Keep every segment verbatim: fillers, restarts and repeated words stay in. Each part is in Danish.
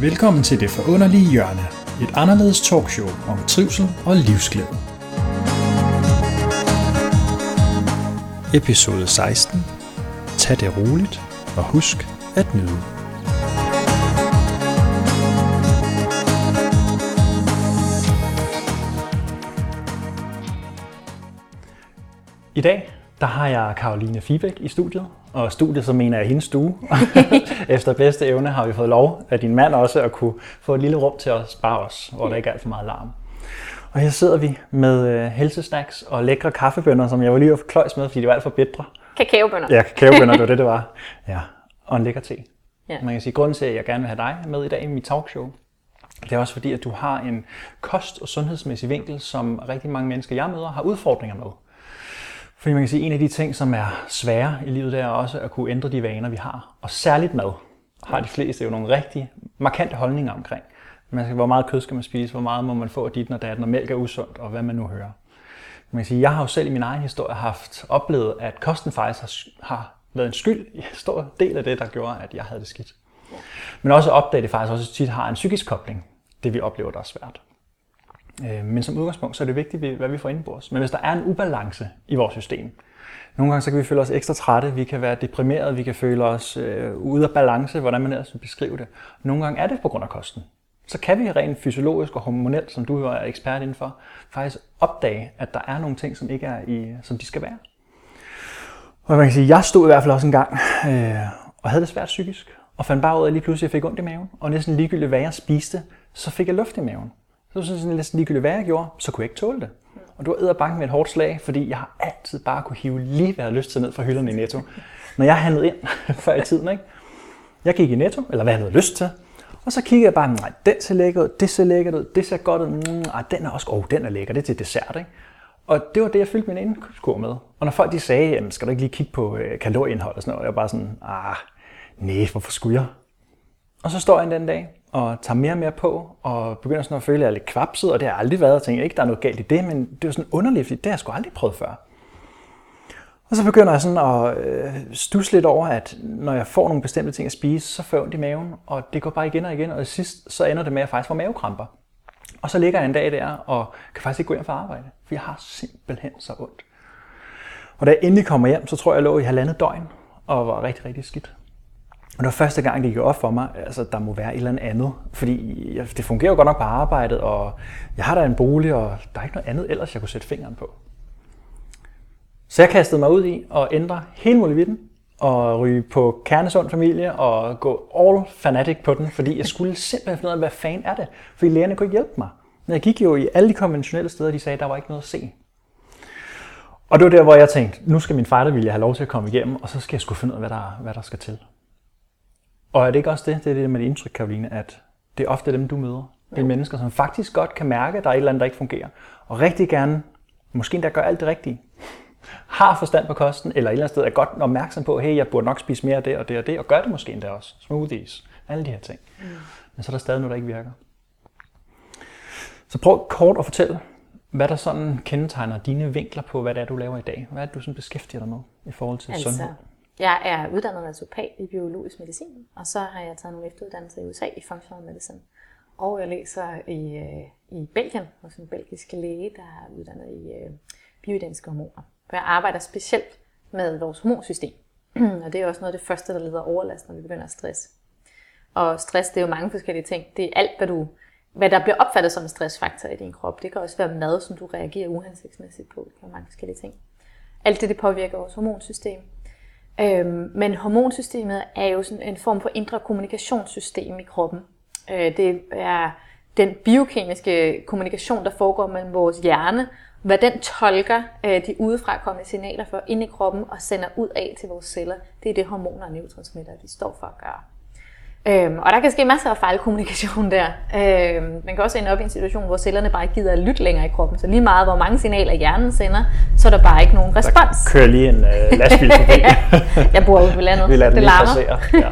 Velkommen til Det Forunderlige Hjørne, et anderledes talkshow om trivsel og livsglæde. Episode seksten. Tag det roligt og husk at nyde. I dag der har jeg Caroline Fibæk i studiet, og studiet så mener jeg hendes stue. Efter bedste evne har vi fået lov af din mand også at kunne få et lille rum til os, bare os, hvor der ikke er alt for meget larm. Og her sidder vi med helsesnacks og lækre kaffebønner, som jeg var lige at kløjs med, fordi de var alt for bitre. Kakaobønner. Ja, kakaobønner, det var det, det var. Ja, og en lækker te. Ja. Man kan sige, grunden til, at jeg gerne vil have dig med i dag i mit talkshow, det er også fordi, at du har en kost- og sundhedsmæssig vinkel, som rigtig mange mennesker, jeg møder, har udfordringer med. Fordi man kan sige, at en af de ting, som er svære i livet, det er også at kunne ændre de vaner, vi har. Og særligt mad har de fleste jo nogle rigtig markante holdninger omkring. Man skal, hvor meget kød skal man spise, hvor meget må man få af dit og datten, og mælk er usundt, og hvad man nu hører. Man kan sige, jeg har jo selv i min egen historie haft oplevet, at kosten faktisk har, har været en skyld i en stor del af det, der gjorde, at jeg havde det skidt. Men også opdaget, at det faktisk også tit har en psykisk kobling, det vi oplever, der er svært. Men som udgangspunkt, så er det vigtigt, hvad vi får indenbords. Men hvis der er en ubalance i vores system, nogle gange så kan vi føle os ekstra trætte, vi kan være deprimerede, vi kan føle os øh, ude af balance, hvordan man ellers vil beskrive det. Nogle gange er det på grund af kosten. Så kan vi rent fysiologisk og hormonelt, som du er ekspert indenfor, faktisk opdage, at der er nogle ting, som ikke er i, som de skal være. Og man kan sige, jeg stod i hvert fald også en gang øh, og havde det svært psykisk, og fandt bare ud af, at lige pludselig jeg fik ondt i maven, og næsten ligegyldigt hvad jeg spiste, så fik jeg luft i maven. Så synes jeg næsten ligegyldigt hvad jeg gjorde, så kunne jeg ikke tåle det. Og du har edderbanken med et hårdt slag, fordi jeg har altid bare kunne hive lige hvad jeg havde lyst til ned fra hylderne i Netto. Når jeg handlede ind før i tiden, ikke? Jeg gik i Netto, eller hvad jeg havde lyst til, og så kiggede jeg bare, nej, den ser lækker ud, det ser lækkert ud, det ser godt ud, mm, ej, den er også, åh, oh, den er lækker, det er til dessert, ikke? Og det var det, jeg fyldte min indkøbskurv med. Og når folk de sagde, jamen, skal du ikke lige kigge på øh, kalorieindhold og sådan noget, jeg var bare sådan, ah, nej, hvorfor skulle jeg? Og så står jeg den dag og tager mere og mere på, og begynder sådan at føle, at jeg er lidt kvapset, og det har jeg aldrig været, og tænker ikke, der er noget galt i det, men det er sådan underligt, fordi det har jeg sgu aldrig prøvet før. Og så begynder jeg sådan at øh, stusse lidt over, at når jeg får nogle bestemte ting at spise, så får jeg ondt i maven, og det går bare igen og igen, og sidst så ender det med, at jeg faktisk får mavekramper. Og så ligger jeg en dag der, og kan faktisk ikke gå hjem fra arbejde, for jeg har simpelthen så ondt. Og da jeg endelig kommer hjem, så tror jeg, jeg lå i halvandet døgn, og var rigtig, rigtig skidt. Og det var første gang, det gik op for mig, altså der må være et eller andet, fordi det fungerer jo godt nok på arbejdet, og jeg har der en bolig, og der er ikke noget andet ellers, jeg kunne sætte fingeren på. Så jeg kastede mig ud i at ændre hele muligheden, og ryge på kernesund familie, og gå all fanatic på den, fordi jeg skulle simpelthen finde ud af, hvad fanden er det, fordi lægerne kunne ikke hjælpe mig. Men jeg gik jo i alle de konventionelle steder, de sagde, at der var ikke noget at se. Og det var der, hvor jeg tænkte, nu skal min fightervilje have lov til at komme igennem, og så skal jeg sgu finde ud af, hvad der, hvad der skal til. Og er det ikke også det, det er det med det indtryk, Caroline, at det er ofte dem, du møder. Det er mennesker, som faktisk godt kan mærke, at der er et eller andet, der ikke fungerer. Og rigtig gerne, måske endda gør alt det rigtige. Har forstand på kosten, eller et eller andet sted er godt opmærksom på, hey, jeg burde nok spise mere af det og det og det, og gør det måske endda også. Smoothies, alle de her ting. Mm. Men så er der stadig noget, der ikke virker. Så prøv kort at fortælle, hvad der sådan kendetegner dine vinkler på, hvad det er, du laver i dag. Hvad er det, du sådan beskæftiger dig med i forhold til altså, sundhed? Jeg er uddannet naturopat i biologisk medicin, og så har jeg taget nogle efteruddannelser i U S A i functional medicine. Og jeg læser i, i Belgien hos en belgisk læge, der er uddannet i bioidentiske hormoner. For jeg arbejder specielt med vores hormonsystem, og det er også noget af det første, der leder overlast, når vi begynder at stresse. Og stress, det er jo mange forskellige ting. Det er alt, hvad, du, hvad der bliver opfattet som en stressfaktor i din krop. Det kan også være mad, som du reagerer uhensigtsmæssigt på. Det kan være mange forskellige ting. Alt det, det påvirker vores hormonsystem. Øhm, men hormonsystemet er jo sådan en form for indre kommunikationssystem i kroppen. Øh, det er den biokemiske kommunikation, der foregår mellem vores hjerne, hvad den tolker øh, de udefra kommende signaler for ind i kroppen og sender ud af til vores celler. Det er det hormoner og neurotransmitter, de står for at gøre. Øhm, og der kan ske masser af fejlkommunikation der. Øhm, man kan også ende op i en situation, hvor cellerne bare ikke gider at lytte længere i kroppen. Så lige meget, hvor mange signaler hjernen sender, så er der bare ikke nogen respons. Der kører lige en øh, lastbil forbi. Ja, jeg bor ude på landet. Vi lader den det lige passere.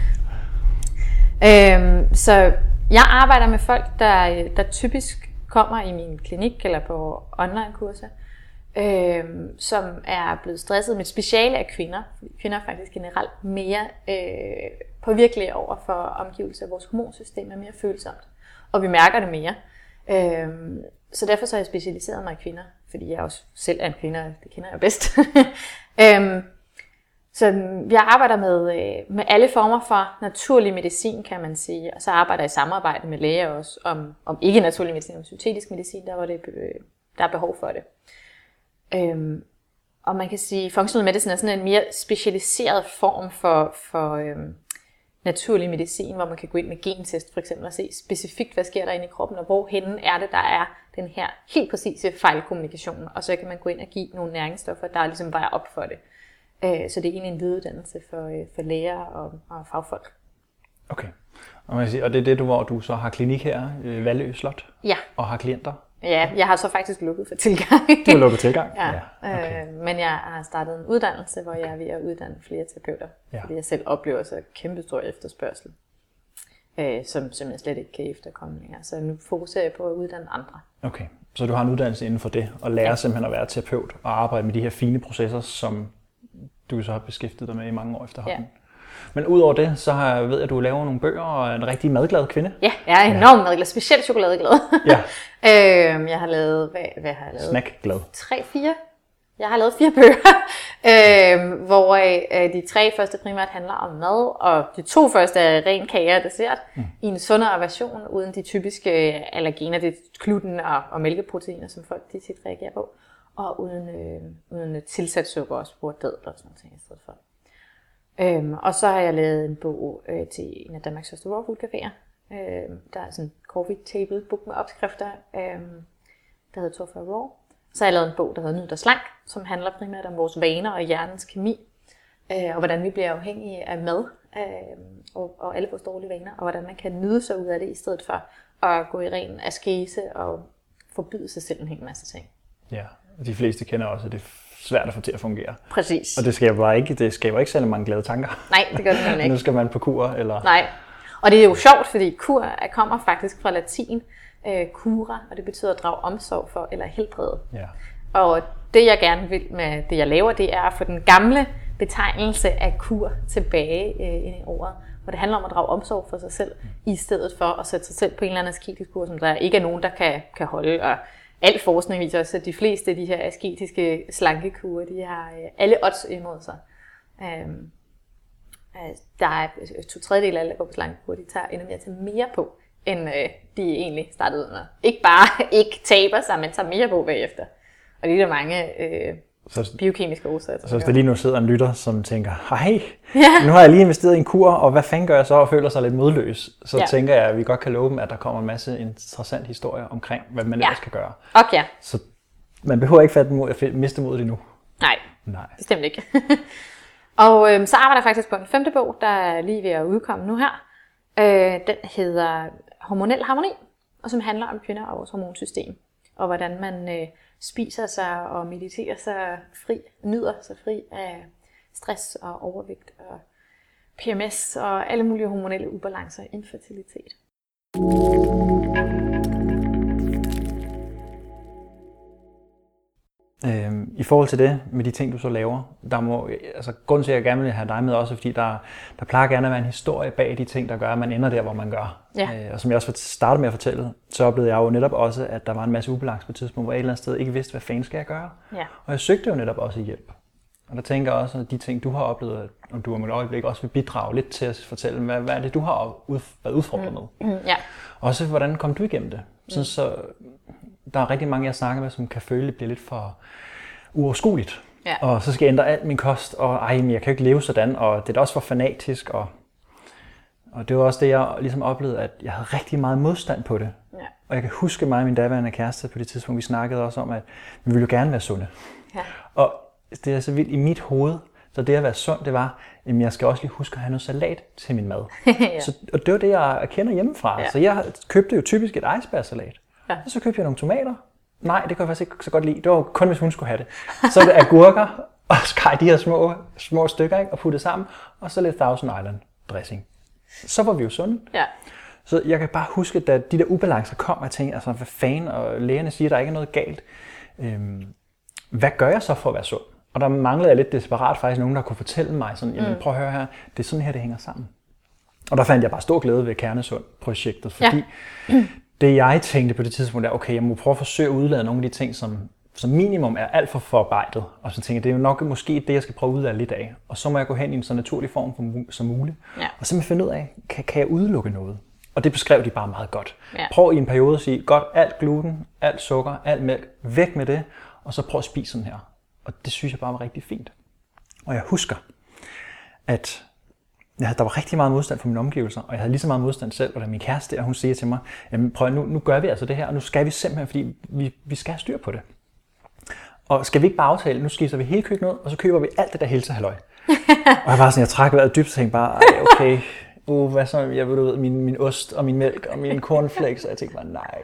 Ja. øhm, så jeg arbejder med folk, der, der typisk kommer i min klinik eller på online-kurser, øhm, som er blevet stresset. Mit speciale er kvinder. Kvinder er faktisk generelt mere øh, påvirkelige over for omgivelser. Vores hormonsystem er mere følsomt, og vi mærker det mere. Øhm, så derfor så har jeg specialiseret mig i kvinder, fordi jeg også selv er en kvinde, det kender jeg bedst. øhm, så jeg arbejder med, med alle former for naturlig medicin, kan man sige, og så arbejder jeg i samarbejde med læger også om, om ikke naturlig medicin, om syntetisk medicin, der, hvor det, der er behov for det. Øhm, og man kan sige, at functional medicine er sådan en mere specialiseret form for, for øhm, naturlig medicin, hvor man kan gå ind med gentest for eksempel og se specifikt, hvad sker der inde i kroppen, og hvor henne er det, der er den her helt præcise fejlkommunikation, og så kan man gå ind og give nogle næringsstoffer, der ligesom vejer op for det. Så det er egentlig en videreuddannelse for, for læger og, og fagfolk. Okay, og, man kan sige, og det er det, du, hvor du så har klinik her, Vallø Slot, ja. Og har klienter? Ja, jeg har så faktisk lukket for tilgang. Du har lukket tilgang? Ja, ja. Okay. Øh, men jeg har startet en uddannelse, hvor jeg er ved at uddanne flere terapeuter, ja. Fordi jeg selv oplever så kæmpe stor efterspørgsel, øh, som, som jeg slet ikke kan efterkomme længere. Så nu fokuserer jeg på at uddanne andre. Okay, så du har en uddannelse inden for det, og lærer ja. Simpelthen at være terapeut og arbejde med de her fine processer, som du så har beskæftiget dig med i mange år efterhånden. Ja. Men udover det, så har jeg ved, at du laver nogle bøger og er en rigtig madglad kvinde. Ja, jeg er enormt ja. madglad, specielt chokoladeglad. Ja. øhm, jeg har lavet, hvad, hvad har jeg lavet? Snackglad. Tre, fire. Jeg har lavet fire bøger, øhm, hvor øh, de tre første primært handler om mad, og de to første er ren kage og dessert, mm. i en sundere version, uden de typiske allergener, det er gluten og, og mælkeproteiner, som folk de tit reagerer på. Og uden, øh, uden tilsat sukker også, bruger dadler og sådan noget i stedet for. Øhm, og så har jeg lavet en bog øh, til en af Danmarks største raw food caféer. Øhm, der er sådan en coffee table book med opskrifter, øhm, der hedder toogfyrre Raw. Så har jeg lavet en bog, der hedder Nyd dig slank, som handler primært om vores vaner og hjernens kemi. Øh, og hvordan vi bliver afhængige af mad øh, og, og alle vores dårlige vaner. Og hvordan man kan nyde sig ud af det, i stedet for at gå i ren askese og forbyde sig selv en hel masse ting. Ja. De fleste kender også, at det er svært at få til at fungere. Præcis. Og det skaber bare ikke, det skaber ikke særlig mange glade tanker. Nej, det gør det nemlig ikke. Nu skal man på kur, eller... Nej, og det er jo sjovt, fordi kur kommer faktisk fra latin, øh, cura, og det betyder at drage omsorg for, eller helbrede. Ja. Og det jeg gerne vil med det jeg laver, det er at få den gamle betegnelse af kur tilbage øh, ind i ordet. Hvor det handler om at drage omsorg for sig selv, i stedet for at sætte sig selv på en eller anden asketisk kur, som der ikke er nogen, der kan, kan holde. Og al forskning viser også, at de fleste af de her asketiske slankekurer, de har øh, alle odds imod sig. Øhm, øh, der er to tredjedel af alle, der går på slankekurer, de tager endnu mere til mere på, end øh, de egentlig startede ud med. Ikke bare ikke taber sig, men tager mere på bagefter. Og det er der mange øh, så, biokemiske årsager. Så hvis der lige nu sidder en lytter, som tænker, hej, ja. Nu har jeg lige investeret i en kur, og hvad fanden gør jeg så, og føler sig lidt modløs, så ja. Tænker jeg, at vi godt kan love dem, at der kommer en masse interessant historie omkring, hvad man ja. Ellers kan gøre. Okay, ja. Så man behøver ikke fatte mod, at miste modet endnu. Nej, Nej. Bestemt ikke. Og øhm, så arbejder jeg faktisk på en femte bog, der er lige ved at udkomme nu her. Øh, den hedder Hormonel harmoni, og som handler om kvinder og vores hormonsystem. Og hvordan man øh, spiser sig og mediterer sig fri, nyder sig fri af stress og overvægt og P M S og alle mulige hormonelle ubalancer, infertilitet. Øhm, I forhold til det, med de ting, du så laver, der må, altså grunden til, at jeg gerne vil have dig med også, fordi der, der plejer gerne at være en historie bag de ting, der gør, at man ender der, hvor man gør. Ja. Øh, og som jeg også startede med at fortælle, så oplevede jeg jo netop også, at der var en masse ubalance på et tidspunkt, hvor jeg et eller andet sted ikke vidste, hvad fanden skal jeg gøre. Ja. Og jeg søgte jo netop også hjælp. Og der tænker jeg også, at de ting, du har oplevet, og du om et øjeblik også vil bidrage lidt til at fortælle, hvad, hvad er det, du har ud, været udfordret med. Mm. Mm, ja. Også hvordan kom du igennem det? Sådan, mm. Så der er rigtig mange, jeg snakker med, som kan føle, at det bliver lidt for uoverskueligt. Ja. Og så skal jeg ændre alt min kost, og ej, men jeg kan jo ikke leve sådan, og det er da også for fanatisk. Og, og det var også det, jeg ligesom oplevede, at jeg havde rigtig meget modstand på det. Ja. Og jeg kan huske mig og min daværende kæreste på det tidspunkt, vi snakkede også om, at vi ville jo gerne være sunde. Ja. Og det er så vildt i mit hoved, så det at være sund, det var, at jeg skal også lige huske at have noget salat til min mad. Ja. Så, og det var det, jeg kender hjemmefra. Ja. Så jeg købte jo typisk et icebergsalat. Ja. Og så købte jeg nogle tomater. Nej, det kunne jeg faktisk ikke så godt lide. Det var kun, hvis hun skulle have det. Så er det agurker, og skar de her små, små stykker, ikke, og puttede sammen, og så lidt Thousand Island dressing. Så var vi jo sunde. Ja. Så jeg kan bare huske, da de der ubalancer kom, og jeg tænkte, altså, hvad fanden, og lægerne siger, at der ikke er noget galt. Øhm, hvad gør jeg så for at være sund? Og der manglede jeg lidt desperat faktisk nogen, der kunne fortælle mig sådan, jamen, prøv at høre her, det er sådan her, det hænger sammen. Og der fandt jeg bare stor glæde ved Kernesund-projektet, fordi ja. det jeg tænkte på det tidspunkt er, okay, jeg må prøve at forsøge at udlade nogle af de ting, som som minimum er alt for forarbejdet. Og så tænkte jeg, det er jo nok måske det, jeg skal prøve at udlade lidt af. Og så må jeg gå hen i en så naturlig form som muligt. Ja. Og så må jeg finde ud af, kan, kan jeg udelukke noget? Og det beskrev de bare meget godt. Ja. Prøv i en periode at sige, godt, alt gluten, alt sukker, alt mælk, væk med det, og så prøv at spise sådan her. Og det synes jeg bare var rigtig fint. Og jeg husker, at ja, der var rigtig meget modstand fra mine omgivelser, og jeg havde lige så meget modstand selv, og da min kæreste der, hun siger til mig, jamen prøv, nu, nu gør vi altså det her, og nu skal vi simpelthen, fordi vi, vi skal have styr på det. Og skal vi ikke bare aftale, nu skifter vi hele køkkenet ud, og så køber vi alt det der helsehalløj. Og jeg var sådan, jeg trak vejret dybt og tænkte bare, ej, okay, uh, hvad så, jeg ved, min, min ost og min mælk og min cornflakes, og jeg tænkte bare, nej.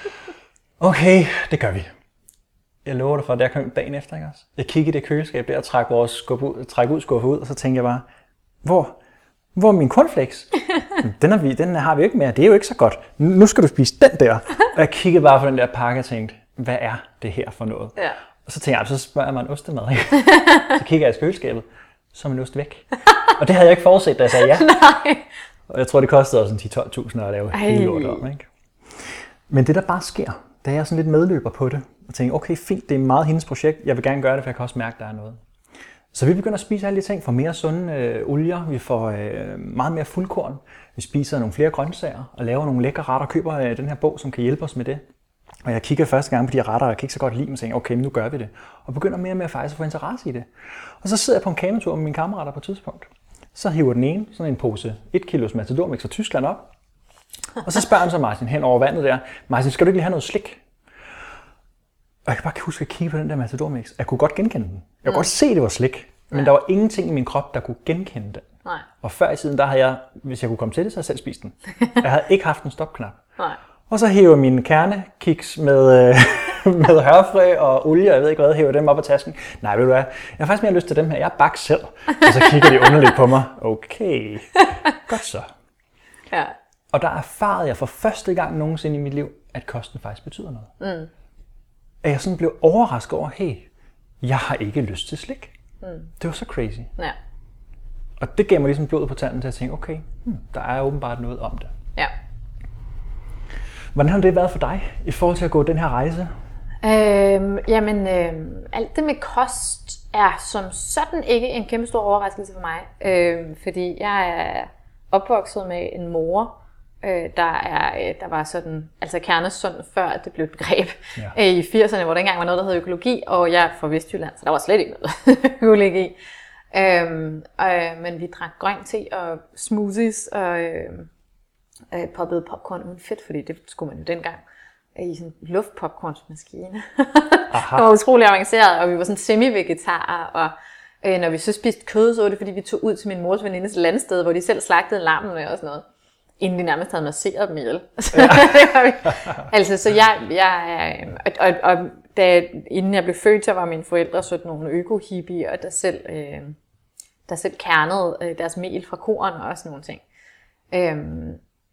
Okay, det gør vi. Jeg lover dig for, at jeg kom dagen efter, ikke også? Jeg kiggede i det køleskab der og trak vores skuffe ud, træk ud, skuffe ud, og så tænkte jeg bare, hvor, hvor er min cornflakes? Den, er vi, den har vi ikke mere, det er jo ikke så godt. Nu skal du spise den der. Og jeg kiggede bare på den der pakke og tænkte, hvad er det her for noget? Ja. Og så tænkte jeg, så spørger jeg mig en ostemad. Så kigger jeg i køleskabet, så er min ost væk. Og det havde jeg ikke forudset, da jeg sagde ja. Nej. Og jeg tror, det kostede også ti til tolv tusind at lave hele lort om. Ikke? Men det der bare sker, da jeg er sådan lidt medløber på det, og tænker, okay, fint, det er meget hendes projekt, jeg vil gerne gøre det, for jeg kan også mærke, at der er noget. Så vi begynder at spise alle de ting, får mere sunde øh, olier, vi får øh, meget mere fuldkorn, vi spiser nogle flere grøntsager, og laver nogle lækre retter, og køber øh, den her bog, som kan hjælpe os med det. Og jeg kigger første gang på de retter, og jeg kan ikke så godt lide dem, og tænker, okay, men nu gør vi det. Og begynder mere og mere faktisk at få interesse i det. Og så sidder jeg på en kanotur med mine kammerater på et tidspunkt. Så hiver den ene sådan en pose et kilos Matador-mix fra Tyskland op. Og så spørger han så Martin hen over vandet der, Martin, skal du ikke lige have noget slik? Og jeg kan bare huske at kigge på den der Matador-mix. Jeg kunne godt genkende den. Jeg kunne mm. godt se, at det var slik. Men ja. Der var ingenting i min krop, der kunne genkende den. Nej. Og før i tiden, der havde jeg, hvis jeg kunne komme til det, så havde jeg selv spist den. Jeg havde ikke haft en stopknap. Nej. Og så hæver jeg mine kernekiks med, med hørfrø og olie, og jeg ved ikke hvad, hæver dem op af tasken. Nej, ved du hvad, jeg har faktisk mere lyst til dem her. Jeg er bagt selv. Og så kigger de underligt på mig. Okay, godt så. Ja. Og der erfarede jeg for første gang nogensinde i mit liv, at kosten faktisk betyder noget. Mm. At jeg sådan blev overrasket over, hey, jeg har ikke lyst til slik. Mm. Det var så crazy. Ja. Og det gav mig ligesom blodet på tanden til at tænke, okay, hmm, der er åbenbart noget om det. Ja. Hvordan har det været for dig i forhold til at gå den her rejse? Øhm, jamen, øhm, alt det med kost er som sådan ikke en kæmpe stor overraskelse for mig. Øhm, fordi jeg er opvokset med en mor, øh, der, er, der var sådan, altså kernesund før det blev et begreb ja. øh, i firserne, hvor der ikke engang var noget, der hed økologi, og jeg er fra Vestjylland, så der var slet ikke noget økologi. Øhm, øh, men vi drak grøn te og smoothies og øh, øh, poppede popcorn uden fedt, fordi det skulle man jo dengang i sådan en luftpopcornsmaskine. Det var utrolig avanceret, og vi var sådan semi-vegetarer, og øh, når vi så spiste kød, så var det fordi vi tog ud til min mors venindes landsted, hvor de selv slagtede lammene og sådan noget, inden de nærmest havde masseret dem ihjel. Ja. Det var vi. Altså, så jeg, jeg og, og, og da, inden jeg blev født, så var mine forældre sådan nogle øko-hippier, der selv, øh, der selv kernede øh, deres mel fra korn og sådan nogle ting. Øhm,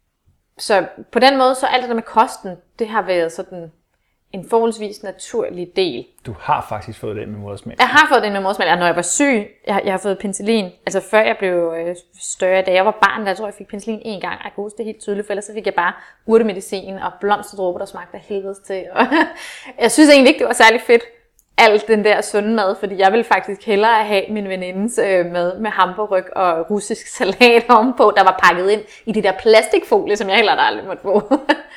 så på den måde, så alt det der med kosten, det har været sådan en forholdsvis naturlig del. Du har faktisk fået det med modersmælk. Jeg har fået det med modersmælk, og når jeg var syg, jeg, jeg har fået penicillin. Altså før jeg blev øh, større, da jeg var barn, der tror jeg, jeg fik penicillin en gang. Jeg kan huske det helt tydeligt, for ellers så fik jeg bare urtemedicin og blomsterdråber, der smagte af helvedes til. Og jeg synes egentlig ikke, det var særlig fedt, alt den der sunde mad, fordi jeg ville faktisk hellere have min venindes øh, mad med hamburg og russisk salat ovenpå, der var pakket ind i det der plastikfolie, som jeg heller aldrig måtte få.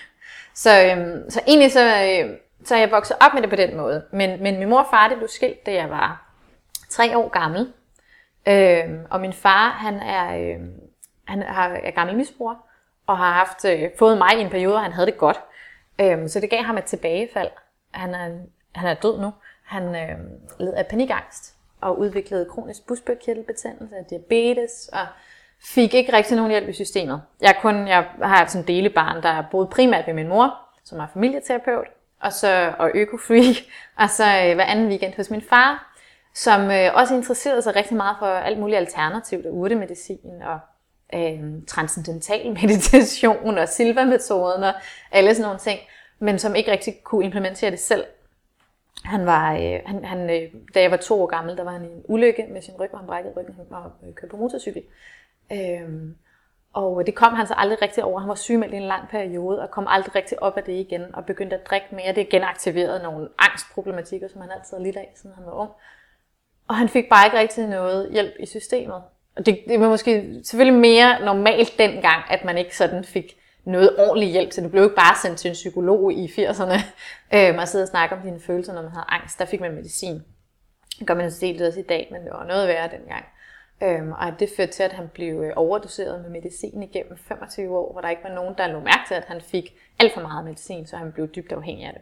så, øhm, så egentlig så, øh, så er jeg vokset op med det på den måde. Men, men min mor og far, det blev skilt, da jeg var tre år gammel. Øhm, og min far, han er, øh, han har, er gammel misbruger, og har haft, øh, fået mig i en periode, hvor han havde det godt. Øhm, så det gav ham et tilbagefald. Han er, han er død nu. Han øh, led af panikangst og udviklede kronisk bugspytkirtelbetændelse og diabetes og fik ikke rigtig nogen hjælp i systemet. Jeg, kun, jeg har sådan en delebarn, der boede primært ved min mor, som er familieterapeut, og så og øko-freak, og så øh, hver anden weekend hos min far, som øh, også interesserede sig rigtig meget for alt muligt alternativt og urtemedicin og øh, transcendental meditation og Silva-metoden og alle sådan nogle ting, men som ikke rigtig kunne implementere det selv. Han var, øh, han, han, øh, da jeg var to år gammel, der var han i en ulykke med sin ryg, hvor han brækkede ryggen, han var øh, kørt på motorcykel. Øhm, Og det kom han så aldrig rigtig over. Han var sygemeldt i en lang periode, og kom aldrig rigtig op af det igen, og begyndte at drikke mere. Det genaktiverede nogle angstproblematikker, som han altid havde lidt af, siden han var ung. Og han fik bare ikke rigtig noget hjælp i systemet. Og det, det var måske selvfølgelig mere normalt dengang, at man ikke sådan fik noget ordentlig hjælp til. Det blev ikke bare sendt til en psykolog i firserne, øhm, og sidde og snakke om dine følelser, når man havde angst. Der fik man medicin. Det gør man altså også i dag, men det var noget værre dengang. Øhm, og det førte til, at han blev overdoseret med medicin igennem femogtyve år, hvor der ikke var nogen, der lå mærke til, at han fik alt for meget medicin, så han blev dybt afhængig af det.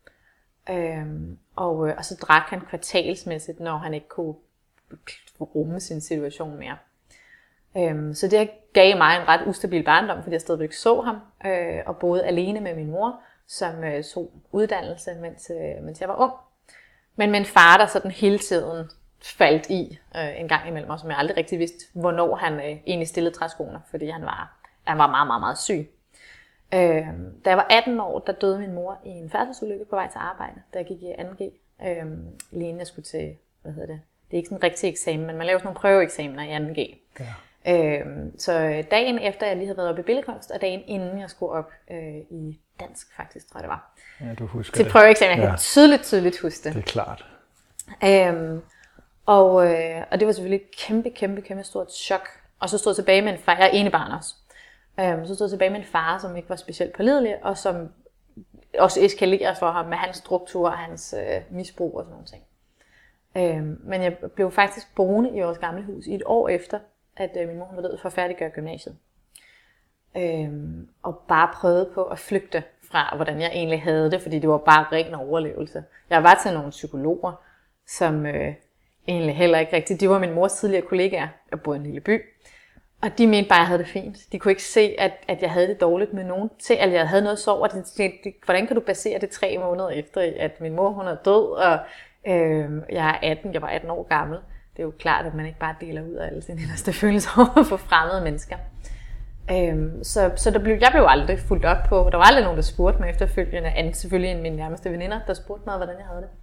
Øhm, og, og så drak han kvartalsmæssigt, når han ikke kunne rumme sin situation mere. Øhm, så det gav mig en ret ustabil barndom, fordi jeg stadigvæk så ham, øh, og boede alene med min mor, som øh, så uddannelse, mens, øh, mens jeg var ung. Men med en far, der sådan hele tiden faldt i øh, en gang imellem, og som jeg aldrig rigtig vidste, hvornår han øh, egentlig stillede træskoene, fordi han var, han var meget, meget, meget syg. Øh, da jeg var atten år, der døde min mor i en færdselsulykke på vej til arbejde, da jeg gik i anden G. Øh, lige inden jeg skulle til, hvad hedder det, det er ikke sådan en rigtig eksamen, men man laver sådan nogle prøveeksamener i anden G. Ja. Øh, så dagen efter, jeg lige havde været oppe i billedkunst, og dagen inden jeg skulle op øh, i dansk faktisk, tror jeg det var. Ja, du husker til det. Prøveeksamen, jeg ja. kan tydeligt, tydeligt huske det. Det er klart. Øh, og, øh, og det var selvfølgelig et kæmpe, kæmpe, kæmpe stort chok. Og så stod jeg tilbage med en far, jeg er enebarn også. Øh, så stod jeg tilbage med en far, som ikke var specielt pålidelig, og som også eskalerede for ham med hans struktur og hans øh, misbrug og sådan nogle ting. Øh, men jeg blev faktisk boende i vores gamle hus i et år efter, at øh, min mor var død for at færdiggøre gymnasiet. Øh, og bare prøvede på at flygte fra, hvordan jeg egentlig havde det, fordi det var bare ren overlevelse. Jeg var til nogle psykologer, som øh, egentlig heller ikke rigtigt, de var min mors tidligere kollegaer, jeg boede i en lille by, og de mente bare, at jeg havde det fint. De kunne ikke se, at, at jeg havde det dårligt med nogen til, at jeg havde noget sorg, og de tænkte, hvordan kan du basere det tre måneder efter, at min mor hun er død, og øh, jeg er atten, jeg var atten år gammel. Det er jo klart, at man ikke bare deler ud af alle sine inderste følelser over for fremmede mennesker. Øhm, så så der blev, jeg blev aldrig fulgt op på. Der var aldrig nogen, der spurgte mig efterfølgende. Andet selvfølgelig end mine nærmeste veninder, der spurgte mig, hvordan jeg havde det.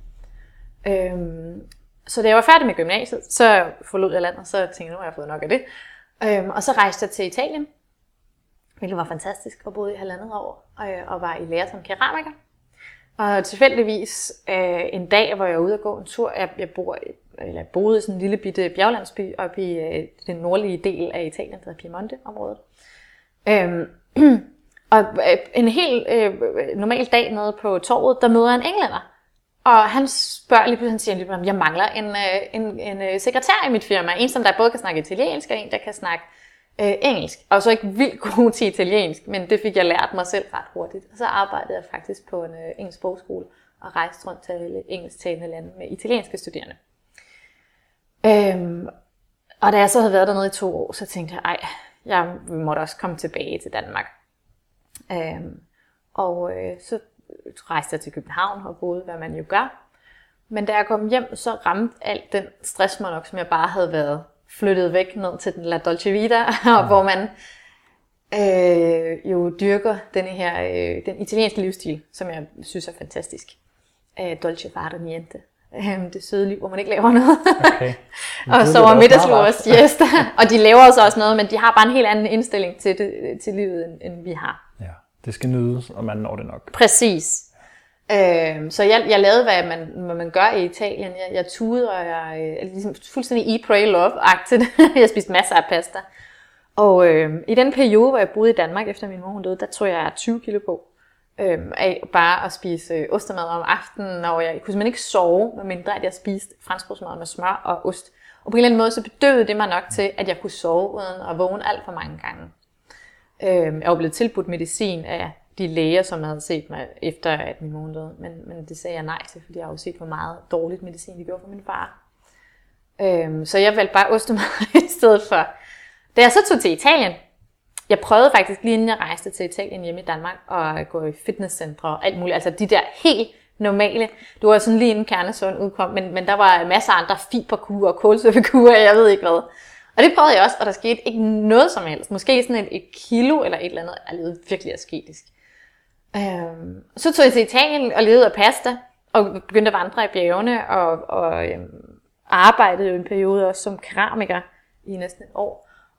Øhm, så da jeg var færdig med gymnasiet, så forlod jeg landet, og så tænkte jeg, nu har jeg fået nok af det. Øhm, og så rejste jeg til Italien, hvilket var fantastisk, og boede i halvandet år, og, og var i lære som keramiker. Og tilfældigvis øh, en dag, hvor jeg var ude at gå en tur, jeg, jeg, bor, eller jeg boede i sådan en lille bitte bjerglandsby oppe i øh, den nordlige del af Italien, der hedder Piemonte-området. Øhm, og øh, en helt øh, normal dag nede på torvet, der møder jeg en englænder. Og han spørger lige pludselig, han siger lige pludselig, jeg mangler en, øh, en, en sekretær i mit firma. En, som der både kan snakke italiensk, og en, der kan snakke øh, engelsk. Og så ikke vildt god til italiensk, men det fik jeg lært mig selv ret hurtigt. Og så arbejdede jeg faktisk på en øh, engelsk bogskole og rejste rundt til alle engelsktalende lande med italienske studerende. Øhm, og da jeg så havde været dernede i to år, så tænkte jeg, ej, jeg måtte også komme tilbage til Danmark. Øhm, og øh, så rejste jeg til København og boede, hvad man jo gør. Men da jeg kom hjem, så ramte alt den stress mig nok, som jeg bare havde været flyttet væk ned til den La Dolce Vita, ja. Hvor man øh, jo dyrker denne her, øh, den italienske livsstil, som jeg synes er fantastisk. Øh, dolce far niente. Øh, det søde liv, hvor man ikke laver noget. Okay. Og så var middagslur og siesta. Og de laver også også noget, men de har bare en helt anden indstilling til, det, til livet, end, end vi har. Ja, det skal nydes, og man når det nok. Præcis. Øh, så jeg, jeg lavede, hvad man, hvad man gør i Italien. Jeg, jeg tudede, og jeg er ligesom fuldstændig eat, pray, love-agtigt. Jeg spiste masser af pasta. Og øh, i den periode, hvor jeg boede i Danmark, efter min mor hun døde, der tog jeg tyve kilo på. Øh, af bare at spise øh, ostemad om aftenen, og jeg kunne simpelthen ikke sove, medmindre at jeg spiste franskbrødsmad med smør og ost. Og på en eller anden måde, så bedøvede det mig nok til, at jeg kunne sove uden at vågne alt for mange gange. Øh, jeg var blevet tilbudt medicin af de læger, som havde set mig efter, at min mor døde. Men, men det sagde jeg nej til, fordi jeg har jo set, hvor meget dårligt medicin det gjorde for min far. Øhm, så jeg valgte bare ostemad i stedet for. Da jeg så tog til Italien, jeg prøvede faktisk lige inden jeg rejste til Italien hjemme i Danmark, at gå i fitnesscentre og alt muligt. Altså de der helt normale. Det var sådan lige inden Kernesund udkom, men, men der var masser af andre fiberkurer og kålsøbekurer, jeg ved ikke hvad. Og det prøvede jeg også, og der skete ikke noget som helst. Måske sådan et, et kilo eller et eller andet, er levet virkelig asketisk. Øhm, så tog jeg til Italien og levede af pasta, og begyndte at vandre i bjergene, og, og øhm, arbejdede jo en periode også som keramiker i næsten et år.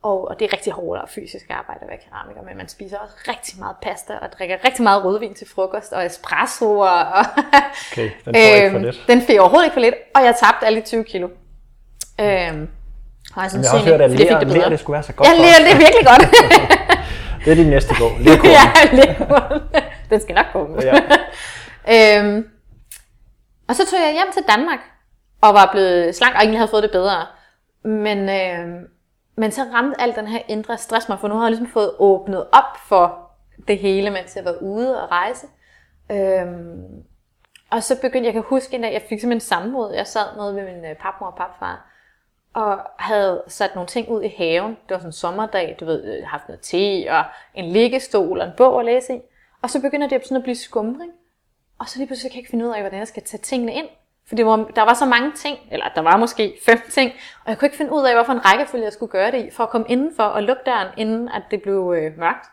Og, og det er rigtig hårdt og fysisk arbejde at være keramiker, men man spiser også rigtig meget pasta og drikker rigtig meget rødvin til frokost og espresso. Og, okay, den får ikke for lidt. Den fik overhovedet ikke for lidt, og jeg tabte alle tyve kilo. Øhm, og jeg, men jeg har også hørt, at lære det, lære, det skulle være så godt. Ja, lære, det er virkelig godt. Det er din næste gå. Lærkurven. Ja, lærkurven. Den skal nok gå. Ja. øhm, og så tog jeg hjem til Danmark og var blevet slank og egentlig havde fået det bedre. Men, øhm, men så ramte alt den her indre stress mig, for nu har jeg ligesom fået åbnet op for det hele, mens jeg var ude og rejse. Øhm, og så begyndte jeg, kan huske en dag, jeg fik simpelthen sammenbrud. Jeg sad nede ved min papmor og papfar og havde sat nogle ting ud i haven. Det var sådan en sommerdag, du ved, jeg havde haft noget te og en liggestol og en bog at læse i. Og så begynder det sådan at blive skumring. Og så lige pludselig kan jeg ikke finde ud af, hvordan jeg skal tage tingene ind. For det var, der var så mange ting, eller der var måske fem ting, og jeg kunne ikke finde ud af, hvorfor en rækkefølge jeg skulle gøre det i, for at komme indenfor og lukke døren, inden at det blev øh, mørkt.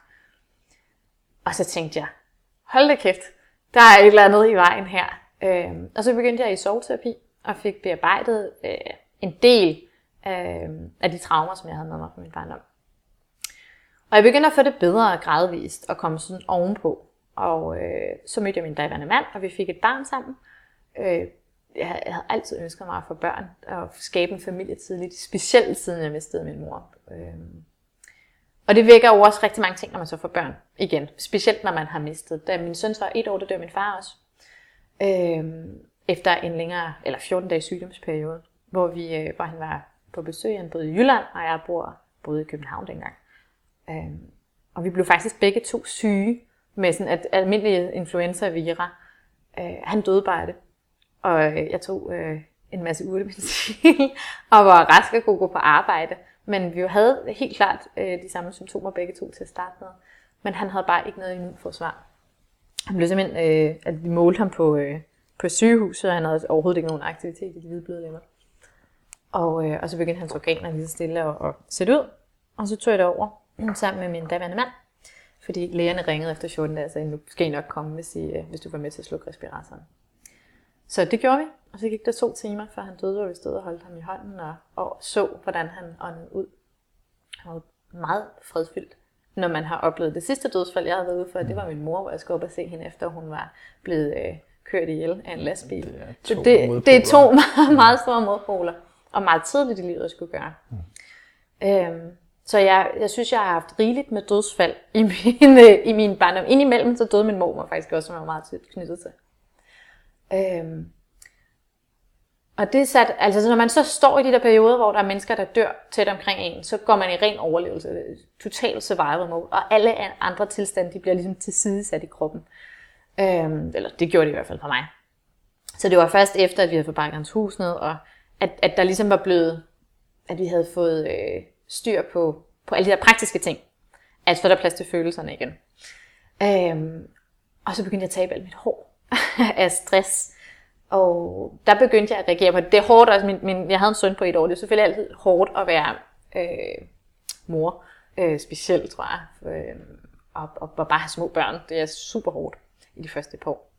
Og så tænkte jeg, hold da kæft, der er et eller andet i vejen her. Øh, og så begyndte jeg i soveterapi, og fik bearbejdet øh, en del øh, af de traumer, som jeg havde med mig fra min barndom. Og jeg begyndte at få det bedre gradvist, og komme sådan ovenpå. Og øh, så mødte jeg min daværende mand, og vi fik et barn sammen. Øh, jeg havde altid ønsket mig at få børn, og skabe en familie tidligt, specielt siden jeg mistede min mor. Øh, og det vækker jo også rigtig mange ting, når man så får børn igen. Specielt når man har mistet. Da min søn var et år, der dør min far også. Øh, efter en længere, eller fjorten dages sygdomsperiode, hvor, vi, øh, hvor han var på besøg. Han boede i Jylland, og jeg bor, boede i København dengang. Øh, og vi blev faktisk begge to syge med sådan et almindelige influenza-vira. Øh, han døde bare af det. Og øh, jeg tog øh, en masse urtemedicin og var rask og kunne gå på arbejde. Men vi havde helt klart øh, de samme symptomer begge to til at starte med. Men han havde bare ikke noget immunforsvar. Han blev simpelthen, øh, at vi målte ham på, øh, på sygehuset, og han havde overhovedet ikke nogen aktivitet i de hvide blodlemmer. Og, øh, og så begyndte hans organer lige så stille at, at sætte ud. Og så tog jeg det over sammen med min daværende mand. Fordi lægerne ringede efter fjorten dage og sagde, nu skal I nok komme, hvis, I, øh, hvis du var med til at slukke respiratoren. Så det gjorde vi, og så gik der to timer, før han døde, hvor vi stod og holdt ham i hånden og, og så, hvordan han åndede ud. Han var meget fredfyldt, når man har oplevet det sidste dødsfald, jeg havde været ude for. Det var min mor, hvor jeg skulle op og se hende, efter hun var blevet øh, kørt ihjel af en lastbil. Det er to, det, det er to meget, meget store modpoler, og meget tidligt i livet, jeg skulle gøre. Mm. Øhm, så jeg, jeg synes, jeg har haft rigeligt med dødsfald i min, øh, i min barndom. Indimellem så døde min mor faktisk også, som jeg var meget tæt knyttet til. Øhm, og det er sat, altså når man så står i de der perioder, hvor der er mennesker, der dør tæt omkring en, så går man i ren overlevelse, total survival mode, og alle andre tilstande, de bliver ligesom tilsidesat i kroppen. Øhm, eller det gjorde det i hvert fald for mig. Så det var først efter, at vi havde fået banket hans hus ned, og at, at der ligesom var blevet, at vi havde fået øh, styr på, på alle de der praktiske ting, at få der plads til følelserne igen. Øhm, og så begyndte jeg at tabe alt mit hår af stress. Og der begyndte jeg at reagere på det. Det er hårdt, altså min, min, jeg havde en søn på et år. Det er selvfølgelig altid hårdt at være øh, mor, øh, specielt tror jeg. Øh, og, og, og bare have små børn. Det er super hårdt i de første par år.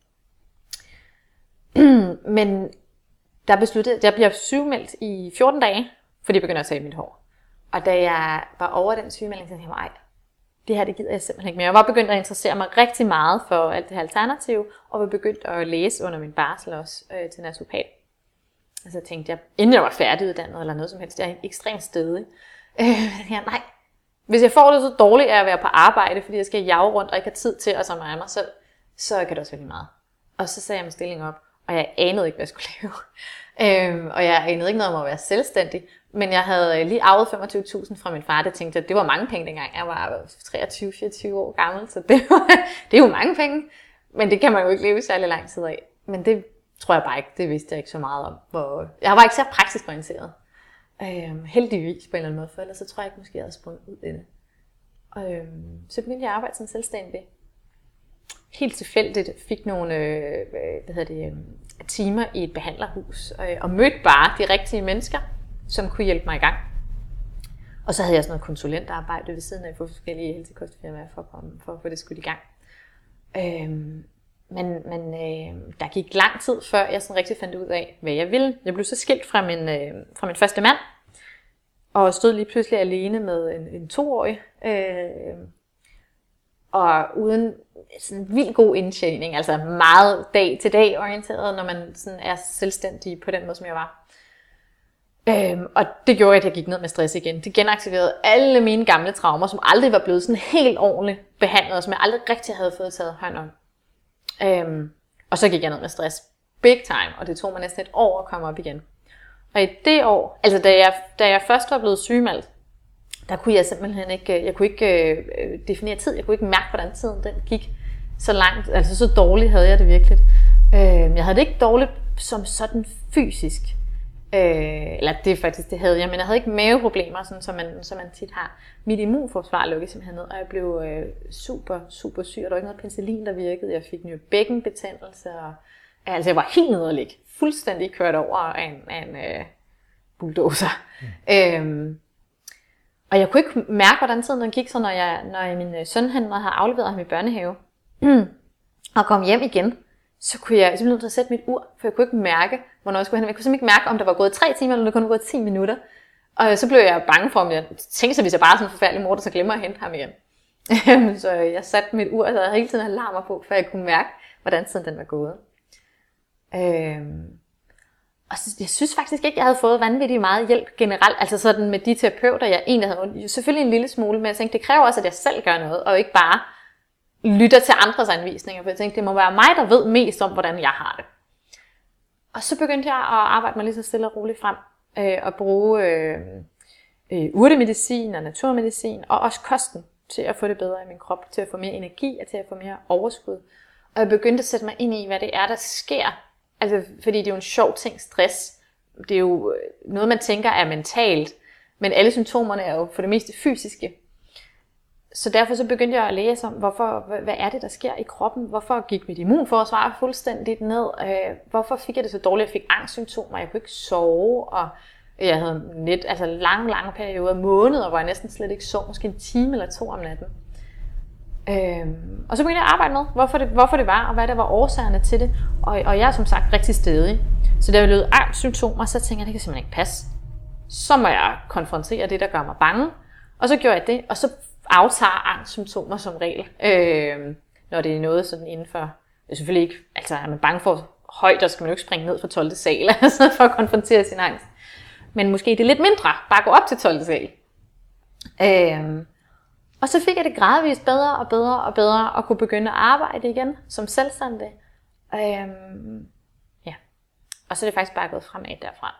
Men der besluttede, jeg bliver sygemeldt i fjorten dage, fordi jeg begyndte at tabe mit hår. Og da jeg var over den sygemelding, så tænkte jeg, ej, det her det gider jeg simpelthen ikke mere. Jeg var begyndt at interessere mig rigtig meget for alt det her alternativ, og var begyndt at læse under min barsel også øh, til naturopat. Og så tænkte jeg, inden jeg var færdiguddannet eller noget som helst, jeg er ekstremt stedig. Øh, jeg, nej, hvis jeg får det så dårligt af at være på arbejde, fordi jeg skal jage rundt og ikke have tid til at samle mig, så, så kan det også være meget. Og så sagde jeg min stilling op, og jeg anede ikke, hvad jeg skulle lave. Øh, og jeg anede ikke noget om at være selvstændig. Men jeg havde lige arvet femogtyve tusind fra min far. Det tænkte jeg, det var mange penge dengang. Jeg var treogtyve til fireogtyve år gammel, så det, var, det er jo mange penge. Men det kan man jo ikke leve særlig lang tid af. Men det tror jeg bare ikke, det vidste jeg ikke så meget om. Hvor jeg var ikke så praksisk orienteret. Øhm, heldigvis på en eller anden måde, for ellers så tror jeg ikke, måske jeg havde sprunget ud i det. Øhm, så begyndte jeg at arbejde som selvstændig. Helt tilfældigt fik nogle øh, hvad hedder det, øh, timer i et behandlerhus. Øh, og mødte bare de rigtige mennesker, som kunne hjælpe mig i gang. Og så havde jeg sådan noget konsulentarbejde ved siden af for forskellige helsekostfirmaer for, for at få det skudt i gang. Øhm, men men øh, der gik lang tid, før jeg sådan rigtig fandt ud af, hvad jeg ville. Jeg blev så skilt fra min, øh, fra min første mand. og stod lige pludselig alene med en, en toårig, øh, og uden sådan en vildt god indtjening, altså meget dag-til-dag orienteret, når man sådan er selvstændig på den måde, som jeg var. Øhm, og det gjorde, at jeg gik ned med stress igen. Det genaktiverede alle mine gamle traumer, som aldrig var blevet sådan helt ordentligt behandlet, og som jeg aldrig rigtig havde fået taget hånd om. Øhm, og så gik jeg ned med stress. Big time, og det tog mig næsten et år at komme op igen. Og i det år, altså da jeg, da jeg først var blevet sygemeldt, der kunne jeg simpelthen ikke, jeg kunne ikke øh, definere tid, jeg kunne ikke mærke, hvordan tiden den gik så langt, altså så dårligt havde jeg det virkelig. Øh, jeg havde det ikke dårligt som sådan fysisk, øh, eller det faktisk, det havde jeg, men jeg havde ikke maveproblemer, sådan, som, man, som man tit har. Mit immunforsvar lukkede simpelthen ned, og jeg blev øh, super, super syg, og der var ikke noget penicillin, der virkede. Jeg fik nye bækkenbetændelse, og altså jeg var helt nede og ligge, fuldstændig kørt over af en, af en øh, bulldozer. Mm. Øhm, og jeg kunne ikke mærke, hvordan tiden den gik, så når, jeg, når min søn han havde afleveret ham i børnehave, og kom hjem igen, så kunne jeg simpelthen nødt til at sætte mit ur, for jeg kunne ikke mærke, hvornår jeg skulle hen. Jeg kunne simpelthen ikke mærke, om der var gået tre timer, eller det kun var gået ti minutter. Og så blev jeg bange for, om jeg tænkte sig, hvis jeg bare er sådan en forfærdelig mor, så glemmer jeg at hente ham igen. Så jeg satte mit ur, og jeg havde hele tiden alarmer på, for jeg kunne mærke, hvordan tiden den var gået. Øhm. Og jeg synes faktisk ikke, jeg havde fået vanvittigt meget hjælp generelt, altså sådan med de terapeuter, jeg egentlig havde. Selvfølgelig en lille smule, men jeg tænkte, det kræver også, at jeg selv gør noget, og ikke bare lytter til andres anvisninger, for jeg tænkte, det må være mig, der ved mest om, hvordan jeg har det. Og så begyndte jeg at arbejde mig lige så stille og roligt frem, øh, og bruge øh, øh, urtemedicin og naturmedicin, og også kosten, til at få det bedre i min krop, til at få mere energi, og til at få mere overskud. Og jeg begyndte at sætte mig ind i, hvad det er, der sker. Altså, fordi det er jo en sjov ting, stress. Det er jo noget, man tænker er mentalt, men alle symptomerne er jo for det meste fysiske. Så derfor så begyndte jeg at læse om, hvorfor, hvad er det, der sker i kroppen? Hvorfor gik mit immunforsvar fuldstændigt ned? Hvorfor fik jeg det så dårligt? Jeg fik angstsymptomer, jeg kunne ikke sove, og jeg havde net, altså lange, lange perioder, måneder, hvor jeg næsten slet ikke sov, måske en time eller to om natten. Øhm, og så begyndte jeg at arbejde med, hvorfor det, hvorfor det var, og hvad der var årsagerne til det. Og, og jeg er som sagt rigtig stædig. Så da jeg lød angstsymptomer, så tænkte jeg, det kan simpelthen ikke passe. Så må jeg konfrontere det, der gør mig bange. Og så gjorde jeg det, og så aftager angstsymptomer som regel. Øhm, når det er noget sådan inden for, det er selvfølgelig ikke, altså er man bange for højt, der skal man jo ikke springe ned fra tolvte sal, altså for at konfrontere sin angst. Men måske det er lidt mindre, bare gå op til tolvte sal. Øhm, Og så fik jeg det gradvist bedre og bedre og bedre, og kunne begynde at arbejde igen som selvstændig. Øhm, ja. Og så er det faktisk bare gået fremad derfra.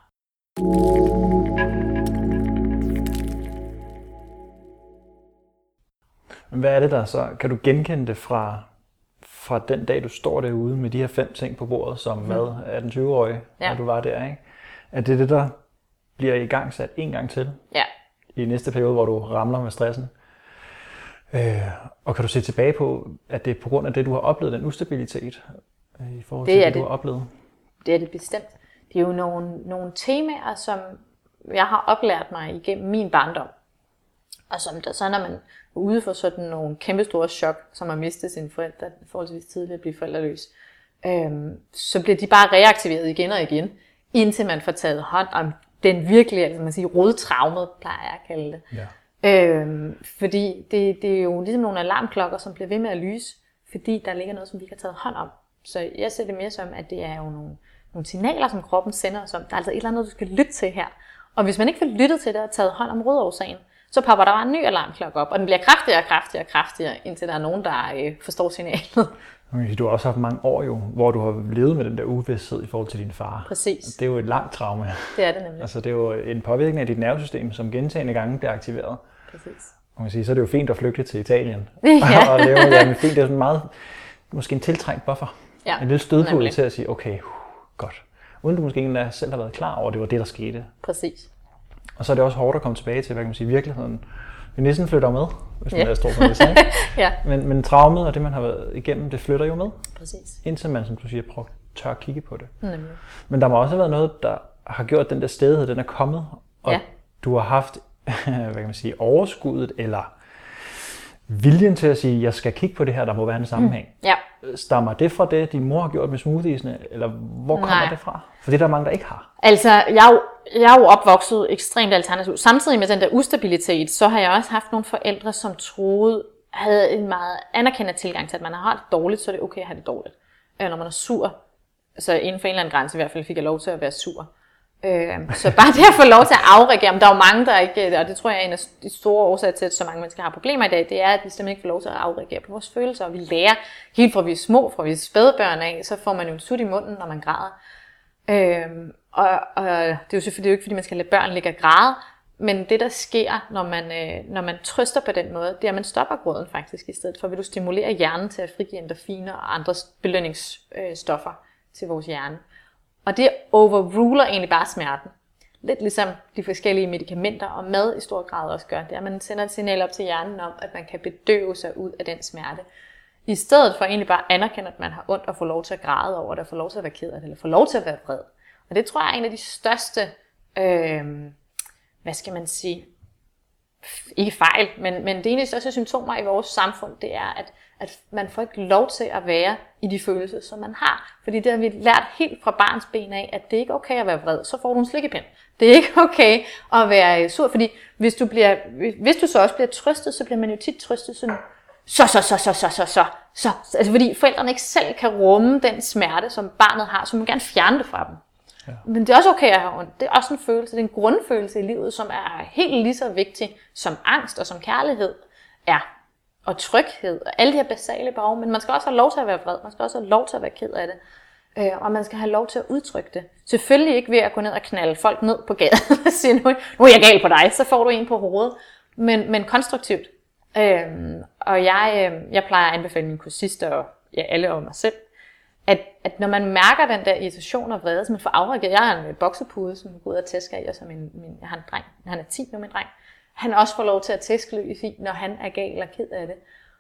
Hvad er det der så? Kan du genkende det fra, fra den dag, du står derude med de her fem ting på bordet som mm. mad atten-tyve-årig, ja. Når du var der, ikke? Er det det, der bliver i gang sat en gang til? Ja. I næste periode, hvor du ramler med stressen? Øh, og kan du se tilbage på, at det er på grund af det, du har oplevet, den ustabilitet øh, i forhold til det, det, du har oplevet? Det er det bestemt. Det er jo nogle, nogle temaer, som jeg har oplært mig igennem min barndom. Og som der, så når man er ude for sådan nogle kæmpe store chok, som at miste sine forældre forholdsvis tidligt at blive forældreløs, øh, så bliver de bare reaktiveret igen og igen, indtil man får taget hånd om den virkelig, altså man siger, rodtraumet, plejer jeg at kalde det. Ja. Øhm, fordi det, det er jo ligesom nogle alarmklokker, som bliver ved med at lyse, fordi der ligger noget, som vi ikke har taget hånd om. Så jeg ser det mere som, at det er jo nogle, nogle signaler, som kroppen sender os om. Der er altså et eller andet, du skal lytte til her. Og hvis man ikke får lyttet til det og taget hånd om rodårsagen, så popper der bare en ny alarmklokke op, og den bliver kraftigere og kraftigere og kraftigere, indtil der er nogen, der øh, forstår signalet. Du har også haft mange år jo, hvor du har levet med den der uvidsthed i forhold til din far. Præcis. Det er jo et langt traume. Det er det nemlig. Altså det er jo en påvirkning af dit nervesystem, som gentagne gange bliver aktiveret. Præcis. Og man siger, så er det jo fint at flygte til Italien. Ja. Og leve der med fint. Det er sådan meget, måske en tiltrængt buffer. Ja, en lille stødpude til at sige, okay, uh, godt. Uden du måske ikke selv har været klar over, at det var det, der skete. Præcis. Og så er det også hårdt at komme tilbage til, hvad kan man sige, virkeligheden. Vi næsten flytter med, hvis man yeah. er stor på det, ikke? Ja. Men, men traumet og det, man har været igennem, det flytter jo med. Præcis. Indtil man, som du siger, prøver tør at kigge på det. Nemlig. Men der må også have været noget, der har gjort den der stedighed, den er kommet. Og ja. Du har haft, hvad kan man sige, overskuddet eller viljen til at sige, jeg skal kigge på det her, der må være en sammenhæng. Mm. Ja. Stammer det fra det, din mor har gjort med smoothiesene, eller hvor kommer Nej. det fra? For det er der mange, der ikke har. Altså, jeg er jo jeg er jo opvokset ekstremt alternativt. Samtidig med den der ustabilitet, så har jeg også haft nogle forældre, som troede, havde en meget anerkendende tilgang til, at man har det dårligt, så er det okay at have det dårligt. Øh, når man er sur, så inden for en eller anden grænse i hvert fald, fik jeg lov til at være sur. Øh, så bare det at få lov til at afreagere, men der er jo mange, der ikke, og det tror jeg er en af de store årsager til, at så mange mennesker har problemer i dag, det er, at vi simpelthen ikke får lov til at afreagere på vores følelser, og vi lærer helt fra vi er små, fra vi er spædbørn af, så får man jo en sut i munden, når man græder. Øh, og, og det er jo selvfølgelig ikke, fordi man skal lade børn ligge og græde, men det, der sker, når man, øh, når man trøster på den måde, det er, at man stopper gråden faktisk i stedet for. Vil du stimulere hjernen til at frigive endorfiner og andre belønningsstoffer til vores hjerne. Og det overruler egentlig bare smerten. Lidt ligesom de forskellige medicamenter og mad i stor grad også gør. Det er, at man sender et signal op til hjernen om, at man kan bedøve sig ud af den smerte. I stedet for egentlig bare at anerkende, at man har ondt og få lov til at græde over det, og få lov til at være ked af det, eller få lov til at være vred. Og det tror jeg er en af de største... Øh, hvad skal man sige, ikke fejl, men, men det ene af de største symptomer i vores samfund, det er, at, at man får ikke lov til at være i de følelser, som man har. Fordi det har vi lært helt fra barns ben af, at det ikke er okay at være vred, så får du en slikkepind. Det er ikke okay at være sur, fordi hvis du, bliver, hvis du så også bliver trøstet, så bliver man jo tit trøstet sådan, så, så, så, så, så, så, så, så. Altså fordi forældrene ikke selv kan rumme den smerte, som barnet har, så man gerne fjerne det fra dem. Ja. Men det er også okay at have ondt. Det er også en følelse, det er en grundfølelse i livet, som er helt lige så vigtig som angst og som kærlighed er. Og tryghed og alle de her basale behov. Men man skal også have lov til at være vred. Man skal også have lov til at være ked af det. Øh, og man skal have lov til at udtrykke det. Selvfølgelig ikke ved at gå ned og knalde folk ned på gaden og sige, nu, nu er jeg gal på dig, så får du en på hovedet. Men, men konstruktivt. Øh, og jeg, øh, jeg plejer at anbefale mine kursister og ja, alle og mig selv, At, at når man mærker den der irritation og vrede, så man får afreageret. Jeg har en boksepude, som går ud og tæsker i, og så min, min, jeg har en dreng, han er ti nu, min dreng. Han også får lov til at tæske løs i, når han er gal eller ked af det.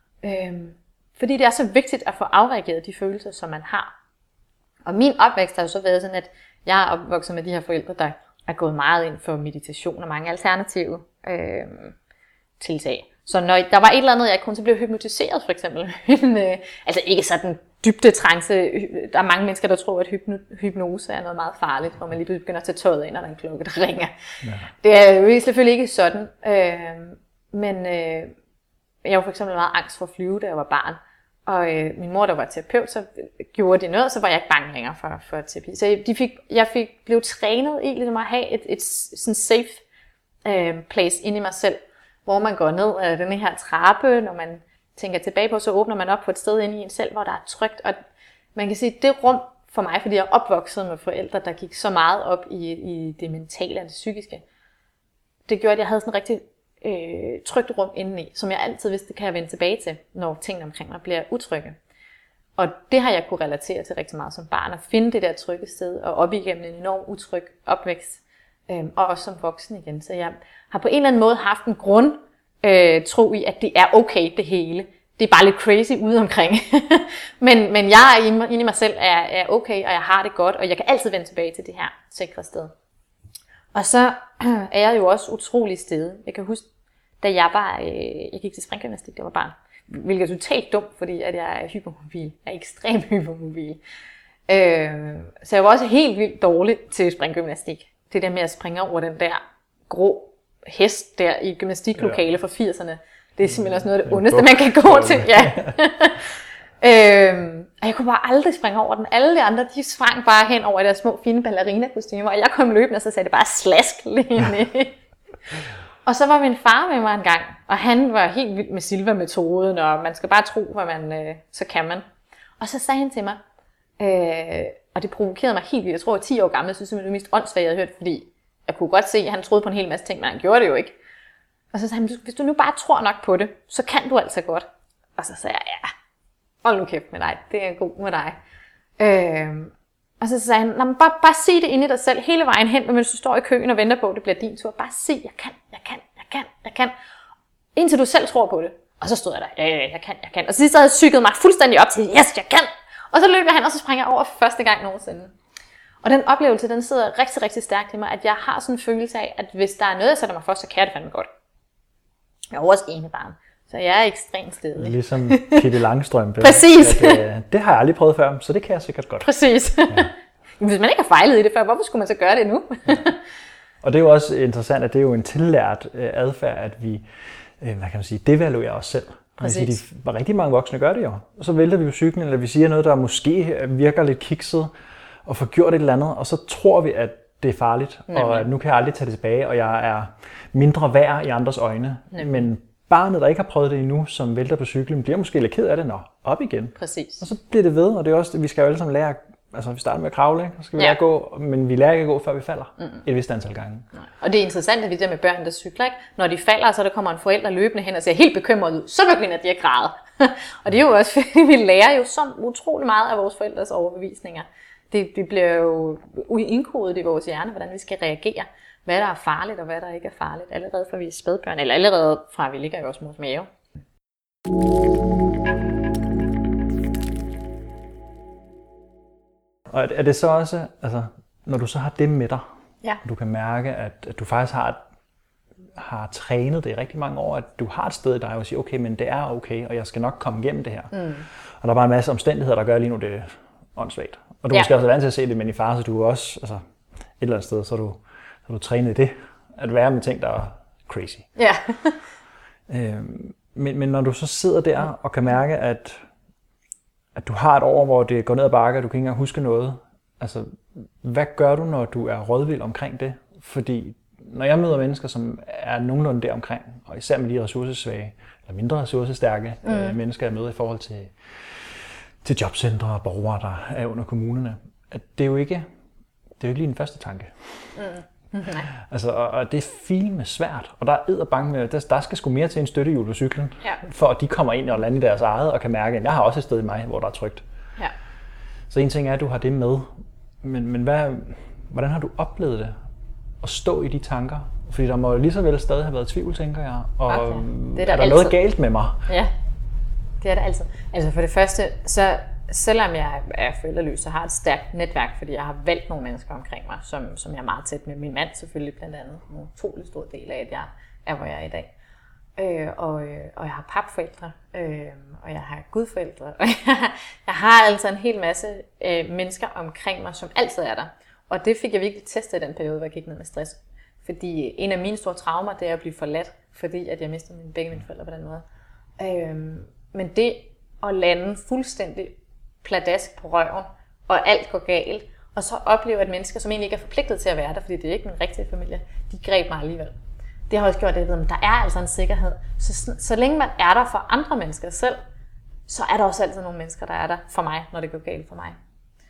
Øhm, fordi det er så vigtigt at få afreageret de følelser, som man har. Og min opvækst har jo så været sådan, at jeg er opvokset med de her forældre, der er gået meget ind for meditation og mange alternative øhm, tiltag. Så når der var et eller andet, jeg kunne, så blev jeg hypnotiseret for eksempel. Altså ikke sådan dybde trance. Der er mange mennesker, der tror, at hypno- hypnose er noget meget farligt, hvor man lige begynder at tage tøjet ind, og der er en klokke, der ringer. Ja. Det er jo selvfølgelig ikke sådan. Øh, men øh, jeg var for eksempel meget angst for at flyve, da jeg var barn. Og øh, min mor, der var terapeut, så gjorde de noget, så var jeg ikke bange længere for, for terapi. Så de fik, jeg fik, blev trænet i ligesom at have et, et sådan safe øh, place inde i mig selv, hvor man går ned ad den her trappe, når man tænker tilbage på, så åbner man op på et sted inde i en selv, hvor der er trygt. Og man kan sige, at det rum for mig, fordi jeg er opvokset med forældre, der gik så meget op i, i det mentale og det psykiske, det gjorde, at jeg havde sådan et rigtig øh, trygt rum indeni, som jeg altid vidste, det kan jeg vende tilbage til, når tingene omkring mig bliver utrygge. Og det har jeg kunne relatere til rigtig meget som barn, at finde det der trygge sted, og op igennem en enorm utryg opvækst, øh, og også som voksen igen. Så jeg har på en eller anden måde haft en grund, Øh, tro i, at det er okay det hele. Det er bare lidt crazy ude omkring. men, men jeg er inde i mig selv er, er okay, og jeg har det godt, og jeg kan altid vende tilbage til det her sikre sted. Og så er jeg jo også utrolig stedig. Jeg kan huske, da jeg var, øh, jeg gik til springgymnastik, det var barn. Hvilket er totalt dumt, fordi at jeg er hypermobil. Jeg er ekstremt hypermobil. Øh, så jeg var også helt vildt dårlig til springgymnastik. Det der med at springe over den der grå hest der i gymnastiklokale fra firserne. Det er simpelthen også noget af det ondeste, man kan gå til. Ja. øhm, og jeg kunne bare aldrig springe over den. Alle de andre, de sprang bare hen over deres små fine ballerina-kostymer, og jeg kom løbende, og så sagde det bare slask lige ned. Og så var min far med mig en gang, og han var helt vild med Silva-metoden, og man skal bare tro, hvad man, øh, så kan man. Og så sagde han til mig, øh, og det provokerede mig helt vildt. Jeg tror, jeg var ti år gammel, jeg synes, det var det mest åndssvage, jeg havde hørt, fordi jeg kunne godt se, at han troede på en hel masse ting, men han gjorde det jo ikke. Og så sagde han, hvis du nu bare tror nok på det, så kan du altså godt. Og så sagde jeg, ja, hold nu kæft med dig, det er god med dig. Øhm, og så sagde han, bare, bare sig det inde i dig selv, hele vejen hen, mens du står i køen og venter på, at det bliver din tur. Bare sig, jeg kan, jeg kan, jeg kan, jeg kan. Indtil du selv tror på det. Og så stod jeg der, ja, ja, jeg kan, jeg kan. Og så sidst havde jeg cyklet mig fuldstændig op til, yes, jeg kan. Og så løb jeg hen, og så springer jeg over for første gang nogensinde. Og den oplevelse, den sidder rigtig, rigtig stærkt i mig, at jeg har sådan en følelse af, at hvis der er noget, jeg sætter mig for, så kan jeg det fandme godt. Jeg er også enebarn, så jeg er ekstremt stedig. Ligesom Pippi Langstrømpe. Præcis. At, øh, det har jeg aldrig prøvet før, så det kan jeg sikkert godt. Præcis. Ja. Hvis man ikke har fejlet i det før, hvorfor skulle man så gøre det nu? Og det er jo også interessant, at det er jo en tillært adfærd, at vi, hvad kan man sige, devaluerer os selv. Præcis. De, rigtig mange voksne gør det jo. Og så vælter vi jo cyklen, eller vi siger noget, der måske virker lidt kikset, og får gjort et eller andet, og så tror vi, at det er farligt, Nemlig. og at nu kan jeg aldrig tage det tilbage, og jeg er mindre værd i andres øjne. Nemlig. Men barnet, der ikke har prøvet det endnu, som vælter på cyklen, bliver måske lidt ked af det, når op igen. Præcis. Og så bliver det ved, og det er også, vi skal jo alle sammen lære, altså vi starter med at kravle, ikke? Så skal vi ja. lære at gå, men vi lærer ikke at gå, før vi falder mm. et vist antal gange. Nej. Og det er interessant, at vi der med børn, der cykler, ikke? Når de falder, så der kommer en forælder løbende hen og ser helt bekymret ud, så begynder de at græde. Og det er jo også, fordi vi lærer jo så utrolig meget af vores forældres overbevisninger. Det, det bliver jo indkodet i vores hjerne, hvordan vi skal reagere. Hvad der er farligt, og hvad der ikke er farligt. Allerede fra vi er spædbørn, eller allerede fra vi ligger i vores mors mave. Og er det så også, altså, når du så har det med dig, ja. du kan mærke, at, at du faktisk har, har trænet det i rigtig mange år, at du har et sted i dig, og siger, okay, men det er okay, og jeg skal nok komme igennem det her. Mm. Og der er bare en masse omstændigheder, der gør lige nu det åndssvagt. Og du er ja. måske også vant til at se det, men i far, så du er også, altså, et eller andet sted, så er du, så er du trænet i det, at være med ting, der er crazy. Ja. øhm, men, men når du så sidder der og kan mærke, at at du har et år, hvor det går ned ad bakke, og du kan ikke engang huske noget. Altså, hvad gør du, når du er rådvild omkring det? Fordi når jeg møder mennesker, som er nogenlunde der omkring, og især med de ressourcesvage, eller mindre ressourcestærke mm. øh, mennesker, jeg møder i forhold til, til jobcentre og borgere, der er under kommunerne, at det er jo ikke, det er jo ikke lige den første tanke. Mm. Nej. Altså, og, og det er filme svært, og der er edderbange med, der, der skal sgu mere til en støttehjul på cyklen, ja. for at de kommer ind og lander i deres eget, og kan mærke, at jeg har også et sted i mig, hvor der er trygt. Ja. Så en ting er, at du har det med, men, men hvad, hvordan har du oplevet det, at stå i de tanker? Fordi der må lige så vel stadig have været tvivl, tænker jeg, og okay. det er der, er der noget galt med mig? Ja, det er der altid. Altså for det første, så selvom jeg er forældreløs, så har jeg et stærkt netværk, fordi jeg har valgt nogle mennesker omkring mig, som, som jeg er meget tæt med. Min mand selvfølgelig blandt andet. En utrolig stor del af, at jeg er, hvor jeg er i dag. Øh, og, øh, og jeg har papforældre, øh, og jeg har gudforældre, og jeg, jeg har altså en hel masse øh, mennesker omkring mig, som altid er der. Og det fik jeg virkelig testet i den periode, hvor jeg gik ned med stress. Fordi en af mine store traumer, det er at blive forladt, fordi at jeg mistede mine, begge mine forældre på den måde. Øh, men det at lande fuldstændig pladask på røven, og alt går galt, og så opleve, at mennesker, som egentlig ikke er forpligtet til at være der, fordi det er ikke min rigtige familie, de greb mig alligevel. Det har også gjort, at jeg ved, at der er altså en sikkerhed. Så, så længe man er der for andre mennesker selv, så er der også altid nogle mennesker, der er der for mig, når det går galt for mig.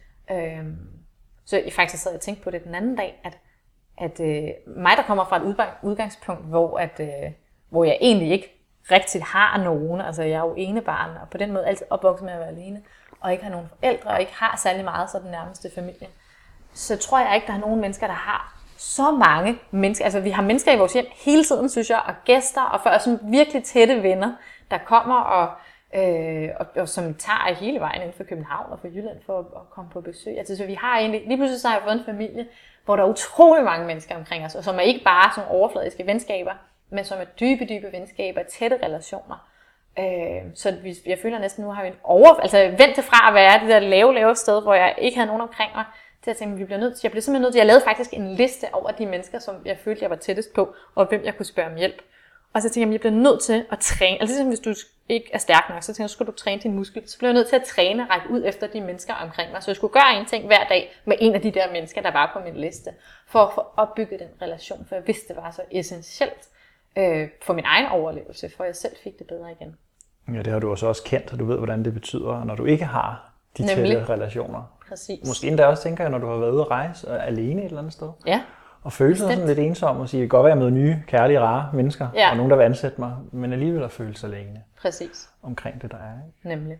Øhm, så jeg faktisk sad og tænkte på det den anden dag, at, at øh, mig, der kommer fra et udgangspunkt, hvor, at, øh, hvor jeg egentlig ikke rigtig har nogen, altså jeg er jo enebarn, og på den måde altid opvokset med at være alene, og ikke har nogen forældre, og ikke har særlig meget så den nærmeste familie, så tror jeg ikke, der er nogen mennesker, der har så mange mennesker. Altså vi har mennesker i vores hjem hele tiden, synes jeg, og gæster, og for sådan virkelig tætte venner, der kommer og, øh, og, og som tager hele vejen inden for København og for Jylland for at, at komme på besøg. Altså så vi har egentlig, lige pludselig så har jeg fået en familie, hvor der er utrolig mange mennesker omkring os, og som er ikke bare sådan overfladiske venskaber, men som er dybe, dybe venskaber, tætte relationer. Øh, så jeg føler næsten, nu har vi en over... Altså vendt det fra at være det der lave, lave sted, hvor jeg ikke havde nogen omkring mig, til at tænke, vi bliver nødt til... Jeg blev simpelthen nødt til... Jeg lavede faktisk en liste over de mennesker, som jeg følte, jeg var tættest på, og hvem jeg kunne spørge om hjælp. Og så tænkte jeg, jeg bliver nødt til at træne... Altså ligesom hvis du ikke er stærk nok, så tænkte jeg, så skulle du træne din muskel. Så blev jeg nødt til at træne og række ud efter de mennesker omkring mig. Så jeg skulle gøre en ting hver dag med en af de der mennesker, der var på min liste, for at få opbygget den relation, for jeg vidste, det var så essentielt øh, for min egen overlevelse, for jeg selv fik det bedre igen. Ja, det har du også også kendt, og du ved, hvordan det betyder, når du ikke har de Nemlig. tætte relationer. Præcis. Måske endda også, tænker jeg, når du har været ude at rejse alene et eller andet sted. Ja. Og føle sig sådan lidt ensom og sige, det kan godt være, at jeg møder nye, kærlige, rare mennesker, ja. og nogen, der vil ansætte mig, men alligevel at føle sig alene. Præcis. Omkring det, der er. Ikke? Nemlig.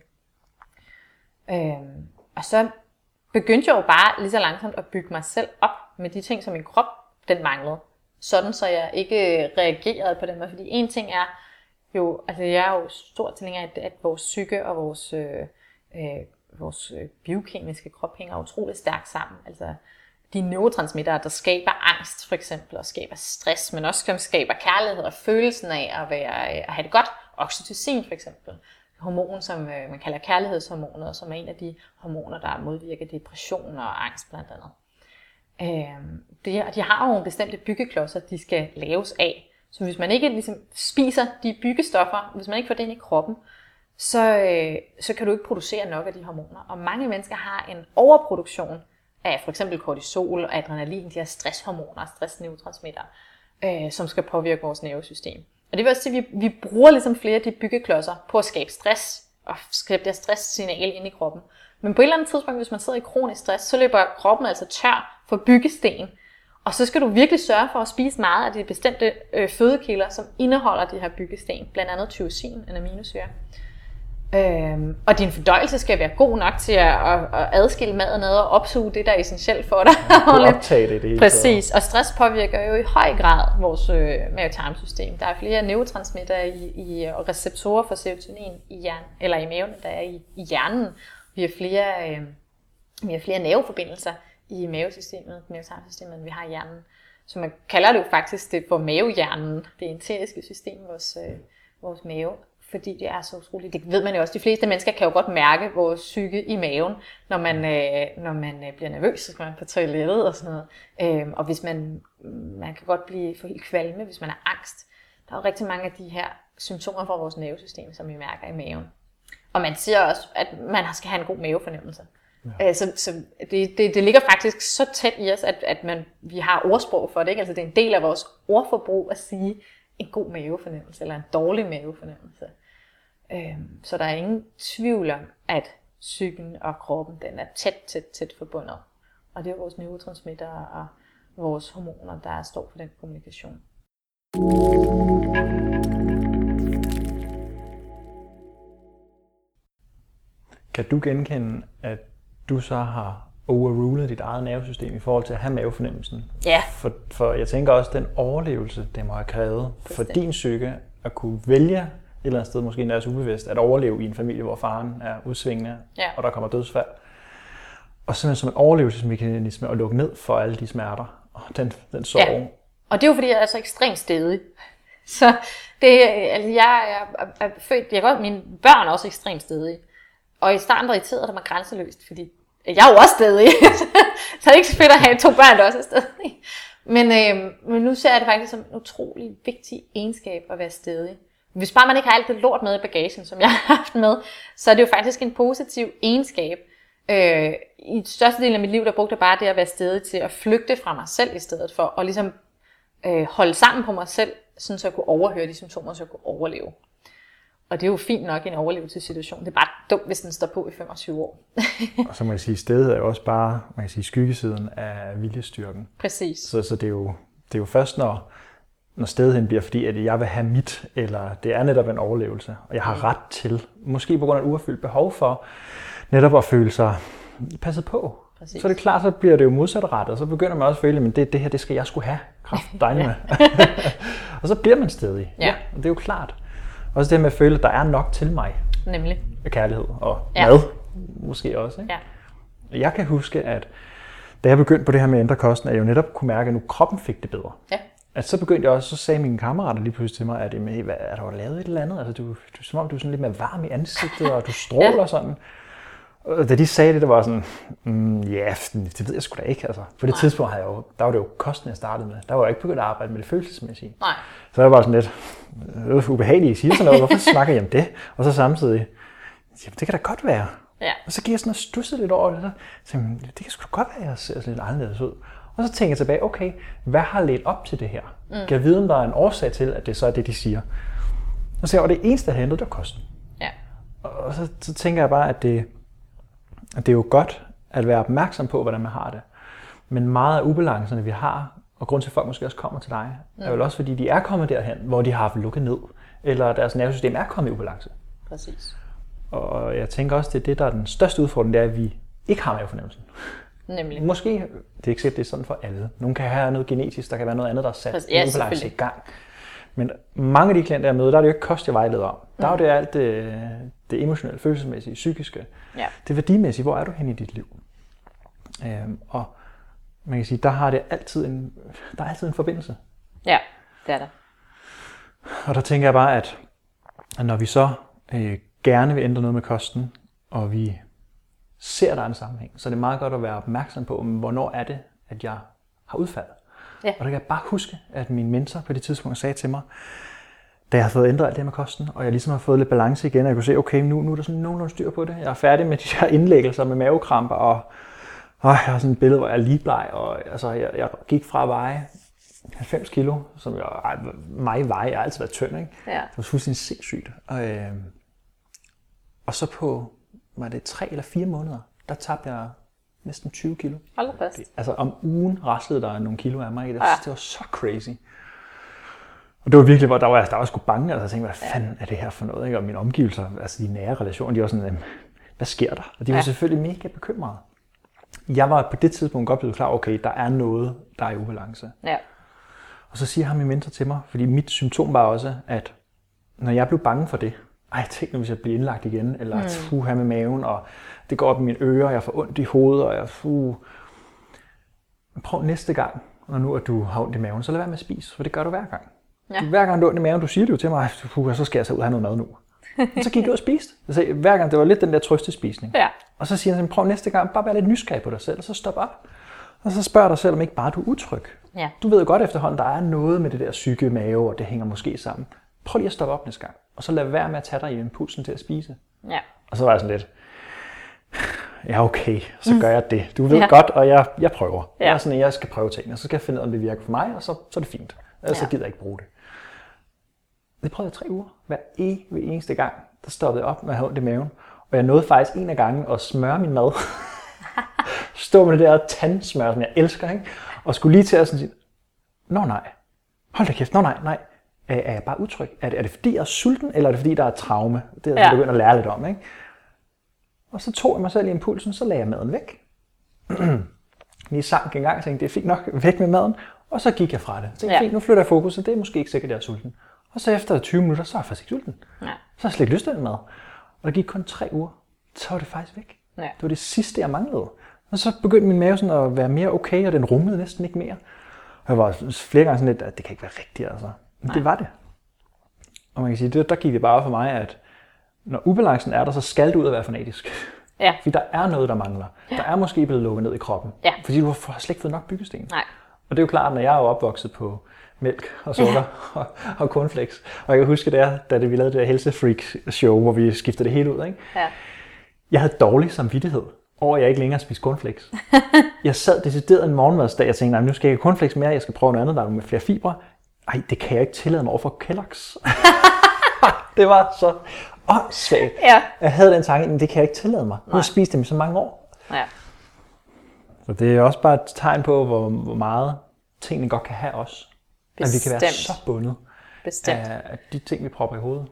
Øhm, og så begyndte jeg jo bare lige så langsomt at bygge mig selv op med de ting, som min krop, den manglede. Sådan, så jeg ikke reagerede på den måde. Fordi en ting er jo, altså jeg er jo stor tilhænger af, at vores psyke og vores, øh, øh, vores biokemiske krop hænger utroligt stærkt sammen. Altså de neurotransmittere, der skaber angst for eksempel, og skaber stress, men også som skaber kærlighed og følelsen af at, være, at have det godt. Oxytocin for eksempel. Hormon, som man kalder kærlighedshormonet, som er en af de hormoner, der modvirker depression og angst blandt andet. Øh, de, de har jo nogle bestemte byggeklodser, de skal laves af. Så hvis man ikke ligesom spiser de byggestoffer, hvis man ikke får det ind i kroppen, så, øh, så kan du ikke producere nok af de hormoner. Og mange mennesker har en overproduktion af for eksempel kortisol og adrenalin, de her stresshormoner, stressneurotransmitter, øh, som skal påvirke vores nervesystem. Og det vil også sige, at vi, vi bruger ligesom flere af de byggeklodser på at skabe stress, og skabe det stresssignal ind i kroppen. Men på et eller andet tidspunkt, hvis man sidder i kronisk stress, så løber kroppen altså tør for byggesten. Og så skal du virkelig sørge for at spise meget af de bestemte øh, fødekilder, som indeholder de her byggesten, blandt andet tyrosin, en aminosyre. Øhm, og din fordøjelse skal være god nok til at, at, at adskille maden ad og opsuge det, der er essentielt for dig. Ja, du optage det, det præcis, og stress påvirker jo i høj grad vores øh, mave-tarmsystem. Der er flere neurotransmitter i, i, og receptorer for serotonin i hjernen, eller i maven, der er i, i hjernen. Vi har flere, øh, vi har flere nerveforbindelser i mavesystemet, mavetarmsystemet, end vi har i hjernen. Så man kalder det jo faktisk det for mavehjernen, det enteriske system, vores, øh, vores mave. Fordi det er så utroligt. Det ved man jo også. De fleste mennesker kan jo godt mærke vores psyke i maven, når man, øh, når man øh, bliver nervøs, så skal man på toilettet og sådan noget. Øh, og hvis man, man kan godt blive for helt kvalme, hvis man er angst. Der er jo rigtig mange af de her symptomer fra vores nervesystem, som vi mærker i maven. Og man siger også, at man skal have en god mavefornemmelse. Ja. Øh, så så det, det, det ligger faktisk så tæt i os, at, at man, vi har ordsprog for det. Ikke? Altså det er en del af vores ordforbrug at sige en god mavefornemmelse, eller en dårlig mavefornemmelse. Så der er ingen tvivl om, at psyken og kroppen den er tæt, tæt, tæt forbundet. Og det er vores neurotransmitter og vores hormoner, der står for den kommunikation. Kan du genkende, at du så har overrulet dit eget nervesystem i forhold til at have mavefornemmelsen? Ja. For, for jeg tænker også, at den overlevelse, det må have krævet for din psyke at kunne vælge et eller andet sted, måske endda også ubevidst, at overleve i en familie, hvor faren er udsvingende, ja. Og der kommer dødsfald. Og simpelthen som en overlevelsesmekanisme at lukke ned for alle de smerter og den, den sorg. Ja. Og det er jo fordi, jeg er så ekstremt stædig. Så det, altså jeg er, er, er født, jeg godt, mine børn er også ekstremt stædige. Og i starten irriterede det mig grænseløst, fordi jeg er jo også stædig. Så det er ikke så fedt at have to børn, der også er stædige. Men, øh, men nu ser jeg det faktisk som en utrolig vigtig egenskab at være stædig. Hvis bare man ikke har alt det lort med i bagagen, som jeg har haft med, så er det jo faktisk en positiv egenskab. Øh, I største del af mit liv, der brugte jeg bare det at være stædig til at flygte fra mig selv i stedet for, og ligesom øh, holde sammen på mig selv, sådan så jeg kunne overhøre de symptomer, så jeg kunne overleve. Og det er jo fint nok i en overlevelsessituation. Det er bare dumt, hvis den står på i femogtyve år. Og så må jeg sige, stedet er jo også bare, man kan sige, skyggesiden af viljestyrken. Præcis. Så, så det, er jo, det er jo først, når, når stedet bliver, fordi at jeg vil have mit, eller det er netop en overlevelse, og jeg har ret til, måske på grund af et uopfyldt behov for, netop at føle sig passet på. Præcis. Så er det klart, så bliver det jo modsatrettet, og så begynder man også at føle, at det, det her, det skal jeg skulle have kraft dejligt med. Og så bliver man stedig. Ja. Og det er jo klart. Også det med at føle, at der er nok til mig. Nemlig. Kærlighed og ja. mad måske også. Ikke? Ja. Jeg kan huske, at da jeg begyndte på det her med at ændre kosten, at jeg jo netop kunne mærke, at nu kroppen fik det bedre. Ja. At så begyndte jeg også, så sagde mine kammerater lige pludselig til mig, at hvad, er der lavet et eller andet? Altså, du, du, som om du er sådan lidt mere varm i ansigtet, og du stråler ja. Sådan. Og da de sagde det, der var sådan, mm, ja, det ved jeg sgu da ikke. Altså, på det Nej. Tidspunkt havde jeg jo, der var det jo kosten, jeg startede med. Der var jeg ikke begyndt at arbejde med det følelsesmæssige. Nej. Så jeg var sådan lidt øh, ubehagelig, I siger sådan noget, hvorfor snakker I om det? Og så samtidig, jamen det kan da godt være. Ja. Og så gik jeg sådan og stussede lidt over det. Så det kan sgu da godt være, at jeg ser lidt anderledes ud. Og så tænker jeg tilbage, okay, hvad har ledt op til det her? Mm. Kan jeg vide, om der er en årsag til, at det så er det, de siger? Og så og det eneste, der handlede, det var kosten. Ja. Og så, så tænker jeg bare, at det, at det er jo godt at være opmærksom på, hvordan man har det. Men meget af ubalancerne, vi har, og grund til, at folk måske også kommer til dig, mm. er jo også, fordi de er kommet derhen, hvor de har haft lukket ned, eller deres nervesystem er kommet i ubalance. Præcis. Og jeg tænker også, det er det, der er den største udfordring, det er, at vi ikke har mavefornemmelsen. Nemlig. Måske, det er ikke sikkert, det er sådan for alle. Nogle kan have noget genetisk, der kan være noget andet, der er sat ja, i ubalance i gang. Men mange af de klienter, jeg møder, der er det jo ikke kost, jeg vejleder om. Der er jo det alt det, det emotionelle, følelsesmæssige, psykiske. Ja. Det værdimæssige, hvor er du henne i dit liv? Øhm, og man kan sige, der har det altid en, der er altid en forbindelse. Ja, det er der. Og der tænker jeg bare, at, at når vi så øh, gerne vil ændre noget med kosten, og vi ser, der er en sammenhæng, så er det meget godt at være opmærksom på, hvornår er det, at jeg har udfald. Ja. Og der kan jeg bare huske, at min mentor på det tidspunkt sagde til mig, da jeg har fået ændret alt det med kosten, og jeg ligesom har fået lidt balance igen, og jeg kunne se, okay, nu, nu er der sådan nogenlunde styr på det. Jeg er færdig med de her indlæggelser med mavekramper, og, og jeg har sådan et billede, hvor jeg er lige bleg, og altså, jeg, jeg gik fra at veje halvfems kilo, som jeg, ej, mig veje, jeg har altid været tynd, ikke? Ja. Det var fuldstændig sindssygt. Og, øh, og så på, var det tre eller fire måneder, der tabte jeg næsten tyve kilo. Hold da fast. Altså om ugen raslede der nogle kilo af mig. Det, ja. det var så crazy. Og det var virkelig, hvor der var, der var sgu bange. Altså jeg tænkte, hvad fanden er det her for noget? Ikke? Og mine omgivelser, altså de nære relationer, de var sådan, hvad sker der? Og de var ja. selvfølgelig mega bekymrede. Jeg var på det tidspunkt godt blevet klar, okay, der er noget, der er i ubalance. Ja. Og så siger han min mentor til mig, fordi mit symptom var også, at når jeg blev bange for det, ej, tænk nu, hvis jeg bliver indlagt igen, eller mm. fuh, her med maven, og det går op i mine ører, og jeg får ondt i hovedet, og jeg fuh. Prøv næste gang, når nu at du har ondt i maven, så lad være med at spise, for det gør du hver gang. Ja. Du, hver gang du har ondt i maven, du siger det jo til mig, fuh, så skal jeg så ud og have noget mad nu. Og så gik jeg ud og spiste. Så hver gang, det var lidt den der trøstespisning. Ja. Og så siger han, prøv næste gang, bare være lidt nysgerrig på dig selv, og så stop op. Og så spørg dig selv, om ikke bare du er utryg. Ja. Du ved jo godt efterhånden, der er noget med det der psyke, mave, og det hænger måske sammen. Prøv lige at stoppe op næste gang. Og så lad være med at tage dig i impulsen til at spise. Ja. Og så var jeg sådan lidt, ja okay, så gør jeg det. Du ved ja. godt, og jeg, jeg prøver. Ja. Jeg er sådan, at jeg skal prøve tingene, og så skal jeg finde ud af, om det virker for mig, og så, så er det fint. Ellers ja. så gider jeg ikke bruge det. Det prøvede jeg tre uger. Hver evig eneste gang, der stoppede jeg op med at have ondt i maven. Og jeg nåede faktisk en af gangen at smøre min mad. Stå med det der tandsmør, som jeg elsker, ikke? Og skulle lige til at sådan sige, nå nej, hold da kæft, nå nej, nej. Er jeg bare utryg? Er det, er det fordi jeg er sulten, eller er det fordi der er traume? Det er jeg ja. begyndt at lære lidt om, ikke? Og så tog jeg mig selv i impulsen, så lagde jeg maden væk. Lige sank en gang og tænkte, det er fint nok, væk med maden. Og så gik jeg fra det. Jeg tænkte, ja. fint, nu flytter jeg fokus, så det er måske ikke sikkert, at jeg er sulten. Og så efter tyve minutter, så er jeg faktisk ikke sulten. Ja. Så har jeg slet ikke lyst til den mad. Og der gik kun tre uger, så var det faktisk væk. Ja. Det var det sidste, jeg manglede. Og så begyndte min mave sådan at være mere okay, og den rumlede næsten ikke mere. Og jeg var flere gange sådan lidt, at det kan ikke være rigtigt, altså. Men Nej. det var det. Og man kan sige, det, der gik det bare for mig, at når ubalancen er der, så skal du ud og være fanatisk. Ja. Fordi der er noget, der mangler. Ja. Der er måske blevet lukket ned i kroppen. Ja. Fordi du har slet ikke fået nok byggesten. Nej. Og det er jo klart, når jeg er jo opvokset på mælk og sukker ja. og, og cornflakes. Og jeg kan huske det, da vi lavede det der helsefreak-show, hvor vi skiftede det hele ud. Ikke? Ja. Jeg havde dårlig samvittighed over, at jeg ikke længere spiste cornflakes. Jeg sad decideret en morgenmadsdag og tænkte, nej, nu skal jeg ikke have cornflakes mere, jeg skal prøve noget andet, der er med flere fibre. Ej, det kan jeg ikke tillade mig over for Kellogg's. Det var så åndssvagt. Ja. Jeg havde den tanke, men det kan jeg ikke tillade mig. Nu har jeg spist dem i så mange år. Ja. Så det er også bare et tegn på, hvor, hvor meget tingene godt kan have os. Bestemt. At vi kan være så bundet af, af de ting, vi propper i hovedet.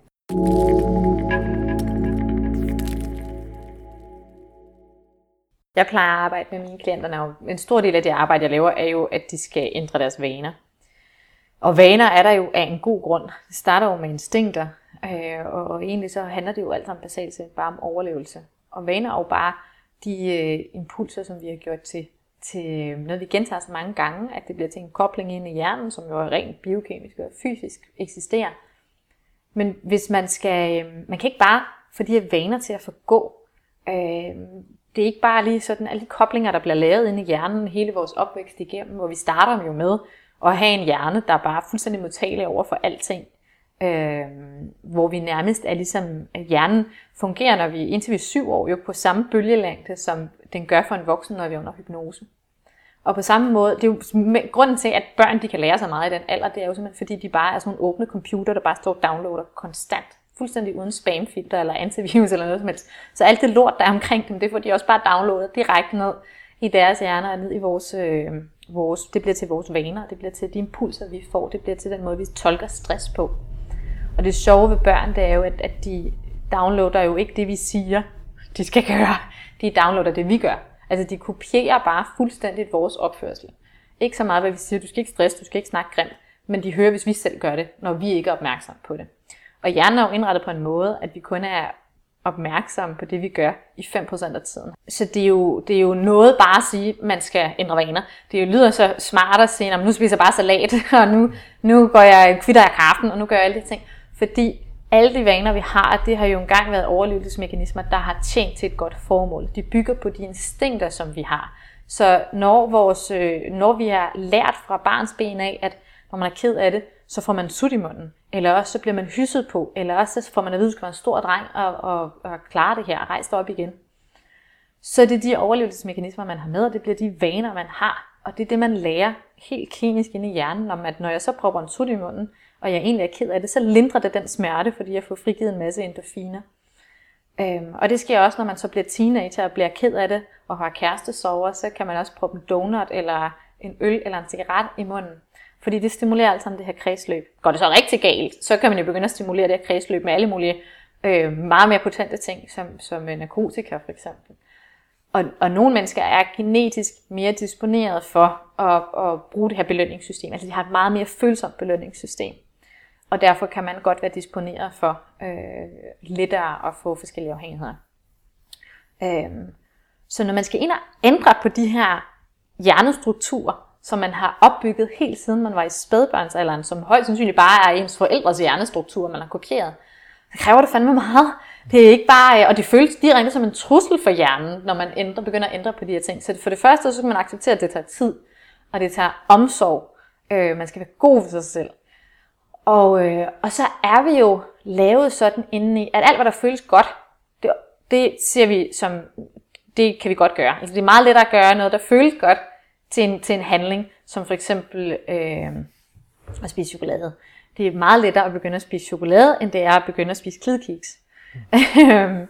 Jeg plejer at arbejde med mine klienter, og en stor del af det arbejde, jeg laver, er jo, at de skal ændre deres vaner. Og vaner er der jo af en god grund. Det starter jo med instinkter, øh, og egentlig så handler det jo alt sammen basalt set bare om overlevelse. Og vaner er jo bare de øh, impulser, som vi har gjort til, til noget, vi gentager så mange gange, at det bliver til en kobling ind i hjernen, som jo er rent biokemisk og fysisk eksisterer. Men hvis man skal, øh, man kan ikke bare få de her vaner til at forgå. Øh, det er ikke bare lige sådan alle de koblinger, der bliver lavet inde i hjernen hele vores opvækst igennem, hvor vi starter jo med at have en hjerne, der er bare fuldstændig modtagelig over for alting. Øh, hvor vi nærmest er ligesom, at hjernen fungerer, når vi indtil vi er syv år, jo på samme bølgelængde, som den gør for en voksen, når vi er under hypnose. Og på samme måde, det er jo grunden til, at børn de kan lære sig meget i den alder, det er jo simpelthen, fordi de bare er sådan nogle åbne computer, der bare står og downloader konstant. Fuldstændig uden spamfilter eller antivirus eller noget som helst. Så alt det lort, der er omkring dem, det får de også bare downloadet direkte ned i deres hjerner og ned i vores, øh, vores, det bliver til vores vaner, det bliver til de impulser, vi får, det bliver til den måde, vi tolker stress på. Og det sjove ved børn, det er jo, at, at de downloader jo ikke det, vi siger, de skal gøre. De downloader det, vi gør. Altså, de kopierer bare fuldstændigt vores opførsel. Ikke så meget, hvad vi siger, du skal ikke stresse, du skal ikke snakke grimt, men de hører, hvis vi selv gør det, når vi ikke er opmærksomme på det. Og hjernen er jo indrettet på en måde, at vi kun er opmærksomme på det, vi gør i fem procent af tiden. Så det er jo, det er jo noget bare at sige, at man skal ændre vaner. Det lyder så smart at sige, at nu spiser jeg bare salat, og nu, nu går jeg, kvitter jeg kaffen, og nu gør jeg alle de ting. Fordi alle de vaner, vi har, det har jo engang været overlevelsesmekanismer, der har tjent til et godt formål. De bygger på de instinkter, som vi har. Så når, vores, øh, når vi har lært fra barns ben af, at når man er ked af det, så får man sut i munden, eller også så bliver man hysset på, eller også så får man at vide, at du skal være en stor dreng og, og, og klare det her og rejse dig op igen. Så det er de overlevelsesmekanismer, man har med, og det bliver de vaner, man har. Og det er det, man lærer helt klinisk inde i hjernen, om at når jeg så propper en sut i munden, og jeg egentlig er ked af det, så lindrer det den smerte, fordi jeg får frigivet en masse endorfiner. Øhm, og det sker også, når man så bliver teenager og bliver ked af det, og har kærestesorger, så kan man også proppe en donut, eller en øl, eller en cigaret i munden. Fordi det stimulerer alt sammen det her kredsløb. Går det så rigtig galt, så kan man jo begynde at stimulere det her kredsløb med alle mulige øh, meget mere potente ting, som, som narkotika for eksempel. Og, og nogle mennesker er genetisk mere disponeret for at, at bruge det her belønningssystem. Altså de har et meget mere følsomt belønningssystem. Og derfor kan man godt være disponeret for øh, lettere at få forskellige afhængigheder. Øh, så når man skal ind og ændre på de her hjernestrukturer, som man har opbygget helt siden man var i spædbørnsalderen, som højst sandsynligt bare er ens forældres hjernestruktur, man har kopieret, så kræver det fandme meget. Det er ikke bare, og det føles direkte som en trussel for hjernen, når man ændrer, begynder at ændre på de her ting. Så for det første, så skal man acceptere, at det tager tid, og det tager omsorg. Øh, man skal være god for sig selv. Og, øh, og så er vi jo lavet sådan indeni, at alt, hvad der føles godt, det, det ser vi som, det kan vi godt gøre. Altså det er meget lettere at gøre noget, der føles godt, til en, til en handling, som for eksempel øh, at spise chokolade. Det er meget lettere at begynde at spise chokolade, end det er at begynde at spise klidkiks. Mm.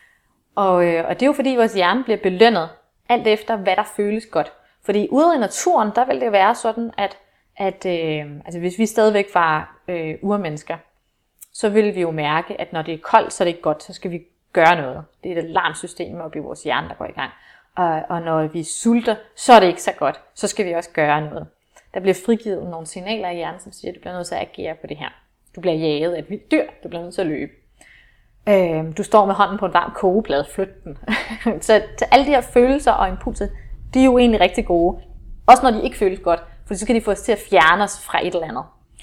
og, øh, og det er jo fordi, vores hjerne bliver belønnet, alt efter hvad der føles godt. Fordi ude i naturen, der vil det være sådan, at, at øh, altså hvis vi stadigvæk var øh, urmennesker, så vil vi jo mærke, at når det er koldt, så er det ikke godt, så skal vi gøre noget. Det er et alarmsystem oppe i vores hjerne, der går i gang. Og, og når vi sulter, så er det ikke så godt. Så skal vi også gøre noget. Der bliver frigivet nogle signaler i hjernen, som siger, at du bliver nødt til at agere på det her. Du bliver jaget af et vildt dyr, du bliver nødt til at løbe. Øh, du står med hånden på en varm kogeplade, flyt den. så, så alle de her følelser og impulser, de er jo egentlig rigtig gode. Også når de ikke føles godt, for så skal de få os til at fjerne os fra et eller andet.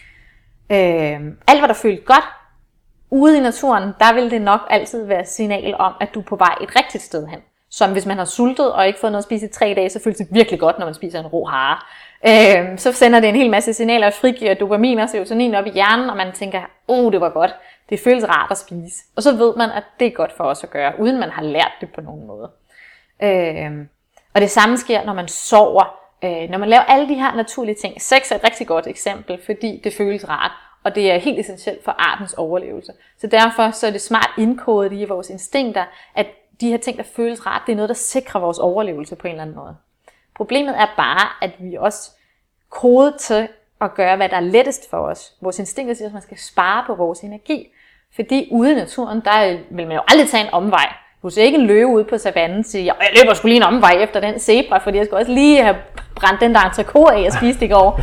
Øh, alt hvad der føles godt, ude i naturen, der vil det nok altid være signal om, at du er på vej et rigtigt sted hen. Som hvis man har sultet og ikke fået noget at spise i tre dage, så føles det virkelig godt, når man spiser en rå hare. Øh, så sender det en hel masse signaler og frigiver dopamin og serotonin op i hjernen, og man tænker, åh, oh, det var godt. Det føles rart at spise. Og så ved man, at det er godt for os at gøre, uden man har lært det på nogen måde. Øh, og det samme sker, når man sover. Øh, når man laver alle de her naturlige ting. Sex er et rigtig godt eksempel, fordi det føles rart. Og det er helt essentielt for artens overlevelse. Så derfor så er det smart indkodet i vores instinkter, at de her ting, der føles rart, det er noget, der sikrer vores overlevelse på en eller anden måde. Problemet er bare, at vi også kodet til at gøre, hvad der er lettest for os. Vores instinkter siger, at man skal spare på vores energi. Fordi ude i naturen, der vil man jo aldrig tage en omvej. Du ser ikke en løve ude på savannen og sige, jeg løber sgu lige en omvej efter den zebra, fordi jeg skal også lige have brændt den der entrecôte af, jeg spiste i går.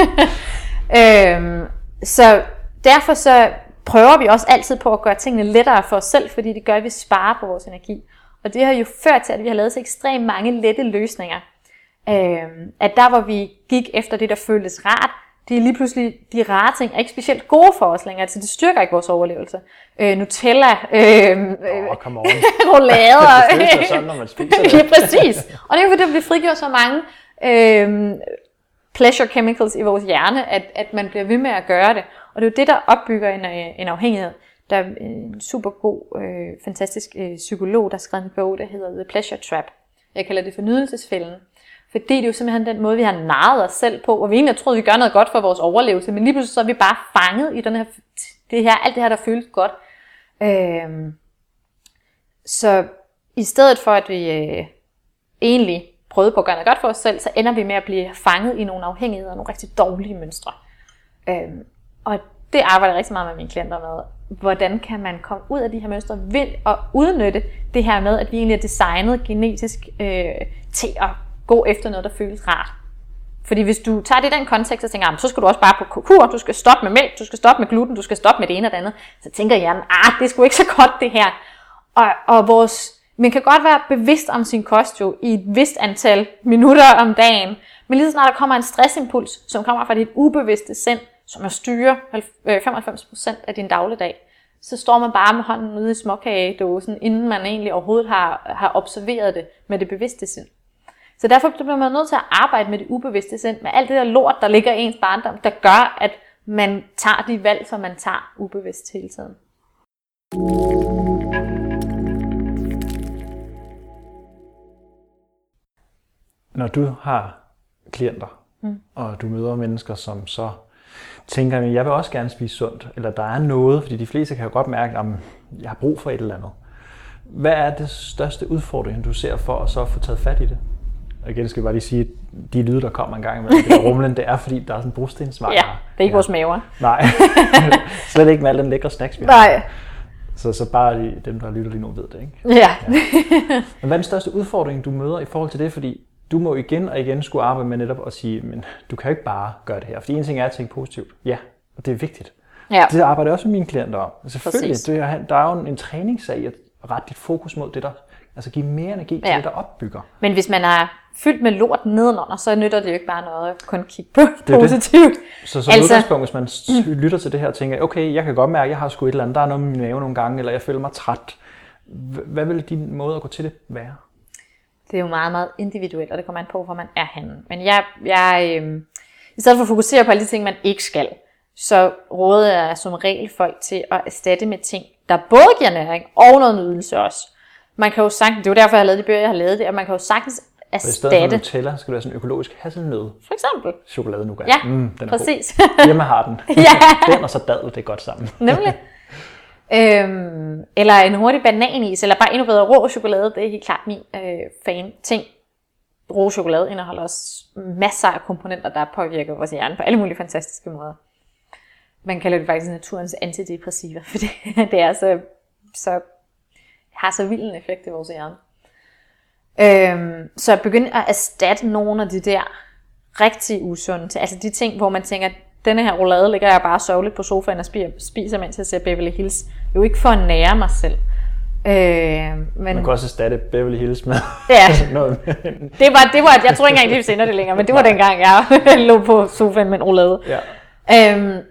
øhm, så derfor så prøver vi også altid på at gøre tingene lettere for os selv, fordi det gør, at vi sparer på vores energi. Og det har jo ført til, at vi har lavet så ekstremt mange lette løsninger. Øhm, at der, hvor vi gik efter det, der føltes rart, det er lige pludselig, de rare ting er ikke specielt gode for os længere, altså det styrker ikke vores overlevelse. Øh, Nutella, øh, oh, come on. roulade. Det føles sådan, når man spiser det. Ja, præcis. Og det er jo fordi, der bliver frigjort så mange øh, pleasure chemicals i vores hjerne, at, at man bliver ved med at gøre det. Og det er jo det, der opbygger en, en afhængighed. Der er en super god, øh, fantastisk øh, psykolog, der har skrevet en bog, der hedder The Pleasure Trap. Jeg kalder det for nydelsesfælden. Fordi det er jo simpelthen den måde, vi har narret os selv på, hvor vi egentlig har troet, at vi gør noget godt for vores overlevelse, men lige pludselig så er vi bare fanget i den her, det her, alt det her, der føles godt. Øhm, så i stedet for, at vi øh, egentlig prøvede på at gøre noget godt for os selv, så ender vi med at blive fanget i nogle afhængigheder og nogle rigtig dårlige mønstre. Øhm, og det arbejder jeg rigtig meget med mine klienter med. Hvordan kan man komme ud af de her mønstre ved at udnytte det her med, at vi egentlig er designet genetisk øh, til at gå efter noget, der føles rart. Fordi hvis du tager det i den kontekst og tænker, så skal du også bare på kur, du skal stoppe med mælk, du skal stoppe med gluten, du skal stoppe med det ene og det andet, så tænker hjernen, ah, det er sgu ikke så godt det her. Og, og vores, man kan godt være bevidst om sin kost jo i et vist antal minutter om dagen, men lige så snart der kommer en stressimpuls, som kommer fra dit ubevidste sind, som er styrer femoghalvfems procent af din dagligdag, så står man bare med hånden ude i småkagedåsen, inden man egentlig overhovedet har, har observeret det med det bevidste sind. Så derfor bliver man nødt til at arbejde med det ubevidste sind, med alt det der lort, der ligger i ens barndom, der gør, at man tager de valg, som man tager ubevidst hele tiden. Når du har klienter, mm. og du møder mennesker, som så tænker, at jeg vil også gerne spise sundt, eller der er noget, fordi de fleste kan jo godt mærke, at jeg har brug for et eller andet. Hvad er det største udfordring, du ser for at så få taget fat i det? Og igen skal jeg bare lige sige, at de lyde, der kommer en gang imellem, det er rumlen, det er fordi, der er sådan en brostensvej. Ja, det er ikke ja. vores maver. Nej, slet ikke med alle den lækre snacks, vi har. Nej. Så, så bare de, dem, der lytter lige nu, ved det, ikke? Ja. ja. Men hvad er den største udfordring, du møder i forhold til det? Fordi du må igen og igen skulle arbejde med netop at sige, men du kan jo ikke bare gøre det her. Fordi en ting er at tænke positivt. Ja, og det er vigtigt. Ja. Det arbejder jeg også med mine klienter om. Selvfølgelig, det er, der er jo en træningssag at rette dit fokus mod det, der altså give mere energi til ja. det, der opbygger. Men hvis man er fyldt med lort nedenunder, så nytter det jo ikke bare noget at kun kigge på det positivt. Det. Så som altså, udgangspunkt, hvis man mm. lytter til det her og tænker, okay, jeg kan godt mærke, at jeg har sgu et eller andet, der er noget med min mave nogle gange, eller jeg føler mig træt. Hvad vil din måde at gå til det være? Det er jo meget, meget individuelt, og det kommer an på, hvor man er henne. Men jeg, jeg øh, i stedet for at fokusere på alle de ting, man ikke skal, så råder jeg som regel folk til at erstatte med ting, der både giver næring og noget nydelse også. Man kan jo sagtens, det er jo derfor, jeg har lavet de bøger, jeg har lavet det, at man kan jo sagtens erstatte. I stedet for Nutella, skal det være sådan en økologisk hasselnød. For eksempel. Chokolade nougat. Ja, mm, den er præcis. God. Hjemme har den. Ja. Den og så dadel, det er godt sammen. Nemlig. Øhm, eller en hurtig bananis, eller bare endnu bedre rå chokolade, det er helt klart min øh, fan-ting. Rå chokolade indeholder også masser af komponenter, der påvirker vores hjerne på alle mulige fantastiske måder. Man kalder det faktisk naturens antidepressiva, for det, det er så, så har så vild en effekt i vores hjerne. Øhm, så begynde at erstatte nogle af de der rigtig usunde, altså de ting, hvor man tænker, denne her roulade ligger jeg bare sovligt på sofaen og spiser, mens jeg ser Beverly Hills. Jo ikke for at nære mig selv. Øh, men man kan også erstatte Beverly Hills med ja. noget. det var, det var, jeg tror ikke engang, de sender det længere, men det var dengang, jeg lå på sofaen med en roulade. Ja. Øhm,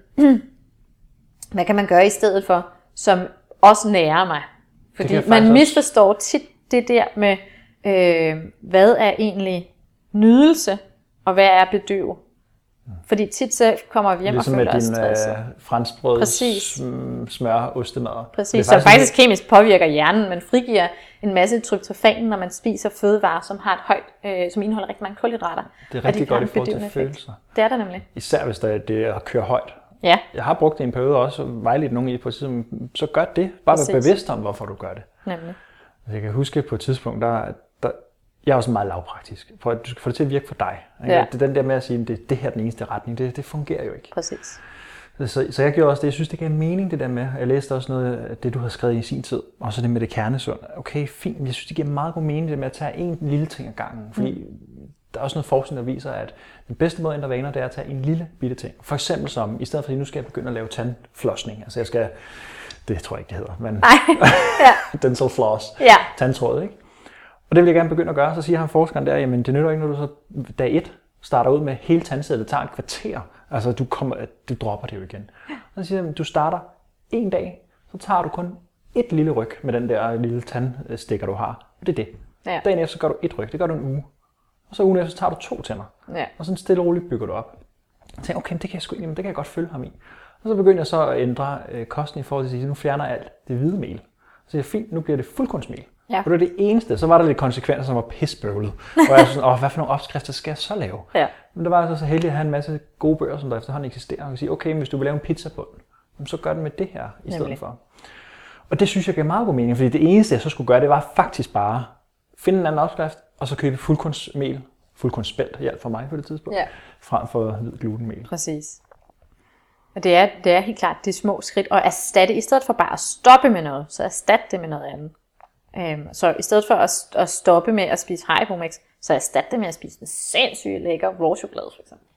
hvad kan man gøre i stedet for, som også nærer mig? Fordi man misforstår tit det der med, øh, hvad er egentlig nydelse, og hvad er bedøve? Fordi tit så kommer vi hjem ligesom og føler os stresset. Ligesom med din øh, franskbrød, sm- smør, ostemad. Præcis, så faktisk kemisk påvirker hjernen, men frigiver en masse tryptofan, når man spiser fødevarer, som har et højt, øh, som indeholder rigtig mange kulhydrater. Det er rigtig godt i forhold til følelser. Det er der nemlig. Især hvis der, det kører højt. Ja. Jeg har brugt det i en periode også, og vejledt nogen i på tiden, så gør det. Bare vær bevidst om, hvorfor du gør det. Nemlig. Jeg kan huske på et tidspunkt, der, der jeg er også meget lavpraktisk, for at du skal få det til at virke for dig. Ja. Det er den der med at sige, at det, det her er den eneste retning, det, det fungerer jo ikke. Præcis. Så, så jeg gjorde også det, jeg synes, det gav mening det der med, jeg læste også noget af det, du har skrevet i sin tid, og så det med det kernesund. Okay, fint, jeg synes, det giver meget god mening det med at tage en lille ting ad gangen, fordi mm. der er også noget forskning, der viser, at den bedste måde at ændre vaner, det er at tage en lille bitte ting. For eksempel som, i stedet for at nu skal jeg begynde at lave tandflossning, altså jeg skal, det tror jeg ikke, det hedder, men ja. dental floss, ja. tandtråd, ikke? Og det vil jeg gerne begynde at gøre, så siger han forskeren der, jamen det nytter ikke, når du så dag et starter ud med hele tandsættet, det tager et kvarter, altså du, kommer, du dropper det jo igen. Og så siger han, du starter en dag, så tager du kun et lille ryg med den der lille tandstikker, du har, og det er det. Ja. Dagen efter så gør du et ryg, det gør du en uge. Og så ugen efter så tager du to tænder, ja. Og sådan stille og roligt bygger du op. Jeg tænker, okay, det kan jeg sgu ikke, det kan jeg godt følge ham i. Og så begynder jeg så at ændre øh, kosten i forhold til at sige, nu fjerner jeg alt det hvide mel. Så siger jeg, fint, nu bliver det fuldkornsmel. Ja. Og det var det eneste. Så var der lidt konsekvenser, som var pisbøvlet. Og jeg var sådan, åh, hvad for nogle opskrifter skal jeg så lave? Ja. Men der var altså så heldig at have en masse gode bøger, som der efterhånden eksisterer. Og kan sige, okay, hvis du vil lave en pizzabund, så gør den med det her i stedet Nemlig. For. Og det synes jeg gav meget god mening, fordi det eneste, jeg så skulle gøre, det var faktisk bare finde en anden opskrift, og så købe fuldkornsmel, fuldkornsspelt, hjælp for mig på det tidspunkt, ja. Frem for hvid glutenmel. Præcis. Og det er, det er helt klart de små skridt, og erstatte, i stedet for bare at stoppe med noget, så erstatte det med noget andet. Um, så i stedet for at, at stoppe med at spise Haribo Mix, så erstat det med at spise en sindssygt lækker raw chokolade for eksempel.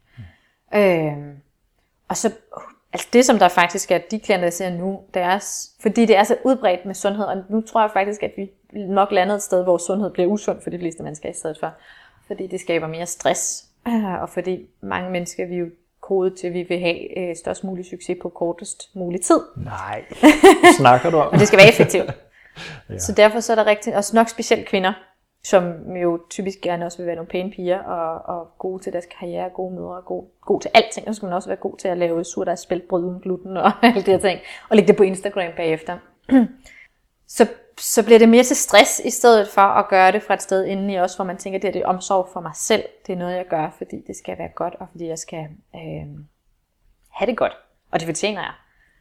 Mm. Um, og så, altså det som der faktisk er, de klienter jeg ser nu, det er, fordi det er så udbredt med sundhed, og nu tror jeg faktisk, at vi nok lander et sted, hvor sundhed bliver usund for de fleste mennesker i stedet for, fordi det skaber mere stress, og fordi mange mennesker vi jo kodet til, at vi vil have øh, størst mulig succes på kortest mulig tid. Nej, snakker du om? Og det skal være effektivt. Ja. Så derfor så er der rigtig, også nok specielt kvinder, som jo typisk gerne også vil være nogle pæne piger, og, og gode til deres karriere, gode mødre, og gode, gode til alting. Og så skal man også være god til at lave surdejsspæltbrød uden gluten og alle de her ting, og lægge det på Instagram bagefter. så, så bliver det mere til stress, i stedet for at gøre det fra et sted inden i os, hvor man tænker, at det, det er omsorg for mig selv. Det er noget, jeg gør, fordi det skal være godt, og fordi jeg skal øh, have det godt. Og det fortjener jeg.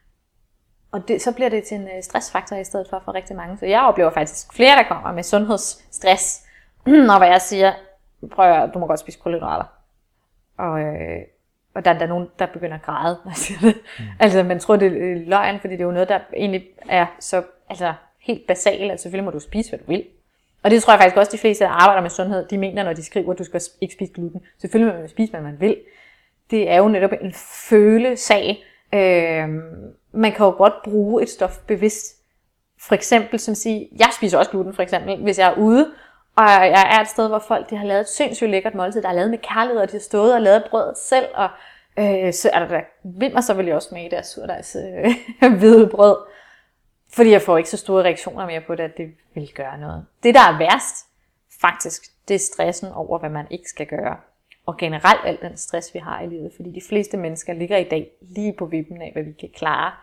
Og det, så bliver det til en stressfaktor i stedet for for rigtig mange. Så jeg oplever faktisk flere, der kommer med sundhedsstress, når hvad jeg siger, prøv at, du må godt spise kulhydrater. Og, øh, og der, der er nogen, der begynder at græde, når jeg siger det. Mm. Altså man tror, det er løgn, fordi det er jo noget, der egentlig er så altså, helt basalt. Altså selvfølgelig må du spise, hvad du vil. Og det tror jeg faktisk også, de fleste, der arbejder med sundhed, de mener, når de skriver, at du skal ikke spise gluten. Selvfølgelig må man spise, hvad man vil. Det er jo netop en følesag. Øh, man kan jo godt bruge et stof bevidst. For eksempel som sige, jeg spiser også gluten for eksempel, hvis jeg er ude, og jeg er et sted, hvor folk de har lavet et sindssygt lækkert måltid, der er lavet med kærlighed, og de har stået og lavet brødet selv, og øh, så er der der vil mig, så vil jeg også smage deres surdejs øh, hvide brød. Fordi jeg får ikke så store reaktioner mere på det, at det vil gøre noget. Det, der er værst, faktisk, det er stressen over, hvad man ikke skal gøre. Og generelt al den stress, vi har i livet. Fordi de fleste mennesker ligger i dag lige på vippen af, hvad vi kan klare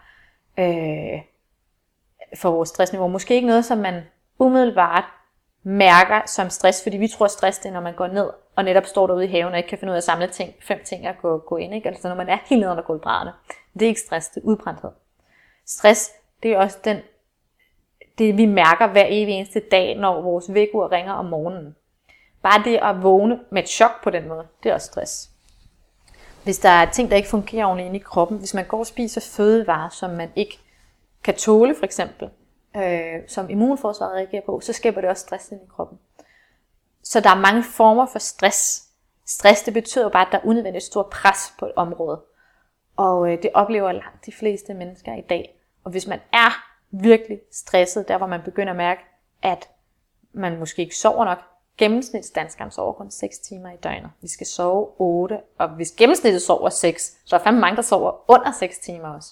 øh, for vores stressniveau. Måske ikke noget, som man umiddelbart mærker som stress, fordi vi tror, at stress det er, når man går ned og netop står derude i haven og ikke kan finde ud af at samle ting, fem ting at gå, gå ind. Ikke? Altså når man er helt nede under gulvbrædderne. Det er ikke stress, det er udbrændthed. Stress, det er også den, det, vi mærker hver evig eneste dag, når vores vækkeur ringer om morgenen. Bare det at vågne med et chok på den måde, det er også stress. Hvis der er ting, der ikke fungerer ordentligt inde i kroppen, hvis man går og spiser fødevarer, som man ikke kan tåle for eksempel, øh, som immunforsvaret reagerer på, så skaber det også stress inde i kroppen. Så der er mange former for stress. Stress, det betyder jo bare, at der er unødvendigt stort pres på et område. Og øh, det oplever langt de fleste mennesker i dag. Og hvis man er virkelig stresset, der hvor man begynder at mærke, at man måske ikke sover nok. Gennemsnitsdanskeren sover kun seks timer i døgnet. Vi skal sove otte, og hvis gennemsnittet sover seks, så er der fandme mange, der sover under seks timer også.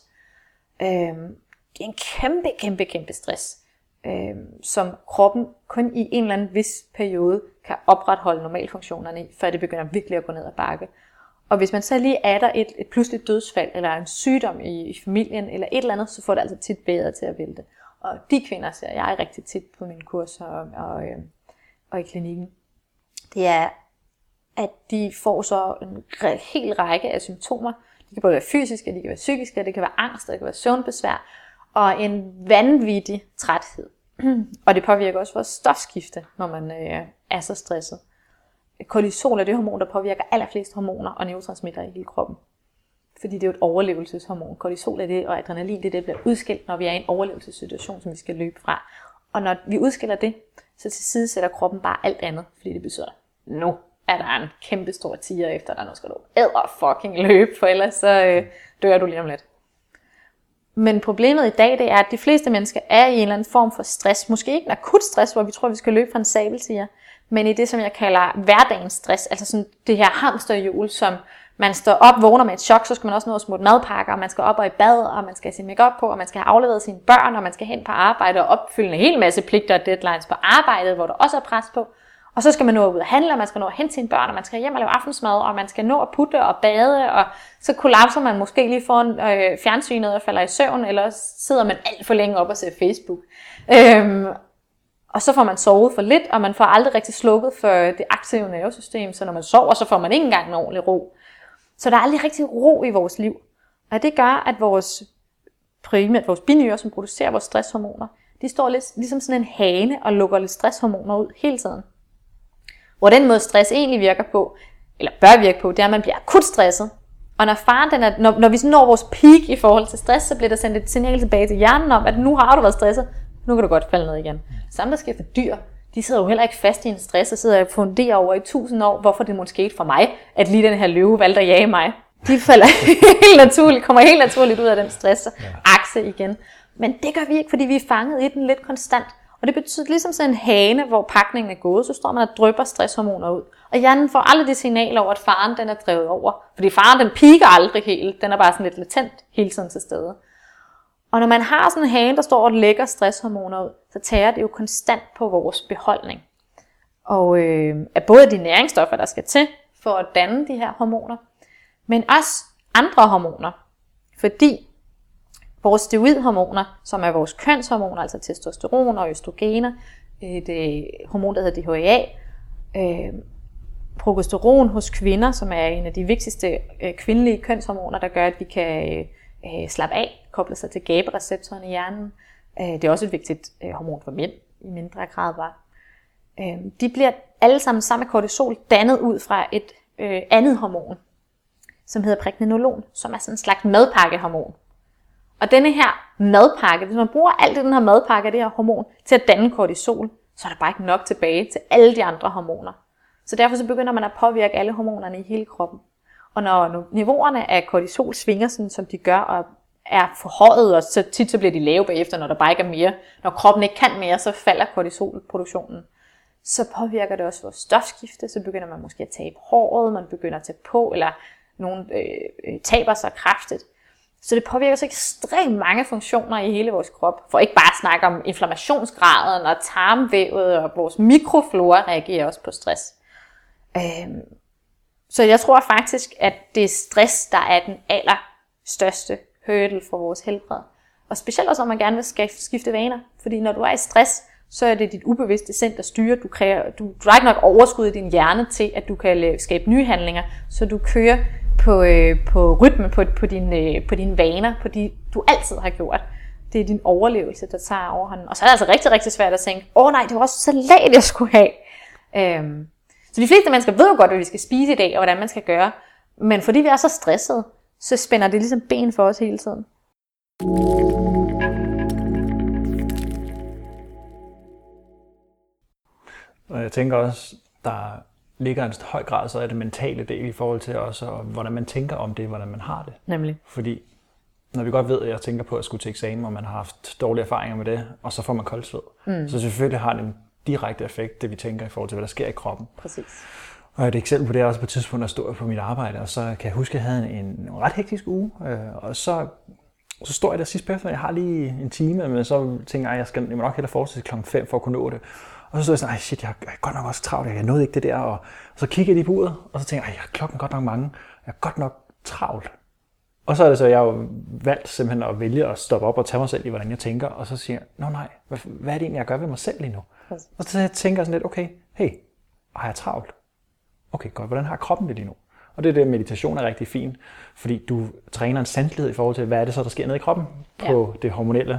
Øhm, det er en kæmpe, kæmpe, kæmpe stress, øhm, som kroppen kun i en eller anden vis periode kan opretholde normalfunktionerne i, før det begynder virkelig at gå ned ad bakke. Og hvis man så lige er der et, et pludseligt dødsfald, eller en sygdom i, i familien, eller et eller andet, så får det altså tit bedre til at vælte. Og de kvinder ser jeg rigtig tit på mine kurser og, og, øh, og i klinikken. Det er, at de får så en hel række af symptomer. Det kan både være fysiske, det kan være psykiske, det kan være angst, det kan være søvnbesvær, og en vanvittig træthed. Og det påvirker også vores stofskifte, når man øh, er så stresset. Kortisol er det hormon, der påvirker allerflest hormoner og neurotransmitter i hele kroppen. Fordi det er jo et overlevelseshormon. Kortisol er det, og adrenalin det er det, der bliver udskilt, når vi er i en overlevelsessituation, som vi skal løbe fra. Og når vi udskiller det, så til side sætter kroppen bare alt andet, fordi det betyder, nu er der en kæmpe stor tiger efter dig, nu skal du æder fucking løbe, for ellers så øh, dør du lige om lidt. Men problemet i dag, det er, at de fleste mennesker er i en eller anden form for stress. Måske ikke en akut stress, hvor vi tror, vi skal løbe fra en sabeltiger, men i det, som jeg kalder hverdagens stress. Altså sådan det her hamsterhjul, som man står op, vågner med et chok, så skal man også nå at smutte madpakker, og man skal op og i bad, og man skal have sin makeup på, og man skal have afleveret sine børn, og man skal hen på arbejde og opfylde en hel masse pligter og deadlines på arbejdet, hvor der også er pres på. Og så skal man nå ud og handle, og man skal nå at hente sine børn, og man skal hjem og lave aftensmad, og man skal nå at putte og bade, og så kollapser man måske lige foran øh, fjernsynet og falder i søvn, eller sidder man alt for længe op og ser Facebook. Øhm, og så får man sovet for lidt, og man får aldrig rigtig slukket for det aktive nervesystem, så når man sover, så får man ikke engang en ordentlig ro. Så der er aldrig rigtig ro i vores liv. Og det gør, at vores primært vores binyrer, som producerer vores stresshormoner, de står lidt, ligesom sådan en hane og lukker lidt stresshormoner ud hele tiden. Hvor den måde stress egentlig virker på, eller bør virke på, det er, at man bliver akut stresset. Og når faren, den er, når, når vi når vores peak i forhold til stress, så bliver der sendt et signal tilbage til hjernen om, at nu har du været stresset, nu kan du godt falde ned igen. Samme der sker for dyr. De sidder jo heller ikke fast i en stress og sidder og funderer over i tusind år, hvorfor det måske skete for mig, at lige den her løve valgte at jage mig. De falder helt naturligt, kommer helt naturligt ud af den stress-akse igen. Men det gør vi ikke, fordi vi er fanget i den lidt konstant. Og det betyder ligesom sådan en hane, hvor pakningen er gået, så står man og drypper stresshormoner ud. Og hjernen får aldrig det signal over, at faren den er drevet over. Fordi faren den piker aldrig helt, den er bare sådan lidt latent hele tiden til stede. Og når man har sådan en hane, der står og lægger stresshormoner ud, så tager det jo konstant på vores beholdning. og øh, er både de næringsstoffer, der skal til for at danne de her hormoner, men også andre hormoner. Fordi vores steroidhormoner, som er vores kønshormoner, altså testosteron og østrogener, et øh, hormon, der hedder D H E A, øh, progesteron hos kvinder, som er en af de vigtigste øh, kvindelige kønshormoner, der gør, at vi kan øh, slappe af, koble sig til GABA-receptoren i hjernen. Øh, det er også et vigtigt øh, hormon for mænd, i mindre grad bare. Øh, de bliver alle sammen sammen med kortisol dannet ud fra et øh, andet hormon, som hedder pregnenolon, som er sådan en slags madpakkehormon. Og denne her madpakke, hvis man bruger alt det, den her madpakke, det her hormon, til at danne kortisol, så er der bare ikke nok tilbage til alle de andre hormoner. Så derfor så begynder man at påvirke alle hormonerne i hele kroppen. Og når niveauerne af kortisol svinger, sådan som de gør, og er forhøjet, og så tit så bliver de lave bagefter, når der bare ikke er mere. Når kroppen ikke kan mere, så falder kortisolproduktionen. Så påvirker det også vores stofskifte, så begynder man måske at tabe håret, man begynder at tage på, eller nogen øh, taber sig kraftigt. Så det påvirker så ekstremt mange funktioner i hele vores krop. For ikke bare at snakke om inflammationsgraden og tarmvævet, og vores mikroflora reagerer også på stress. Øhm, så jeg tror faktisk, at det er stress, der er den allerstørste hurdle for vores helbred. Og specielt også, når man gerne vil skifte vaner. Fordi når du er i stress, så er det dit ubevidste sind, der styrer. Du, kræver, du, du har ikke nok overskud i din hjerne til, at du kan skabe nye handlinger. Så du kører på, øh, på rytme, på, på, din, øh, på dine vaner, på de du altid har gjort. Det er din overlevelse, der tager overhånden. Og så er det altså rigtig, rigtig svært at tænke, åh oh, nej, det var også salat, jeg skulle have. Øhm, så de fleste mennesker ved jo godt, hvad vi skal spise i dag, og hvordan man skal gøre. Men fordi vi er så stressede, så spænder det ligesom ben for os hele tiden. Og jeg tænker også, der ligger en høj grad, så er det mentale del i forhold til også, og hvordan man tænker om det, hvordan man har det. Nemlig. Fordi når vi godt ved, at jeg tænker på at skulle til eksamen, og man har haft dårlige erfaringer med det, og så får man koldsved. Mm. Så selvfølgelig har det en direkte effekt, det vi tænker i forhold til, hvad der sker i kroppen. Præcis. Og et eksempel på det er også på et tidspunkt, der stod jeg på mit arbejde, og så kan jeg huske, at jeg havde en, en ret hektisk uge, øh, og så, så står jeg der sidst på eftermiddag, jeg har lige en time, men så tænker jeg, at jeg, skal, jeg må nok hellere fortsætte klokken fem for at kunne nå det. Og så stod jeg sådan, ej shit, jeg er godt nok også travlt, jeg nåede ikke det der, og, og så kigger jeg lige på uret, og så tænker jeg, ej, klokken er godt nok mange, jeg er godt nok travlt. Og så er det så, jeg har jo valgt simpelthen at vælge at stoppe op og tage mig selv i, hvordan jeg tænker, og så siger jeg, nå nej, hvad, hvad er det egentlig, jeg gør ved mig selv lige nu? Og så tænker jeg sådan lidt, okay, hey, har jeg travlt? Okay, godt, hvordan har kroppen det lige nu? Og det er det, meditation er rigtig fint, fordi du træner en sanselighed i forhold til, hvad er det så, der sker nede i kroppen på ja. det hormonelle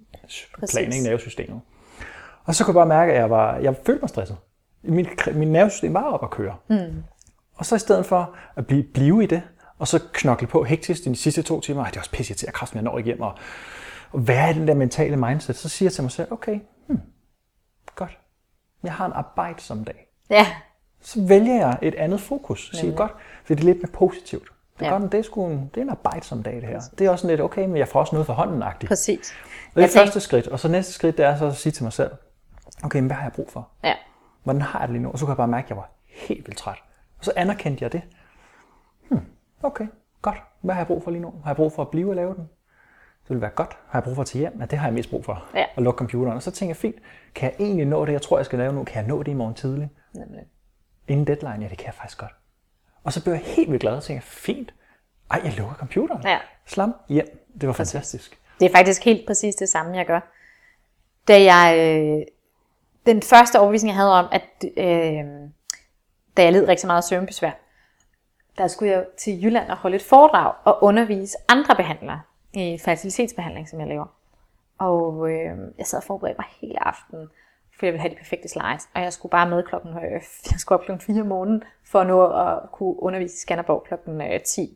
plan, ikke, nervesystemet. Og så kunne jeg bare mærke, at jeg, var, jeg følte mig stresset. Min, min nervesystem var op at køre. Mm. Og så i stedet for at blive, blive i det, og så knokle på hektisk de sidste to timer, det er også pisse til at kraften, jeg når igennem, og, og være i den der mentale mindset, så siger jeg til mig selv, okay, hmm, godt, jeg har en arbejdsom dag. Ja. Så vælger jeg et andet fokus. Så siger jeg, godt, for det er lidt mere positivt. Det er, ja. godt, det er, sgu en, det er en arbejdsom dag, det her. Det er også lidt, okay, men jeg får også noget for hånden-agtigt. Præcis. Det er det første skridt, og så næste skridt, det er så at sige til mig selv, okay, men hvad har jeg brug for? Ja. Hvordan har jeg det lige nu? Og så kan jeg bare mærke, at jeg var helt vildt træt. Og så anerkendte jeg det. Hmm, okay, godt. Hvad har jeg brug for lige nu? Har jeg brug for at blive og lave den? Så vil det være godt. Har jeg brug for at tage hjem? Ja, det har jeg mest brug for. Ja. At lukke computeren. Og så tænker jeg, fint, kan jeg egentlig nå det, jeg tror, jeg skal lave nu? Kan jeg nå det i morgen tidlig? Nemlig. Inden deadline? Ja, det kan jeg faktisk godt. Og så blev jeg helt vildt glad og tænker, fint. Ej, jeg lukker computeren. Ja. Slam hjem. Det var fantastisk. Det er faktisk helt præcis det samme, jeg gør. Da jeg, øh, den første overbevisning, jeg havde om, at øh, da jeg led rigtig meget af søvnbesvær, der skulle jeg til Jylland og holde et foredrag og undervise andre behandlere i fertilitetsbehandling, som jeg laver. Og øh, jeg sad og forberedte mig hele aftenen, for jeg ville have de perfekte slides. Og jeg skulle bare med klokken, øh, jeg skulle op klokken fire om morgenen, for at nå at kunne undervise i Skanderborg klokken øh, ti.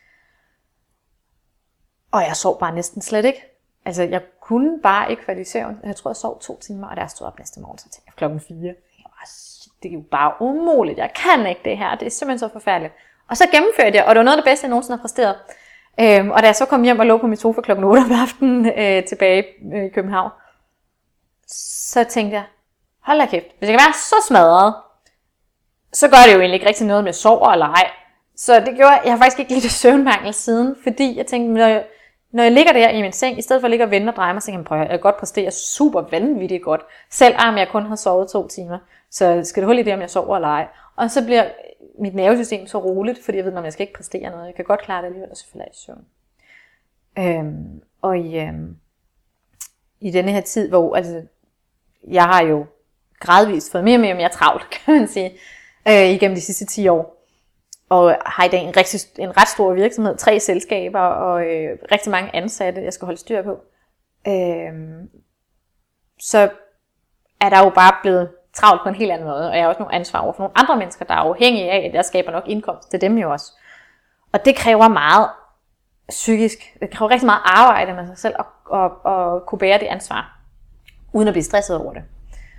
Og jeg sov bare næsten slet ikke. Altså, jeg kunne bare ikke falde i søvn. Jeg tror, jeg sov to timer, og da jeg stod op næste morgen, så tænkte jeg klokken fire. Jeg var, det er jo bare umuligt. Jeg kan ikke det her. Det er simpelthen så forfærdeligt. Og så gennemførte jeg, og det var noget af det bedste, jeg nogensinde har præsteret. Øhm, og da jeg så kom hjem og lå på min sofa klokken otte om aftenen øh, tilbage i København, så tænkte jeg, hold da kæft, hvis jeg kan være så smadret, så gør det jo egentlig ikke rigtig noget med sover eller ej. Så det gjorde, jeg har faktisk ikke lidt søvnmangel siden, fordi jeg tænkte, når jeg, når jeg ligger der i min seng, i stedet for at ligge og vente og dreje mig, så tænker jeg, prøv, jeg kan godt præstere super vanvittigt godt, selv om jeg kun har sovet to timer. Så skal det holde i det, om jeg sover eller ej. Og så bliver mit nervesystem så roligt, fordi jeg ved, at jeg skal ikke præstere noget. Jeg kan godt klare det alligevel, og så falder jeg i søvn. Øhm, og i, øhm, i denne her tid, hvor altså, jeg har jo gradvist fået mere og mere mere travlt, kan man sige, øh, igennem de sidste ti år. Og har i dag en, rigtig, en ret stor virksomhed, tre selskaber og øh, rigtig mange ansatte, jeg skal holde styr på. Øh, så er der jo bare blevet travlt på en helt anden måde, og jeg har også nogle ansvar over for nogle andre mennesker, der er afhængige af, at jeg skaber nok indkomst til dem jo også. Og det kræver meget psykisk, det kræver rigtig meget arbejde med sig selv, og, og, og kunne bære det ansvar, uden at blive stresset over det.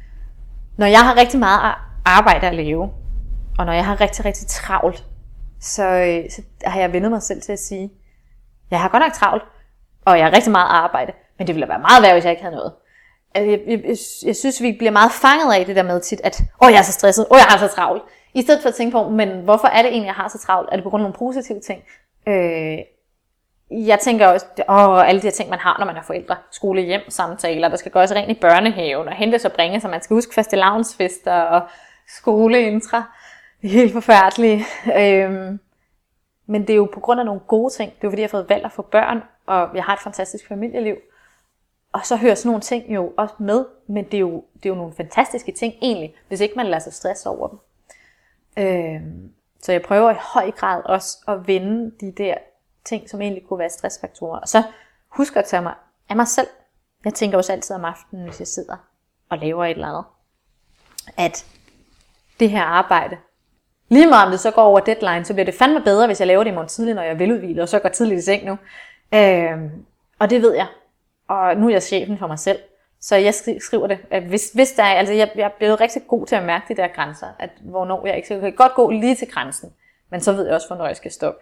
Når jeg har rigtig meget arbejde at leve, og når jeg har rigtig, rigtig travlt, så, så har jeg vendet mig selv til at sige, jeg har godt nok travlt, og jeg har rigtig meget arbejde, men det ville være meget værd, hvis jeg ikke havde noget. Jeg, jeg, jeg, jeg synes, vi bliver meget fanget af det der med tit, at åh, jeg er så stresset, åh, jeg har så travlt. I stedet for at tænke på, men hvorfor er det egentlig, jeg har så travlt? Er det på grund af nogle positive ting? Øh, jeg tænker også, åh, alle de her ting, man har, når man er forældre. Skole, hjem, samtaler, der skal gøres rent i børnehaven, og hentes og bringes, så man skal huske fastelavnsfester og skoleintra. Det er helt forfærdeligt. Øhm, men det er jo på grund af nogle gode ting. Det er jo fordi, jeg har fået valgt at få børn, og jeg har et fantastisk familieliv. Og så hører sådan nogle ting jo også med, men det er jo, det er jo nogle fantastiske ting egentlig, hvis ikke man lader sig stresse over dem. Øhm, så jeg prøver i høj grad også at vende de der ting, som egentlig kunne være stressfaktorer. Og så husk at tage mig af mig selv. Jeg tænker også altid om aftenen, hvis jeg sidder og laver et eller andet, at det her arbejde, lige meget om det så går over deadline, så bliver det fandme bedre, hvis jeg laver det i morgen tidlig, når jeg er veludhvilet, og så går tidligt i seng nu. Øhm, og det ved jeg. Og nu er jeg chefen for mig selv. Så jeg skriver det, at hvis, hvis der er, altså jeg, jeg er blevet rigtig god til at mærke de der grænser, at hvornår jeg ikke skal, jeg kan godt gå lige til grænsen, men så ved jeg også, hvornår jeg skal stoppe.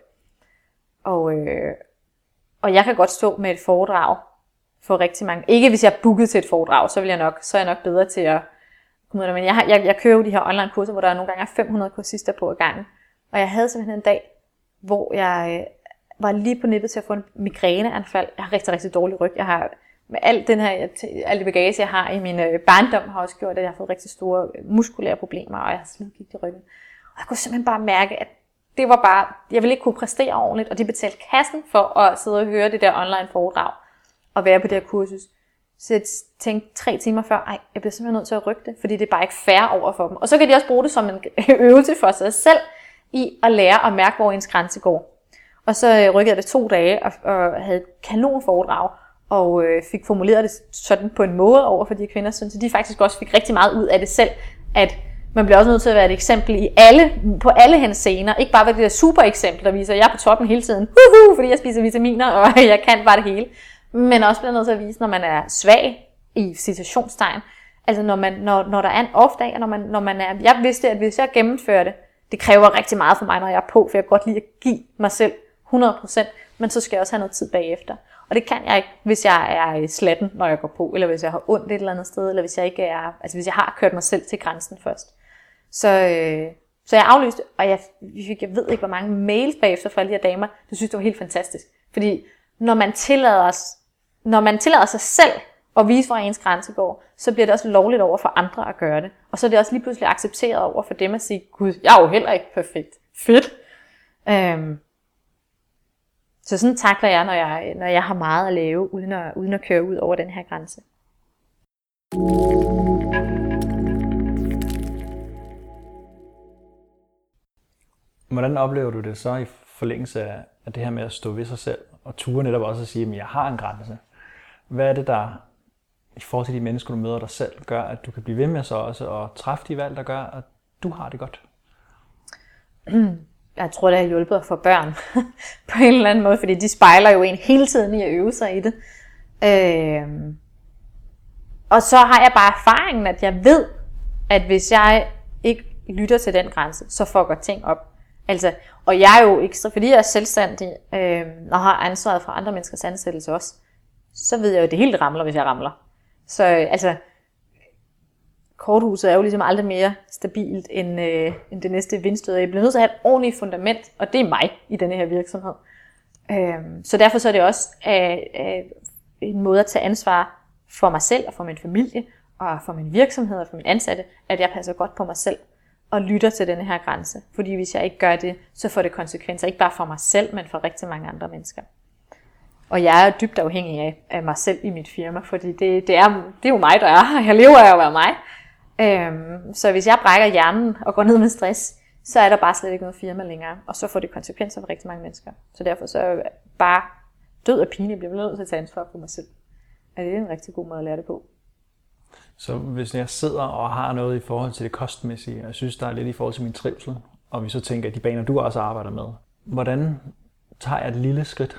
Og, øh, og jeg kan godt stå med et foredrag for rigtig mange. Ikke hvis jeg er booket til et foredrag, så vil jeg nok, så er jeg nok bedre til at komme ud af det. Men jeg, har, jeg, jeg kører jo de her online kurser, hvor der er nogle gange fem hundrede kursister på ad gangen. Og jeg havde simpelthen en dag, hvor jeg øh, var lige på nippet til at få en migræneanfald. Jeg har rigtig, rigtig dårlig ryg. Jeg har med alt den her, alt det bagage, jeg har i min øh, barndom, har også gjort, at jeg har fået rigtig store muskulære problemer, og jeg har slidgigt i ryggen. Og jeg kunne simpelthen bare mærke, at det var bare, jeg ville ikke kunne præstere ordentligt, og de betalte kassen for at sidde og høre det der online foredrag, og være på det her kursus. Så jeg tænkte tre timer før, ej, jeg bliver simpelthen nødt til at rykke det, fordi det er bare ikke fair over for dem. Og så kan de også bruge det som en øvelse for sig selv, i at lære at mærke, hvor ens grænse går. Og så rykkede jeg det to dage, og, og havde et kanon foredrag, og øh, fik formuleret det sådan på en måde over for de kvinder, så de faktisk også fik rigtig meget ud af det selv, at man bliver også nødt til at være et eksempel i alle, på alle hendes scener, ikke bare være det der super eksempel, der viser, at jeg er på toppen hele tiden, uhuh, fordi jeg spiser vitaminer, og jeg kan bare det hele, men også bliver nødt til at vise, når man er svag i situationstegn, altså når, man, når, når der er en off-dag, og når man, når man er, jeg vidste, at hvis jeg gennemfører det, det kræver rigtig meget for mig, når jeg er på, for jeg kan godt lide at give mig selv hundrede procent, men så skal jeg også have noget tid bagefter. Og det kan jeg ikke, hvis jeg er slatten, når jeg går på, eller hvis jeg har ondt et eller andet sted, eller hvis jeg ikke er, altså hvis jeg har kørt mig selv til grænsen først. Så, øh, så jeg aflyste, og jeg fik, jeg ved ikke, hvor mange mails bagefter fra alle de her damer. Det synes det var helt fantastisk. Fordi når man tillader, os, når man tillader sig selv at vise, hvor ens grænse går, så bliver det også lovligt over for andre at gøre det. Og så er det også lige pludselig accepteret over for dem at sige, gud, jeg er jo heller ikke perfekt. Fedt. Øhm, Så sådan takler jeg, når jeg, når jeg har meget at lave, uden at, uden at køre ud over den her grænse. Hvordan oplever du det så i forlængelse af det her med at stå ved sig selv, og ture netop også at sige, at jeg har en grænse? Hvad er det, der i forhold til de mennesker, du møder dig selv, gør, at du kan blive ved med så også at træffe de valg, der gør, at du har det godt? Jeg tror, det har hjulpet at få børn på en eller anden måde, fordi de spejler jo en hele tiden i at øve sig i det. Øhm. Og så har jeg bare erfaringen, at jeg ved, at hvis jeg ikke lytter til den grænse, så fucker ting op. Altså, og jeg er jo ekstra, fordi jeg er selvstændig, øhm, og har ansvaret for andre menneskers ansættelse også, så ved jeg jo, at det hele ramler, hvis jeg ramler. Så altså, korthuset er jo ligesom aldrig mere stabilt end, øh, end det næste vindstød. Jeg bliver nødt til at have et ordentligt fundament, og det er mig i denne her virksomhed. Øhm, så derfor så er det også øh, øh, en måde at tage ansvar for mig selv og for min familie og for min virksomhed og for min ansatte, at jeg passer godt på mig selv og lytter til denne her grænse. Fordi hvis jeg ikke gør det, så får det konsekvenser, ikke bare for mig selv, men for rigtig mange andre mennesker. Og jeg er dybt afhængig af, af mig selv i mit firma, fordi det, det, er, det er jo mig, der er her. Jeg lever af at være mig. Øhm, så hvis jeg brækker hjernen og går ned med stress, så er der bare slet ikke noget firma længere. Og så får det konsekvenser for rigtig mange mennesker. Så derfor så er bare død og pine, bliver nødt til at tage ansvar for mig selv. Er det en rigtig god måde at lære det på. Så hvis jeg sidder og har noget i forhold til det kostmæssige, og jeg synes, der er lidt i forhold til min trivsel, og vi så tænker, at de baner, du også arbejder med, hvordan tager jeg et lille skridt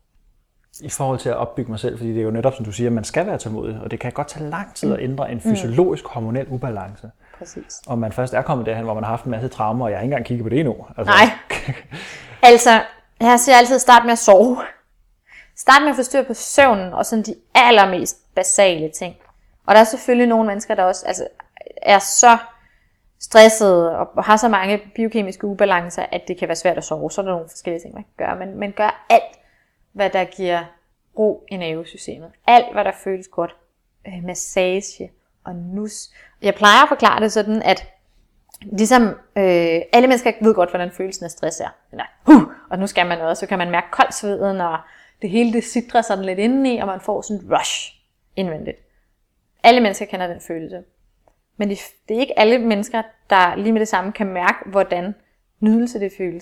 i forhold til at opbygge mig selv? Fordi det er jo netop, som du siger, at man skal være tålmodig, og det kan godt tage lang tid at ændre en fysiologisk hormonel ubalance. Præcis. Og man først er kommet derhen, hvor man har haft en masse traumer, og jeg har ikke engang kigget på det endnu. Altså. Nej. Altså, jeg siger altid, start med at sove. Start med at få styr på søvnen, og sådan de allermest basale ting. Og der er selvfølgelig nogle mennesker, der også altså, er så stressede og har så mange biokemiske ubalancer, at det kan være svært at sove. Så er der nogle forskellige ting, man kan gøre. Men, men gør alt, hvad der giver ro i nervesystemet. Alt, hvad der føles godt. Øh, massage og nus. Jeg plejer at forklare det sådan, at ligesom øh, alle mennesker ved godt, hvordan følelsen af stress er. Eller, huh, og nu skal man noget, så kan man mærke koldsveden, og det hele det sidrer sådan lidt indeni, og man får sådan et rush indvendigt. Alle mennesker kender den følelse. Men det, det er ikke alle mennesker, der lige med det samme kan mærke, hvordan nydelse det føles.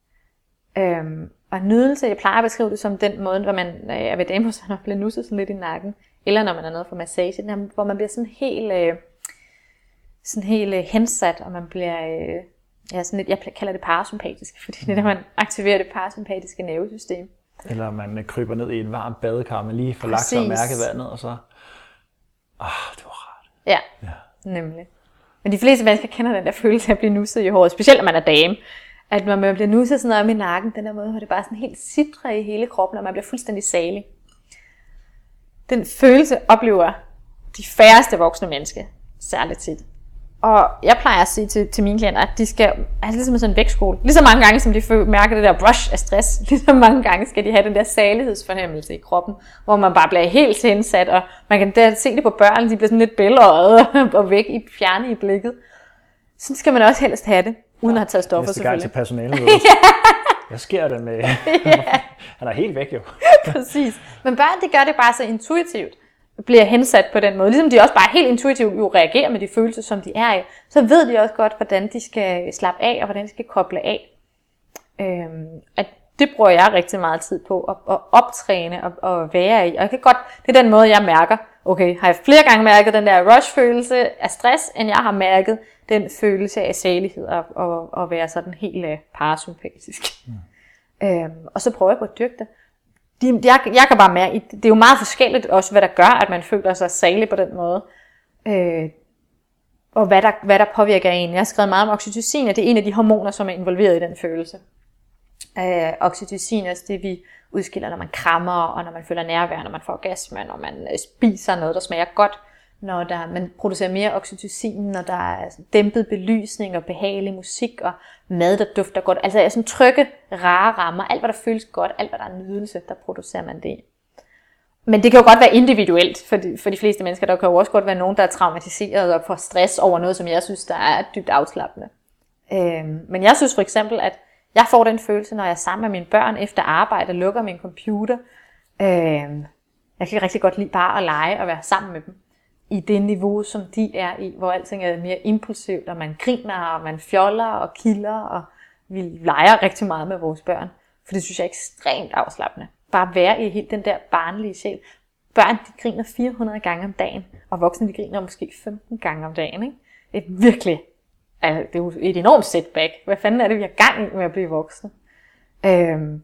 Øhm, og nydelse, jeg plejer at beskrive det som den måde, hvor man er ved dame, så man bliver nusset sådan lidt i nakken. Eller når man er nede for massage, der, hvor man bliver sådan helt, øh, sådan helt øh, hensat, og man bliver, øh, ja, sådan lidt, jeg kalder det parasympatisk, fordi det er der, man aktiverer det parasympatiske nervesystem. Eller man kryber ned i et varmt badekar, man lige får lagt sig og mærket vandet, og så, ah, det var rart. Ja, ja, nemlig. Men de fleste mennesker kender den der følelse af at blive nusset i håret, specielt når man er dame. At når man bliver nusset sådan om i nakken, den der måde, hvor det bare sådan helt sidrer i hele kroppen, og man bliver fuldstændig salig. Den følelse oplever de færreste voksne mennesker særligt tit. Og jeg plejer at sige til, til mine klienter, at de skal, altså ligesom sådan en vægtskole, lige så mange gange, som de mærker det der rush af stress, lige så mange gange skal de have den der salighedsfornemmelse i kroppen, hvor man bare bliver helt hensat, og man kan der se det på børn, de bliver sådan lidt bælrøde og væk i fjerne i blikket. Sådan skal man også helst have det, uden at have taget stoffer selvfølgelig. Næste gang til personalet. Hvad sker der med? Han er helt væk jo. Præcis. Men børn, det gør det bare så intuitivt. Bliver hensat på den måde. Ligesom de også bare helt intuitivt jo reagerer med de følelser, som de er i. Så ved de også godt, hvordan de skal slappe af, og hvordan de skal koble af. Øhm, at det bruger jeg rigtig meget tid på, at, at optræne og, og være i. Og jeg kan godt, det er den måde, jeg mærker. Okay, har jeg flere gange mærket den der rush-følelse af stress, end jeg har mærket den følelse af salighed og, og, og være sådan helt uh, parasympatisk. Mm. Øhm, og så prøver jeg på at dyrke det. De, jeg, jeg kan bare mærke, det er jo meget forskelligt også, hvad der gør, at man føler sig salig på den måde. Øh, og hvad der, hvad der påvirker en. Jeg har skrevet meget om oxytocin, og det er en af de hormoner, som er involveret i den følelse. Øh, oxytocin er det, vi udskiller, når man krammer, og når man føler nærvær, når man får orgasme, når man spiser noget, der smager godt. Når der, man producerer mere oxytocin, når der er dæmpet belysning og behagelig musik og mad, der dufter godt. Altså sådan trygge, rare rammer. Alt, hvad der føles godt, alt, hvad der er nydelse, der producerer man det. Men det kan jo godt være individuelt for de, for de fleste mennesker. Der kan jo også godt være nogen, der er traumatiseret og får stress over noget, som jeg synes, der er dybt afslappende. Øhm, men jeg synes for eksempel, at jeg får den følelse, når jeg er sammen med mine børn efter arbejde og lukker min computer. Øhm, jeg kan rigtig godt lide bare at lege og være sammen med dem. I det niveau, som de er i, hvor alting er mere impulsivt, og man griner, og man fjoller og kilder, og vi leger rigtig meget med vores børn. For det synes jeg er ekstremt afslappende. Bare være i helt den der barnlige sjæl. Børn, de griner fire hundrede gange om dagen, og voksne, de griner måske femten gange om dagen. Ikke? Det er virkelig, altså, det er jo et enormt setback. Hvad fanden er det, vi har gang i med at blive voksne? Øhm,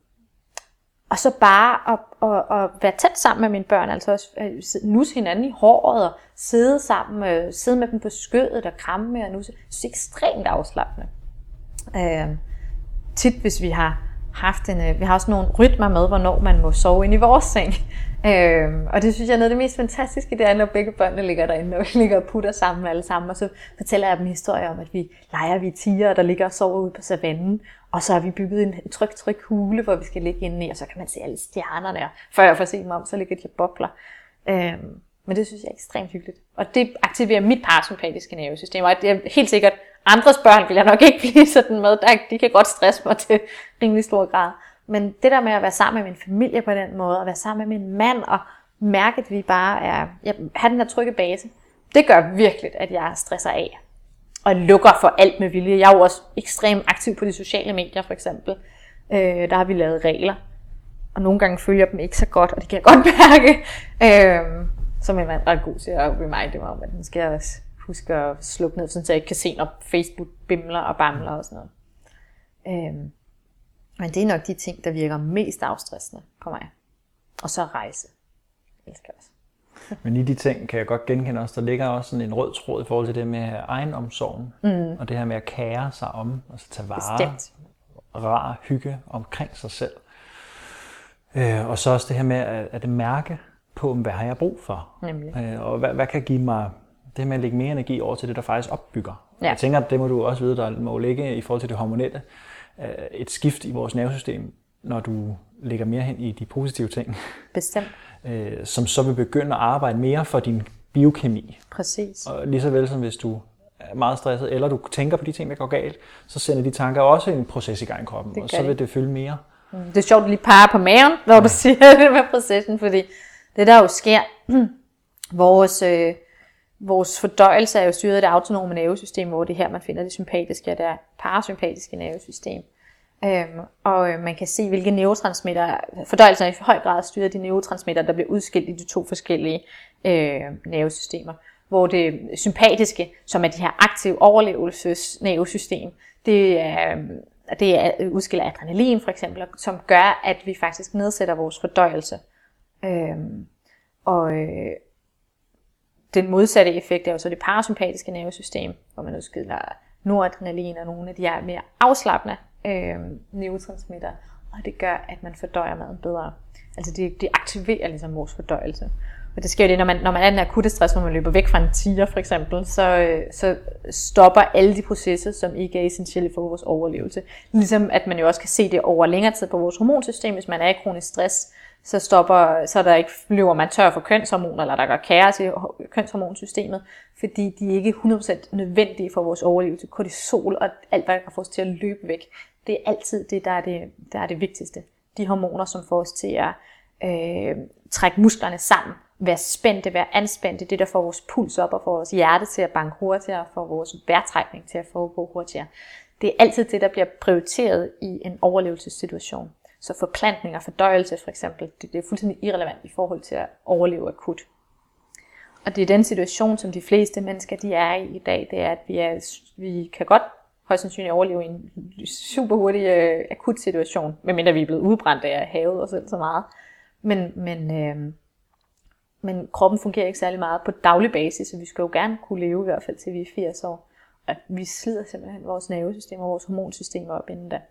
Og så bare at, at, at være tæt sammen med mine børn, altså også nusse hinanden i håret, og sidde sammen, sidde med dem på skødet og kramme med og nusse. Det er ekstremt afslappende. Øh, tit hvis vi har haft en, vi har også nogle rytmer med, hvornår man må sove inde i vores seng. Øhm, og det synes jeg er noget af det mest fantastiske, det er, når begge børnene ligger derinde, og vi ligger og putter sammen alle sammen, og så fortæller jeg dem historier om, at vi leger vi tiger, der ligger og sover ude på savannen, og så har vi bygget en tryg, tryg hule, hvor vi skal ligge inde i, og så kan man se alle stjernerne, og før jeg får set dem om, så ligger de og bobler. Øhm, men det synes jeg er ekstremt hyggeligt. Og det aktiverer mit parasympatiske nervesystem, og det er helt sikkert, andres børn vil jeg nok ikke blive sådan med, der, de kan godt stresse mig til rimelig stor grad. Men det der med at være sammen med min familie på den måde, og være sammen med min mand, og mærke, at vi bare er, ja, have den her trygge base, det gør virkelig, at jeg stresser af. Og lukker for alt med vilje. Jeg er jo også ekstremt aktiv på de sociale medier, for eksempel. Øh, der har vi lavet regler. Og nogle gange følger dem ikke så godt, og det kan jeg godt mærke. Øh, så er min mand ret god til at remind mig om, at den skal jeg også huske at slukke ned, så jeg ikke kan se, når Facebook bimler og bamler og sådan noget. Øh, Men det er nok de ting, der virker mest afstressende på mig. Og så rejse. Jeg elsker også. Men i de ting kan jeg godt genkende også, der ligger også sådan en rød tråd i forhold til det med egenomsorgen. Mm. Og det her med at kære sig om, altså tage vare, Bestemt. rar hygge omkring sig selv. Øh, og så også det her med at, at mærke på, hvad har jeg brug for. Nemlig. Øh, og hvad, hvad kan give mig det med at lægge mere energi over til det, der faktisk opbygger. Ja. Jeg tænker, at det må du også vide, der må ligge i forhold til det hormonelle. Et skift i vores nervesystem, når du lægger mere hen i de positive ting. Bestemt. Øh, som så vil begynde at arbejde mere for din biokemi. Præcis. Og lige så vel som hvis du er meget stresset, eller du tænker på de ting, der går galt, så sender de tanker også en proces i gang i kroppen, og så vil det fylde mere. Mm. Det er sjovt, at lige pege på maven, når ja. du siger det med processen, fordi det der jo sker, vores, øh, vores fordøjelse er jo styret af det autonome nervesystem, hvor det er her, man finder det sympatiske og det parasympatiske nervesystem. Øhm, og øh, man kan se, hvilke neurotransmitter, fordøjelsen er i høj grad styret af de neurotransmitter, der bliver udskilt i de to forskellige øh, nervesystemer. Hvor det sympatiske, som er det her aktive overlevelsesnervesystem, det er, det er udskiller adrenalin for eksempel, som gør, at vi faktisk nedsætter vores fordøjelse. Øhm, og øh, den modsatte effekt er jo så det parasympatiske nervesystem, hvor man udskiller noradrenalin og nogle af de her mere afslappende øh, neurotransmitter, og det gør, at man fordøjer maden bedre. Altså det, det aktiverer ligesom vores fordøjelse. Og det sker jo det, når man, når man er i den akutte stress, hvor man løber væk fra en tiger for eksempel, så, øh, så stopper alle de processer, som ikke er essentielle for vores overlevelse. Ligesom at man jo også kan se det over længere tid på vores hormonsystem, hvis man er i kronisk stress, så stopper, så der ikke løber man tør for kønshormoner, eller der går kaos i kønshormonsystemet, fordi de er ikke hundrede procent nødvendige for vores overlevelse. Kortisol og alt, hvad der kan få os til at løbe væk, det er altid det, der er det, der er det vigtigste. De hormoner, som får os til at øh, trække musklerne sammen, være spændte, være anspændte, det der får vores puls op og får vores hjerte til at banke hurtigere, og får vores vejrtrækning til at foregå hurtigere. Det er altid det, der bliver prioriteret i en overlevelsessituation. Så forplantning og fordøjelse for eksempel, det er fuldstændig irrelevant i forhold til at overleve akut. Og det er den situation, som de fleste mennesker de er i i dag, det er, at vi, er, vi kan godt højst sandsynligt overleve i en super hurtig øh, akut situation, medmindre vi er blevet udbrændt af at have os selv så meget. Men, men, øh, men kroppen fungerer ikke særlig meget på daglig basis, så vi skal jo gerne kunne leve i hvert fald til vi er firs år. Og vi slider simpelthen vores nervesystem og vores hormonsystem op inden da.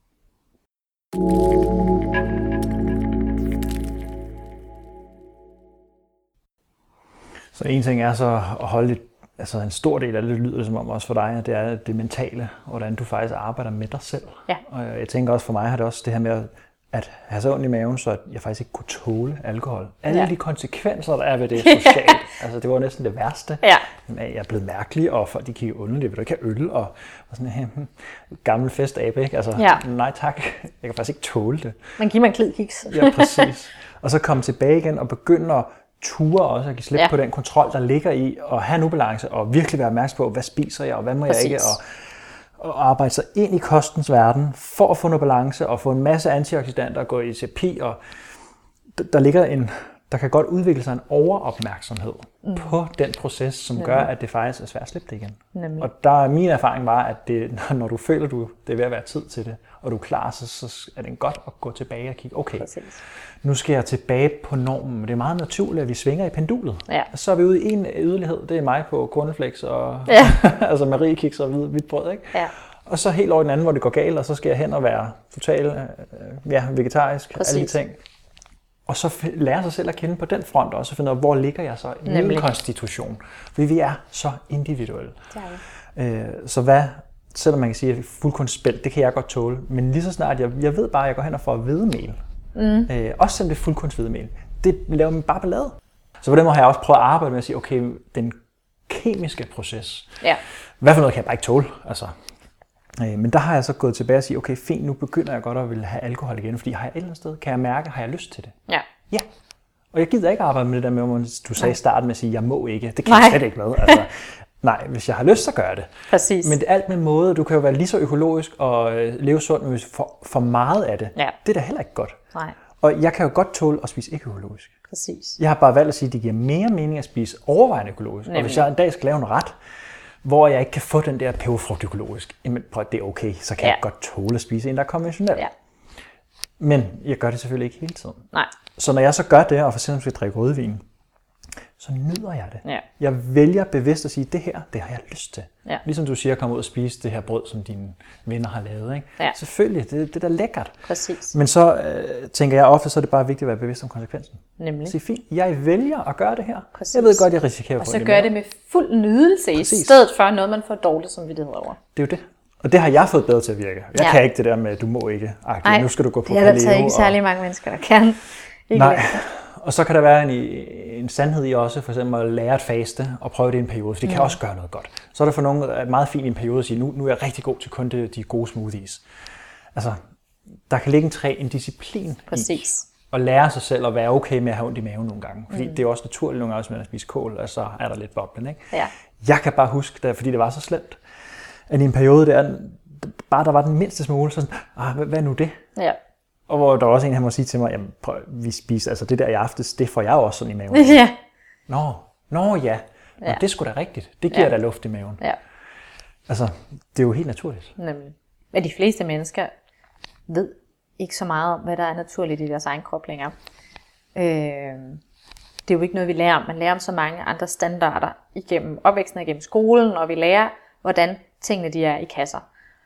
Så en ting er så at holde et, altså en stor del af det, det lyder det som om også for dig, det er det mentale, hvordan du faktisk arbejder med dig selv. Ja. Og jeg tænker også for mig har det også det her med at have så ondt i maven, så jeg faktisk ikke kunne tåle alkohol. Alle ja. de konsekvenser, der er ved det socialt, altså det var næsten det værste. Ja. Jeg er blevet mærkelig, og folk de kigger underligt, vil du ikke have øl, og, og sådan en hmm, gammel festabe, ikke? Altså ja. nej tak, jeg kan faktisk ikke tåle det. Man giver mig en klidkiks. Ja, præcis. Og så komme tilbage igen og begynde at ture også at give slip ja. på den kontrol, der ligger i at have en ubalance og virkelig være opmærksom på, hvad spiser jeg og hvad må præcis. jeg ikke, og, og arbejde sig ind i kostens verden for at få noget balance og få en masse antioxidanter og gå i terapi, og der ligger en, der kan godt udvikle sig en overopmærksomhed mm. på den proces, som Nemlig. gør, at det faktisk er svært at slippe det igen. Nemlig. Og der er min erfaring bare, at det, når du føler, du det er ved at være tid til det, og du er klar, så, så er det godt at gå tilbage og kigge, okay, Præcis. nu skal jeg tilbage på normen. Det er meget naturligt, at vi svinger i pendulet. Ja. Så er vi ude i en yderlighed, det er mig på cornflakes og ja. altså Marie kiks og hvidt brød, ikke? Ja. Og så helt over i den anden, hvor det går galt, og så skal jeg hen og være totalt øh, ja, vegetarisk, Præcis. alle de ting. Og så f- lære sig selv at kende på den front også, og finde ud af, hvor ligger jeg så i Nemlig. min konstitution. Fordi vi er så individuelle. Det er det. Øh, så hvad, selvom man kan sige, at fuldkornsspelt, det kan jeg godt tåle, men lige så snart, jeg, jeg ved bare, at jeg går hen og får hvedemel, mm. øh, også selvom det er fuldkornshvedemel, det laver mig bare ballade. Så på den måde har jeg også prøvet at arbejde med at sige, okay, den kemiske proces, Ja. hvad for noget kan jeg bare ikke tåle, altså. Øh, men der har jeg så gået tilbage og sige, okay, fint, nu begynder jeg godt at ville have alkohol igen, fordi har jeg et eller andet sted, kan jeg mærke, har jeg lyst til det? Ja. Ja. Og jeg gider ikke arbejde med det der med, hvor du sagde i starten med at sige, jeg må ikke. Det kan Nej. jeg slet ikke med. Altså, nej, hvis jeg har lyst, så gør jeg det. Præcis. Men det er alt med måde. Du kan jo være lige så økologisk og øh, leve sundt, men hvis du får for meget af det, Ja. det er da heller ikke godt. Nej, Og jeg kan jo godt tåle at spise ikke økologisk. præcis. Jeg har bare valgt at sige, at det giver mere mening at spise overvejende økologisk. Nemlig. Og hvis jeg en dag skal lave en ret, hvor jeg ikke kan få den der peberfrugt økologisk, jamen prøv, det er okay, så kan Ja. jeg godt tåle at spise en, der er konventionel. Ja. Men jeg gør det selvfølgelig ikke hele tiden. Nej. Så når jeg så gør det, og for eksempel skal drikke rødvin, så nyder jeg det. Ja. Jeg vælger bevidst at sige, det her, det har jeg lyst til. Ja. Ligesom du siger, at komme ud og spise det her brød, som dine venner har lavet. Ikke? Ja. Selvfølgelig, det, det er da lækkert. Præcis. Men så øh, tænker jeg ofte, så er det bare vigtigt at være bevidst om konsekvensen. Nemlig. Sige, fint, jeg vælger at gøre det her. Præcis. Jeg ved godt, jeg risikerer Og at få så en gør i det med fuld nydelse i Præcis. stedet for noget, man får dårligt samvittighed over. Det er jo det. Og det har jeg fået bedre til at virke. Jeg Ja. kan ikke det der med, du må ikke. Nej, Nu skal du gå på det er der paleo. altså ikke særlig mange mennesker, der kan. Ikke Nej, længere. og så kan der være en, en sandhed i også, for eksempel at lære at faste og prøve det i en periode, for det kan Mm. også gøre noget godt. Så er der for nogen er meget fint i en periode at sige, nu, nu er jeg rigtig god til kun de, de gode smoothies. Altså, der kan ligge en træ, en disciplin Præcis. i at lære sig selv at være okay med at have ondt i maven nogle gange. Fordi mm. det er også naturligt nogle gange, hvis man har spist kål, og så er der lidt boblen, ikke? Ja. Jeg kan bare huske, da, fordi det var så slemt, at i en periode der, bare der var den mindste smule, så sådan, ah, hvad, hvad er nu det? Ja. Og hvor der var også en, han må sige til mig, jamen prøv, vi spiser, altså det der i aftes, det får jeg jo også sådan i maven. Ja. Nå, nå ja, nå, Ja. det er sgu da rigtigt. Det giver Ja. da luft i maven. Ja. Altså, det er jo helt naturligt. Nemlig. Men de fleste mennesker ved ikke så meget om, hvad der er naturligt i deres egen krop længere. Øh, det er jo ikke noget, vi lærer om. Man lærer om så mange andre standarder igennem opvæksten og igennem skolen, og vi lærer, hvordan tingene de er i kasser.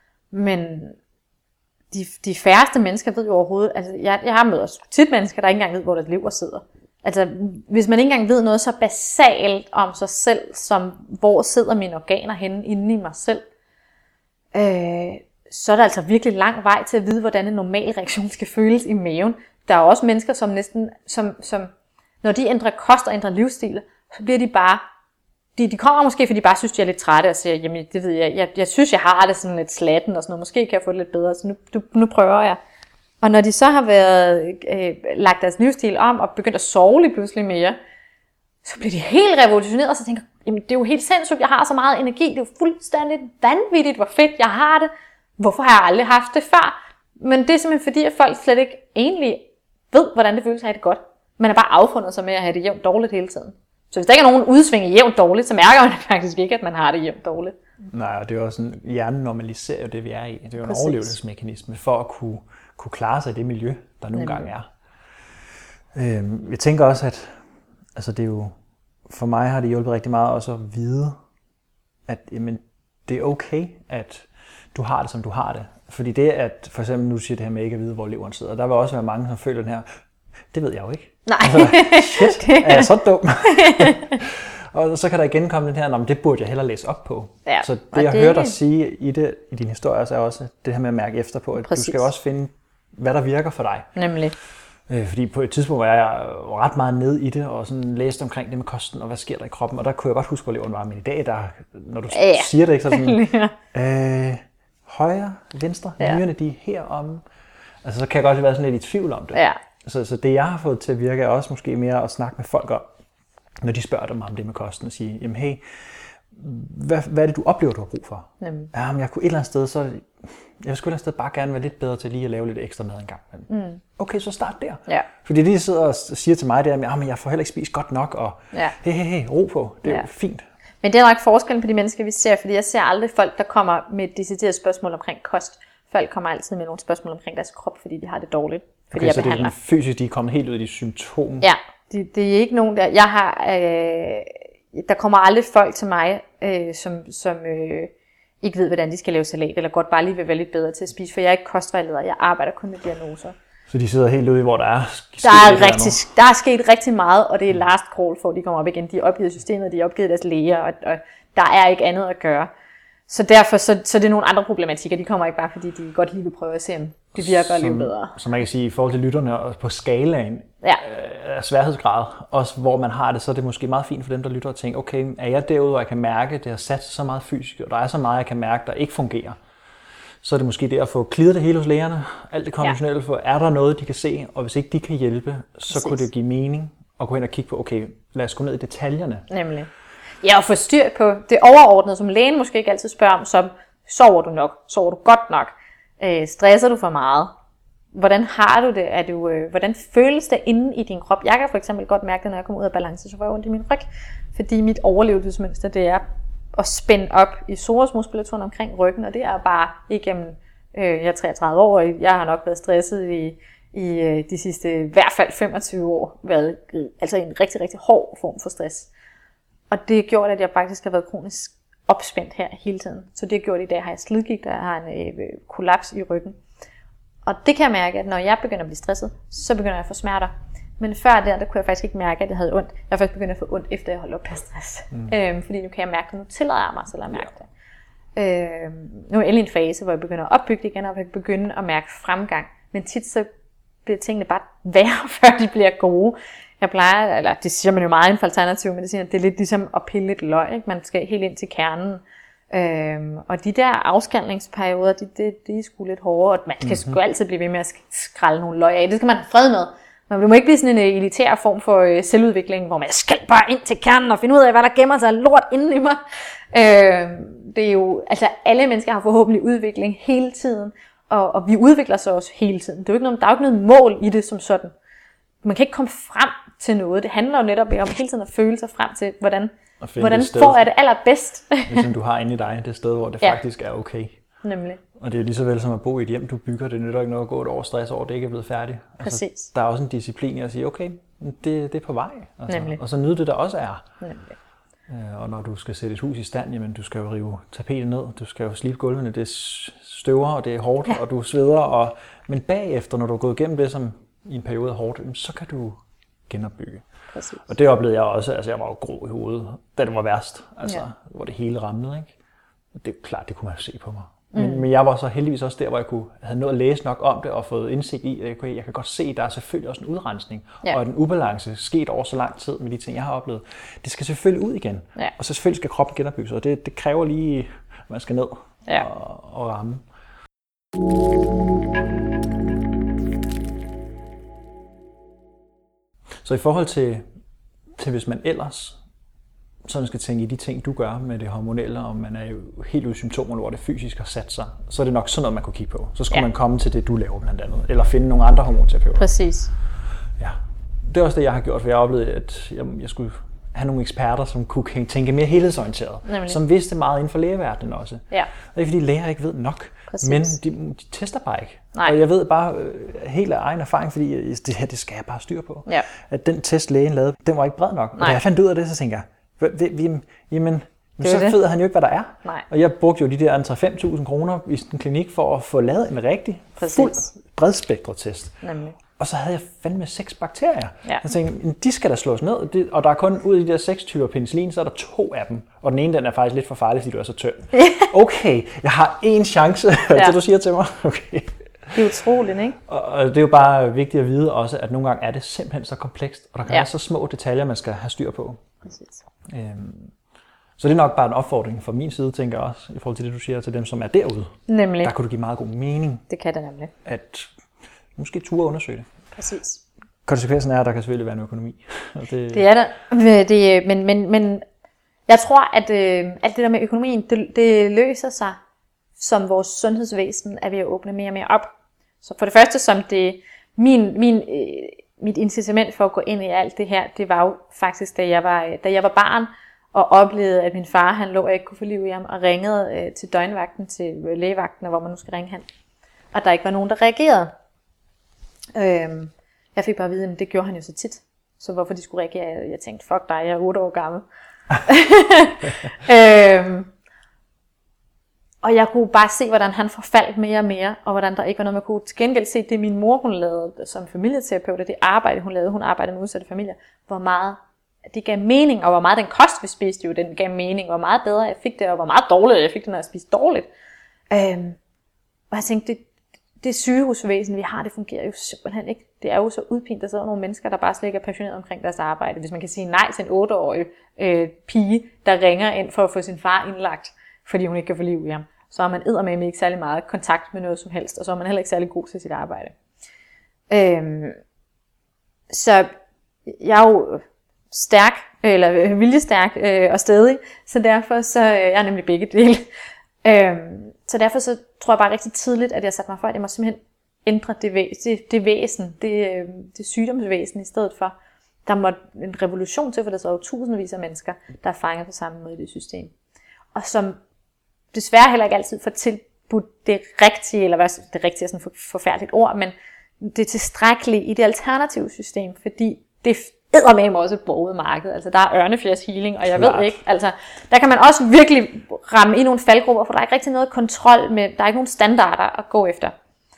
Men de, de færreste mennesker ved jo overhovedet, altså jeg, jeg har mødt tit mennesker, der ikke engang ved, hvor deres lever sidder. Altså, hvis man ikke engang ved noget så basalt om sig selv, som hvor sidder mine organer henne inde i mig selv, øh, så er der altså virkelig lang vej til at vide, hvordan en normal reaktion skal føles i maven. Der er også mennesker, som næsten, som, som når de ændrer kost og ændrer livsstil, så bliver de bare, de, de kommer måske, fordi de bare synes, de er lidt trætte, og siger, jamen det ved jeg, jeg, jeg synes, jeg har det sådan lidt slatten og sådan noget, måske kan jeg få det lidt bedre, så nu, du, nu prøver jeg. Og når de så har været, øh, lagt deres livsstil om, og begyndt at sove lige pludselig mere, så bliver de helt revolutioneret, og så tænker, jamen det er jo helt sindssygt, jeg har så meget energi, det er jo fuldstændig vanvittigt, hvor fedt jeg har det. Hvorfor har jeg aldrig haft det før? Men det er simpelthen fordi, at folk slet ikke egentlig ved, hvordan det føles at have det godt. Man er bare affundet sig med at have det jævnt dårligt hele tiden. Så hvis der ikke er nogen udsving i jævnt dårligt, så mærker man faktisk ikke, at man har det jævnt dårligt. Nej, og det er jo også sådan, hjernen normaliserer jo det, vi er i. Det er jo en Præcis. overlevelsesmekanisme for at kunne, kunne klare sig i det miljø, der nogle Nemlig. gange er. Øhm, jeg tænker også, at altså det er jo, for mig har det hjulpet rigtig meget også at vide, at jamen, det er okay, at du har det, som du har det. Fordi det, at for eksempel nu siger det her med ikke at vide, hvor leveren sidder, der vil også være mange, som føler den her, det ved jeg jo ikke. Nej. Altså, shit, er jeg så dum? Og så kan der igen komme den her, men det burde jeg hellere læse op på. Ja, Så det, og jeg det- hørte dig sige i, det, i din historie, så er også det her med at mærke efter på, at Præcis. du skal også finde, hvad der virker for dig. Nemlig. Øh, Fordi på et tidspunkt var jeg ret meget ned i det, og sådan læste omkring det med kosten, og hvad sker der i kroppen, og der kunne jeg godt huske, hvor leveren var. Men i dag, der, når du Ja. siger det, ikke, så er det sådan, øh, højre, venstre, Ja. nyrerne, de er heromme. Altså, så kan jeg godt være sådan lidt i tvivl om det. Ja. Så, så det, jeg har fået til at virke, er også måske mere at snakke med folk om, når de spørger dem om det med kosten, og sige, jamen hey, hvad, hvad er det, du oplever, du har brug for? Nemlig. Ja, men jeg kunne et eller andet sted, så jeg vil sgu et eller andet sted bare gerne være lidt bedre til lige at lave lidt ekstra mad en gang. Men, mm. Okay, så start der. Ja. Fordi de sidder og siger til mig, det er, at ah, men jeg får heller ikke spist godt nok, og Ja. hey, hey, hey, ro på, det er Ja. jo fint. Men det er nok forskellen på de mennesker, vi ser, fordi jeg ser aldrig folk, der kommer med et decideret spørgsmål omkring kost. Folk kommer altid med nogle spørgsmål omkring deres krop, fordi de har det dårligt. Fordi Okay, jeg så det er behandler. sådan fysisk, de er kommet helt ud af de symptomer. Ja, det, det er ikke nogen der. Jeg har, øh, der kommer aldrig folk til mig, øh, som, som øh, ikke ved, hvordan de skal lave salat, eller godt bare lige vil være lidt bedre til at spise, for jeg er ikke kostvejleder, jeg arbejder kun med diagnoser. Så de sidder helt ude i, hvor der er sket der er, rigtig, der er sket rigtig meget, og det er last call, for de kommer op igen. De er opgivet systemet, de er opgivet deres læger, og, og der er ikke andet at gøre. Så derfor så, så det er nogle andre problematikker. De kommer ikke bare, fordi de godt lige vil prøve at se, om det virker at leve bedre. Så man kan sige, i forhold til lytterne, og på skalaen ja. af sværhedsgrad, også hvor man har det, så er det måske meget fint for dem, der lytter og tænker, okay, er jeg derude, og jeg kan mærke, at det har sat sig så meget fysisk, og der er så meget, jeg kan mærke, der ikke fungerer. Så er det måske det at få clearet det hele hos lægerne, alt det konventionelle, ja. For er der noget, de kan se, og hvis ikke de kan hjælpe, så Præcis. Kunne det give mening at gå hen og kigge på, okay, lad os gå ned i detaljerne. Nemlig. Ja, og få styr på det overordnede, som lægen måske ikke altid spørger om, som sover du nok, sover du godt nok, øh, stresser du for meget, hvordan har du det, er du, øh, hvordan føles det inde i din krop? Jeg kan for eksempel godt mærke det, når jeg kommer ud af balance, så får jeg ondt i min ryg, fordi mit overlevelsesmønster, det er at spænde op i psoasmuskulaturen omkring ryggen, og det er bare igennem, øh, jeg er treogtredive år, og jeg har nok været stresset i, i øh, de sidste, i hvert fald femogtyve år, været altså en rigtig, rigtig hård form for stress. Og det har gjort, at jeg faktisk har været kronisk opspændt her hele tiden. Så det har gjort, at i dag har jeg slidgigt, og jeg har en øh, kollaps i ryggen. Og det kan jeg mærke, at når jeg begynder at blive stresset, så begynder jeg at få smerter. Men før der, der kunne jeg faktisk ikke mærke, at jeg havde ondt. Jeg har faktisk begyndt at få ondt, efter jeg holdt op med stress. Mm. Øhm, fordi nu kan jeg mærke det, nu tillader jeg mig selv at mærke det. Øhm, nu er jeg i en fase, hvor jeg begynder at opbygge det igen, og jeg kan begynde at mærke fremgang. Men tit så bliver tingene bare værre, før de bliver gode. Jeg plejer, eller det siger man jo meget inden for alternativ medicin, at det er lidt ligesom at pille et løg, ikke? Man skal helt ind til kernen. Øhm, og de der afskalningsperioder, de, de, de er sgu lidt hårde, og man skal mm-hmm. sgu altid blive ved med at skralde nogle løg af. Det skal man have fred med. Man må ikke blive sådan en elitær form for øh, selvudvikling, hvor man skal bare ind til kernen og finde ud af, hvad der gemmer sig lort inden i mig. Øh, det er jo, altså alle mennesker har forhåbentlig udvikling hele tiden, og, og vi udvikler sig også hele tiden. Det er jo ikke noget, der er jo ikke noget mål i det som sådan. Man kan ikke komme frem til noget. Det handler jo netop om hele tiden at føle sig frem til, hvordan, hvordan får jeg det allerbedst. Ligesom du har inde i dig, det sted, hvor det ja. Faktisk er okay. Nemlig. Og det er lige så vel som at bo i et hjem, du bygger. Det nytter ikke noget at gå et år stress over, det ikke er blevet færdigt. Præcis. Altså, der er også en disciplin i at sige, okay, det, det er på vej. Altså, Nemlig. Og så nyde det, der også er. Nemlig. Og når du skal sætte et hus i stand, jamen du skal jo rive tapetet ned, du skal jo slibe gulvene, det støver, og det er hårdt, ja. Og du sveder. Og... Men bagefter, når du er gået igennem det, som i en periode er hårdt, så kan du genopbygge. Præcis. Og det oplevede jeg også, altså jeg var jo grå i hovedet, da det var værst, altså ja. Hvor det hele ramlede, ikke? Det er klart, det kunne man se på mig. Men, mm. men jeg var så heldigvis også der, hvor jeg kunne havde nået at læse nok om det og fået indsigt i, at jeg, kunne, jeg kan godt se, at der er selvfølgelig også en udrensning, ja. Og at en ubalance sket over så lang tid med de ting, jeg har oplevet. Det skal selvfølgelig ud igen, ja. Og så selvfølgelig skal kroppen genopbygges, og det, det kræver lige, at man skal ned ja. og, og ramme. Så i forhold til, til hvis man ellers sådan skal tænke i de ting, du gør med det hormonelle, og man er jo helt ude i symptomerne, hvor det fysisk har sat sig, så er det nok sådan noget, man kunne kigge på. Så skulle ja. Man komme til det, du laver blandt andet, eller finde nogle andre hormonterapeuter. Præcis. Ja. Det er også det, jeg har gjort, for jeg oplevede, at jeg, jeg skulle have nogle eksperter, som kunne tænke mere helhedsorienteret, Nemlig. Som vidste meget inden for lægeverdenen også. Ja. Og det er fordi læger ikke ved nok, Præcis. Men de, de tester bare ikke. Nej. Og jeg ved bare øh, helt af egen erfaring, fordi det her, det skal jeg bare styre på, ja. At den test lægen lavede, den var ikke bred nok. Nej. Og da jeg fandt ud af det, så tænkte jeg, jamen, så ved han jo ikke, hvad der er. Nej. Og jeg brugte jo de der tre fem tusind kroner i en klinik for at få lavet en rigtig Præcis. Fuld bredspektret-test. Nemlig. Og så havde jeg fandme seks bakterier. Ja. Jeg tænkte, de skal da slås ned. Og der er kun ud af de der seks typer penicillin, så er der to af dem. Og den ene, den er faktisk lidt for farlig, fordi du er så tynd. Okay, jeg har én chance, ja. Det du siger til mig. Okay. Det er utroligt, ikke? Og det er jo bare vigtigt at vide også, at nogle gange er det simpelthen så komplekst, og der kan ja. Være så små detaljer, man skal have styr på. Præcis. Øhm, så det er nok bare en opfordring fra min side, tænker jeg også, i forhold til det, du siger til dem, som er derude. Nemlig. Der kunne det give meget god mening. Det kan det nemlig. At måske ture undersøge det. Præcis. Konsekvensen er, at der kan selvfølgelig være en økonomi. Og det... det er der. Det, men, men, men jeg tror, at øh, alt det der med økonomien, det, det løser sig, som vores sundhedsvæsen er ved at åbne mere og mere op. Så for det første, som det, min, min, øh, mit incitament for at gå ind i alt det her, det var jo faktisk, da jeg var, da jeg var barn, og oplevede, at min far, han lå og ikke kunne få liv i ham, og ringede øh, til døgnvagten, til lægevagten, hvor man nu skal ringe hen. Og der ikke var nogen, der reagerede. Øhm, jeg fik bare at vide, at det gjorde han jo så tit. Så hvorfor de skulle reagere? Jeg tænkte, fuck dig, jeg er otte år gammel. øhm, Og jeg kunne bare se, hvordan han forfaldt mere og mere, og hvordan der ikke var noget, man kunne til gengæld se, det min mor, hun lavede som familieterapeut, og det arbejde, hun lavede, hun arbejdede med udsatte familier, hvor meget det gav mening, og hvor meget den kost, vi spiste jo, den gav mening, hvor meget bedre jeg fik det, og hvor meget dårligt jeg fik det, når jeg spiste dårligt. Øhm, og jeg tænkte, det, det sygehusvæsen, vi har, det fungerer jo simpelthen ikke. Det er jo så udpint, der sidder nogle mennesker, der bare slet ikke er passionerede omkring deres arbejde. Hvis man kan sige nej til en otteårig øh, pige, der ringer ind for at få sin far indlagt, fordi hun ikke kan få liv i ham, så har man eddermame ikke særlig meget kontakt med noget som helst, og så er man heller ikke særlig god til sit arbejde. Øhm, så jeg er jo stærk, eller viljestærk øh, og stædig, så derfor så øh, jeg er nemlig begge dele. Øhm, så derfor så tror jeg bare rigtig tidligt, at jeg satte mig for, at jeg må simpelthen ændre det, væ- det, det væsen, det, øh, det sygdomsvæsen i stedet for. Der må en revolution til, for der er jo tusindvis af mennesker, der er fanget på samme måde i det system. Og som desværre heller ikke altid får tilbudt det rigtige, eller hvad det rigtige er sådan et forfærdeligt ord, men det tilstrækkelige i det alternative system, fordi det eddermame også et broget marked. Altså der er ørnefjers healing, og jeg Klart. ved ikke, altså der kan man også virkelig ramme i nogle faldgrupper, for der er ikke rigtig noget kontrol med, der er ikke nogen standarder at gå efter.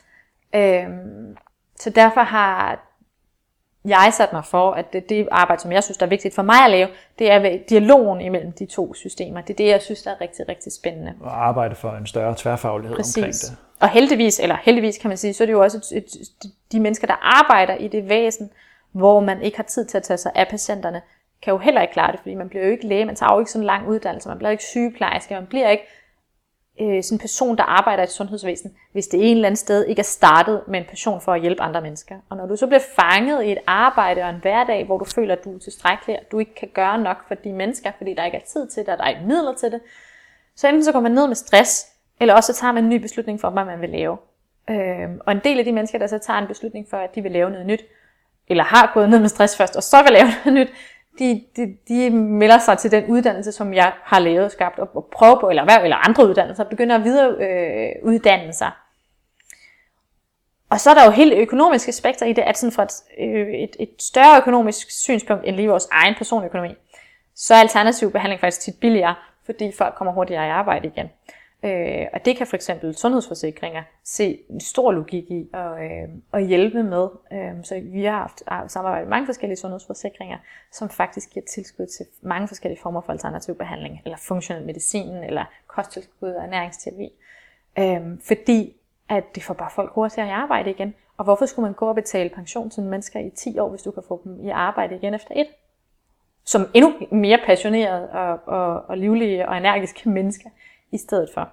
Øhm, så derfor har jeg sat mig for, at det, det arbejde, som jeg synes, der er vigtigt for mig at lave, det er dialogen imellem de to systemer. Det er det, jeg synes, der er rigtig, rigtig spændende. Og arbejde for en større tværfaglighed Præcis. omkring det. Og heldigvis, eller heldigvis kan man sige, så er det jo også et, et, de mennesker, der arbejder i det væsen, hvor man ikke har tid til at tage sig af patienterne, kan jo heller ikke klare det, fordi man bliver jo ikke læge, man tager jo ikke sådan en lang uddannelse, man bliver ikke sygeplejerske, man bliver ikke øh, sådan en person, der arbejder i et sundhedsvæsen, hvis det en eller andet sted ikke er startet med en passion for at hjælpe andre mennesker. Og når du så bliver fanget i et arbejde og en hverdag, hvor du føler, at du er tilstrækkelig, og du ikke kan gøre nok for de mennesker, fordi der ikke er tid til det, og der er ikke midler til det, så enten så går man ned med stress, eller også så tager man en ny beslutning for, hvad man vil lave. Øh, og en del af de mennesker, der så tager en beslutning for, at de vil lave noget nyt, eller har gået ned med stress først, og så vil lave noget nyt, de, de, de melder sig til den uddannelse, som jeg har lavet og skabt, og, og prøver på, eller hvad, eller andre uddannelser, begynder at videre øh, uddanne sig. Og så er der jo helt økonomiske aspekter i det, at sådan fra et, øh, et, et større økonomisk synspunkt, end lige vores egen personøkonomi, så er alternativ behandling faktisk tit billigere, fordi folk kommer hurtigere i arbejde igen. Øh, og det kan for eksempel sundhedsforsikringer se en stor logik i og, øh, og hjælpe med. Øh, så vi har haft, har samarbejdet med mange forskellige sundhedsforsikringer, som faktisk giver tilskud til mange forskellige former for alternativ behandling, eller funktionel medicin, eller kosttilskud og ernæringsterapi. Øh, fordi at det får bare folk hurtigere i arbejde igen. Og hvorfor skulle man gå og betale pension til mennesker i ti år, hvis du kan få dem i arbejde igen efter et? Som endnu mere passionerede og, og, og livlige og energiske mennesker i stedet for.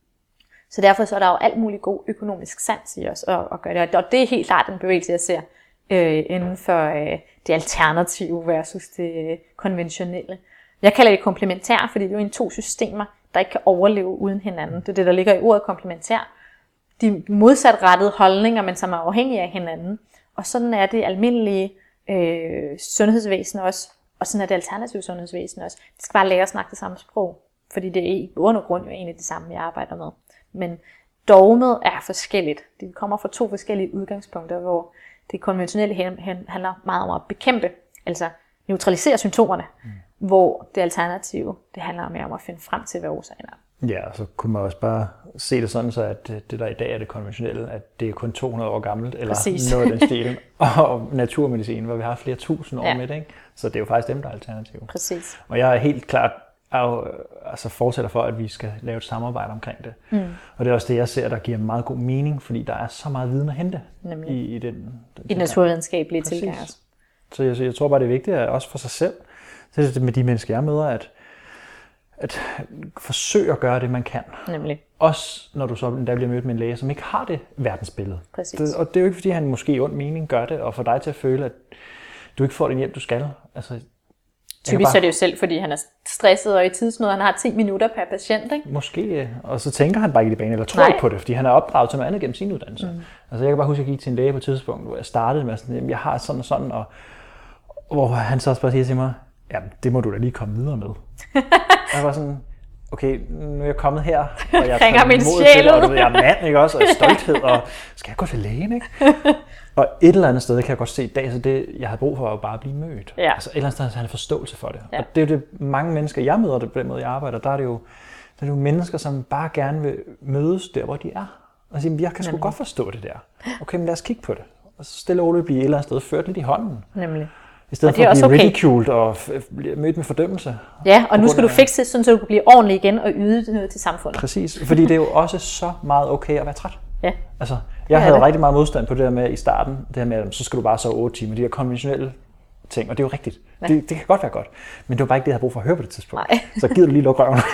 Så derfor så er der jo alt muligt god økonomisk sans i os at, at gøre det. Og det er helt klart en bevægelse, jeg ser øh, inden for øh, det alternative versus det øh, konventionelle. Jeg kalder det komplementær, fordi det er jo en to systemer, der ikke kan overleve uden hinanden. Det er det, der ligger i ordet komplementær. De modsatrettede holdninger, men som er afhængige af hinanden. Og sådan er det almindelige øh, sundhedsvæsen også. Og sådan er det alternative sundhedsvæsen også. Det skal bare lære at snakke det samme sprog. Fordi det er i bund og grund jo egentlig det samme, jeg arbejder med. Men dogmet er forskelligt. Det kommer fra to forskellige udgangspunkter, hvor det konventionelle handler meget om at bekæmpe, altså neutralisere symptomerne, mm. hvor det alternative, det handler mere om at finde frem til, hvad årsagen er. Ja, så kunne man også bare se det sådan, så at det der i dag er det konventionelle, at det er kun to hundrede år gammelt, eller Præcis. noget af den stil, og naturmedicin, hvor vi har flere tusind år ja. med det, ikke? Så det er jo faktisk dem, der er alternative. Præcis. Og jeg er helt klart er jo, altså fortsætter for, at vi skal lave et samarbejde omkring det. Mm. Og det er også det, jeg ser, der giver meget god mening, fordi der er så meget viden at hente i, i den, den I den naturvidenskabelige tilgang. Så jeg, så jeg tror bare, det er vigtigt, at også for sig selv, det med de mennesker, jeg møder, at, at forsøge at gøre det, man kan. Nemlig. Også når du så der bliver mødt med en læge, som ikke har det verdensbillede. Præcis. Det, og det er jo ikke, fordi han måske i ond mening gør det, og får dig til at føle, at du ikke får den hjælp, du skal. Altså, Typisk bare... er det jo selv, fordi han er stresset og i tidsnød, han har ti minutter per patient, ikke? Måske, og så tænker han bare ikke i de baner, eller tror ikke på det, fordi han er opdraget til noget andet gennem sin uddannelse. Mm. Altså jeg kan bare huske, at jeg gik til en læge på et tidspunkt, hvor jeg startede med sådan, jeg har sådan og sådan, og hvor han så også bare siger til mig, jamen det må du da lige komme videre med. Jeg var sådan, okay, nu er jeg kommet her, og jeg ringer min sjæl ud, og du ved, jeg er mand, ikke også, og stolthed, og skal jeg gå til lægen, ikke? Og et eller andet sted kan jeg godt se i dag, så det, jeg havde brug for at bare blive mødt. Ja. Altså et eller andet sted, så han har forståelse for det. Ja. Og det er jo det, mange mennesker, jeg møder det på den måde, jeg arbejder, der er det jo, er det jo mennesker, som bare gerne vil mødes der, hvor de er. Og sige, jeg kan sgu Nemlig. godt forstå det der. Okay, men lad os kigge på det. Og så stille og roligt blive et eller andet sted ført lidt i hånden. Nemlig. I stedet Og det for er at blive også okay. ridiculed og f- blive mødt med fordømmelse. Ja, og nu skal du af- fikse det, sådan, så du kan blive ordentlig igen og yde noget til samfundet. Præcis, fordi det er jo også så meget okay at være træt. Ja. Altså, jeg er havde det. rigtig meget modstand på det der med i starten, det her med, at så skal du bare sove otte timer, de her konventionelle ting, og det er jo rigtigt. Ja. Det, det kan godt være godt, men det var bare ikke det, jeg havde brug for at høre på det tidspunkt. Nej. Så gider du lige lukke røven.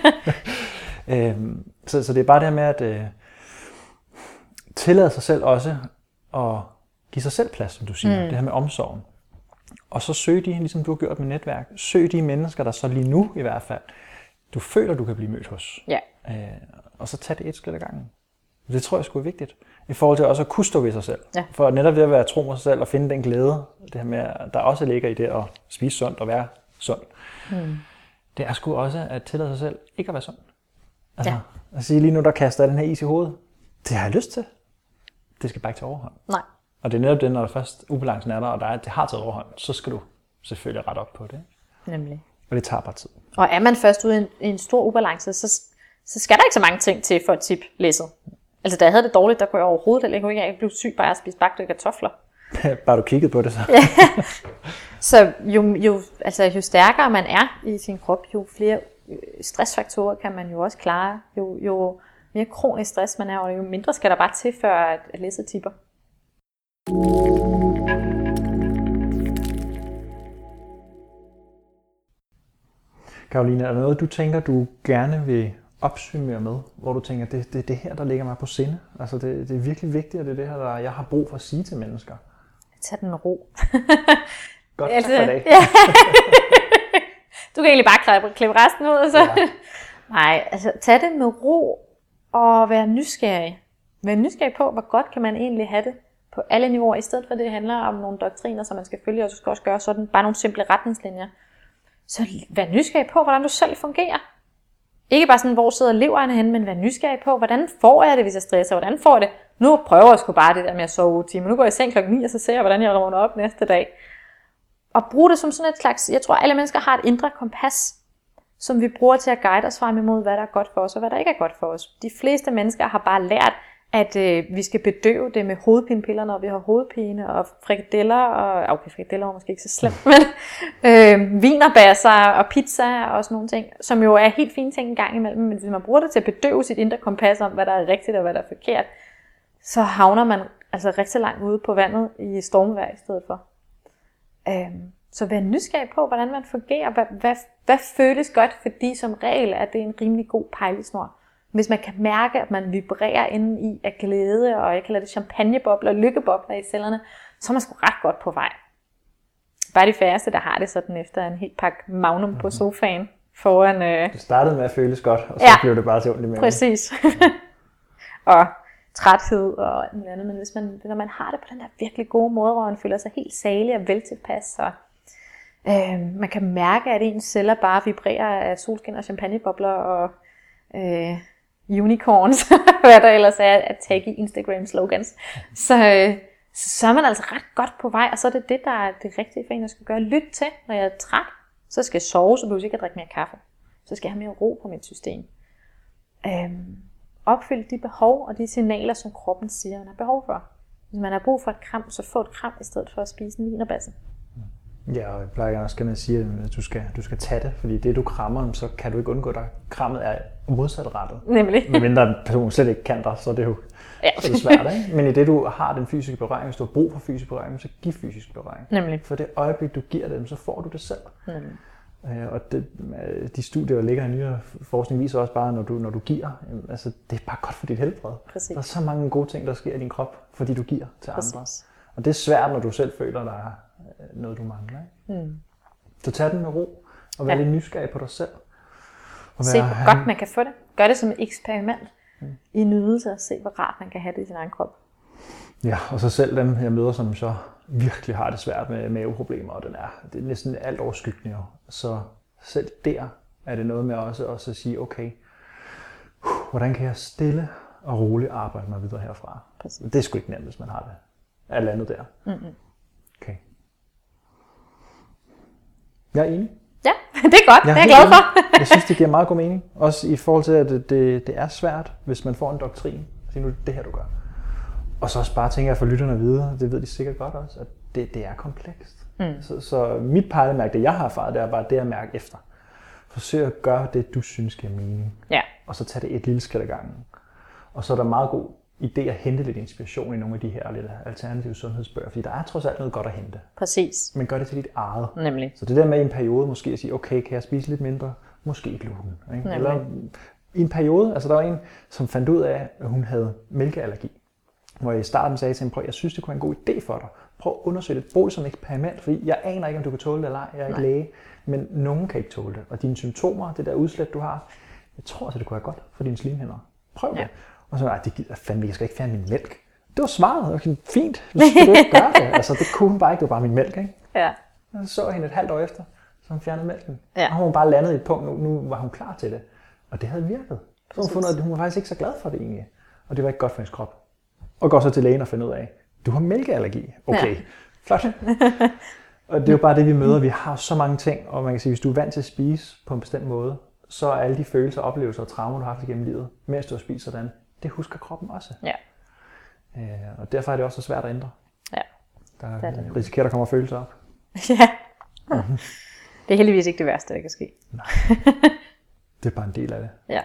øhm, så, så det er bare det her med at øh, tillade sig selv også at give sig selv plads, som du siger, mm. det her med omsorgen. Og så søg de, ligesom du har gjort med netværk, søg de mennesker, der så lige nu i hvert fald, du føler, du kan blive mødt hos. Ja. Øh, og så tag det et skridt ad gangen. Det tror jeg sgu er vigtigt. I forhold til også at kunne stå ved sig selv. Ja. For netop det at være tro mod sig selv og finde den glæde, det her med, der også ligger i det at spise sundt og være sund. Mm. Det er sgu også at tillade sig selv ikke at være sund. Altså, Ja. at sige lige nu, der kaster den her is i hovedet. Det har jeg lyst til. Det skal bare ikke tage overhånd. Nej. Og det er netop det, når der først ubalancen er der, og der er, det har taget overhånd, så skal du selvfølgelig rette op på det. Nemlig. Og det tager bare tid. Og er man først ude i en, i en stor ubalance, så, så skal der ikke så mange ting til for et tip læsset. Altså da jeg havde det dårligt, der kunne jeg overhovedet eller ikke, jeg blev syg bare at spise bagte kartofler. Bare du kiggede på det så. Ja. Så jo, jo, altså, jo stærkere man er i sin krop, jo flere stressfaktorer kan man jo også klare. Jo, jo mere kronisk stress man er, og jo mindre skal der bare til, før at, at læsset tipper. Karoline, er der noget, du tænker, du gerne vil opsummere med, hvor du tænker, det er det, det her, der ligger mig på sinde? Altså, det, det er virkelig vigtigt, og det er det her, der jeg har brug for at sige til mennesker. Tag den med ro. Godt, altså, tak for i dag. Ja. Du kan egentlig bare klippe, klippe resten ud. Og så. Ja. Nej, altså tag det med ro og være nysgerrig. Være nysgerrig på, hvor godt kan man egentlig have det på alle niveauer, i stedet for det handler om nogle doktriner, som man skal følge, og du skal også gøre sådan, bare nogle simple retningslinjer. Så vær nysgerrig på, hvordan du selv fungerer. Ikke bare sådan, hvor sidder leveren henne, men vær nysgerrig på, hvordan får jeg det, hvis jeg stresser? Hvordan får jeg det? Nu prøver jeg sgu bare det der med at sove otte timer. Nu går jeg i seng klokken ni, og så ser jeg, hvordan jeg vågner op næste dag. Og brug det som sådan et slags, jeg tror, alle mennesker har et indre kompas, som vi bruger til at guide os frem imod, hvad der er godt for os, og hvad der ikke er godt for os. De fleste mennesker har bare lært, at øh, vi skal bedøve det med hovedpinepiller, når vi har hovedpine, og frikadeller, og okay, frikadeller var måske ikke så slemt, men øh, vinerbasser og pizza og sådan nogle ting, som jo er helt fine ting en gang imellem, men hvis man bruger det til at bedøve sit indre kompas om, hvad der er rigtigt og hvad der er forkert, så havner man altså rigtig langt ude på vandet i stormvejr i stedet for. Øh, så vær nysgerrig på, hvordan man fungerer, hvad, hvad, hvad føles godt, fordi som regel er det en rimelig god pejlesnor. Hvis man kan mærke, at man vibrerer inde i af glæde, og jeg kalder det champagnebobler, lykkebobler i cellerne, så er man sgu ret godt på vej. Bare de færreste, der har det sådan efter en helt pakke Magnum mm-hmm. på sofaen foran... Øh... Det startede med at føles godt, og så ja, blev det bare til ondt i maven. Præcis. og træthed og alt muligt andet. Men hvis man, når man har det på den der virkelig gode måde, hvor man føler sig helt salig og vel tilpas, og øh, man kan mærke, at ens celler bare vibrerer af solskin og champagnebobler og øh, unicorns, hvad der ellers er at tagge i Instagram slogans, så, øh, så er man altså ret godt på vej, og så er det det, der er det rigtige for en, at skal gøre. Lyt til, når jeg er træt, så skal jeg sove, så behøver jeg ikke at drikke mere kaffe. Så skal jeg have mere ro på mit system. Øhm, opfyld de behov og de signaler, som kroppen siger, man har behov for. Hvis man har brug for et kram, så få et kram, i stedet for at spise en vinerbasse. Ja, og jeg plejer gerne også at sige, at du skal, du skal tage det, fordi det du krammer, så kan du ikke undgå dig. Krammet er modsatrettet. Nemlig. Men mindre personen slet ikke kan dig, så er det jo ja. så er det svært, ikke? Men i det du har den fysiske berøring, hvis du har brug for fysisk berøring, så giv fysisk berøring. Nemlig. For det øjeblik, du giver dem, så får du det selv. Nemlig. Og det, de studier, der ligger i nyere forskning, viser også bare, når du, når du giver, altså det er bare godt for dit helbred. Præcis. Der er så mange gode ting, der sker i din krop, fordi du giver til Præcis. andre. Og det er svært, når du selv føler, der er noget, du mangler. Ikke? Mm. Så tag den med ro, og vær ja. lidt nysgerrig på dig selv. Og se, hvor godt man kan få det. Gør det som et eksperiment mm. i nydelse, og se, hvor rart man kan have det i sin egen krop. Ja, og så selv dem, jeg møder, som så virkelig har det svært med maveproblemer, og den er, det er næsten alt overskyggende. Så selv der er det noget med også, også at sige, okay, hvordan kan jeg stille og roligt arbejde mig videre herfra? Præcis. Det er sgu ikke nemt, hvis man har det. Alt andet der. Mm-hmm. Okay. Jeg er enig. Ja. Det er godt, jeg det er jeg glad for. Jeg synes, det giver meget god mening. Også i forhold til, at det, det, det er svært, hvis man får en doktrin. Sige nu, det her du gør. Og så også bare tænker jeg for lytterne at vide, det ved de sikkert godt også, at det, det er komplekst. Mm. Så, så mit pejlemærke, det jeg har erfaret, det er bare det at mærke efter. Forsøg at gøre det, du synes giver mening. Ja. Og så tage det et lille skridt ad gangen. Og så er der meget god idé at hente lidt inspiration i nogle af de her lidt alternative sundhedsbøger, fordi der er trods alt noget godt at hente. Præcis. Men gør det til dit eget. Nemlig. Så det der med i en periode måske at sige, okay, kan jeg spise lidt mindre? Måske gluten. Ikke? Eller i en periode, altså der var en, som fandt ud af, at hun havde mælkeallergi. Hvor jeg i starten sagde til hende, prøv, jeg synes, det kunne være en god idé for dig. Prøv at undersøge det. Brug det som eksperiment, fordi jeg aner ikke, om du kan tåle det eller ej. Jeg er ikke Nej. læge, men nogen kan ikke tåle det. Og dine symptomer, det der udslæt, du har, jeg tror altså, det kunne være godt for dine slimhinder. Prøv det. Ja. Og så nej, det gider fandme, jeg skal ikke fjerne min mælk. Det var svaret. Okay, fint, så skal du ikke gøre det. Altså, det kunne hun bare ikke, det var bare min mælk, ikke? Ja. Og så så hende et halvt år efter, så hun fjernede mælken. Ja. Og hun bare landet i et punkt, nu, nu var hun klar til det. Og det havde virket. Så hun fundet, at hun var faktisk ikke så glad for det egentlig. Og det var ikke godt for hendes krop. Og går så til lægen og finder ud af, du har mælkeallergi. Okay, ja. Flot. Og det er jo bare det, vi møder. Vi har så mange ting, og man kan sige, hvis du er vant til at spise på en bestemt måde, så er alle de følelser, oplevelser og traumer, du har haft igennem livet, mens du har spist sådan, det husker kroppen også. Ja. Øh, og derfor er det også så svært at ændre. Ja. Der risikerer, der kommer følelser op. Ja. Mm-hmm. Det er heldigvis ikke det værste, der kan ske. Nej. Det er bare en del af det. Ja.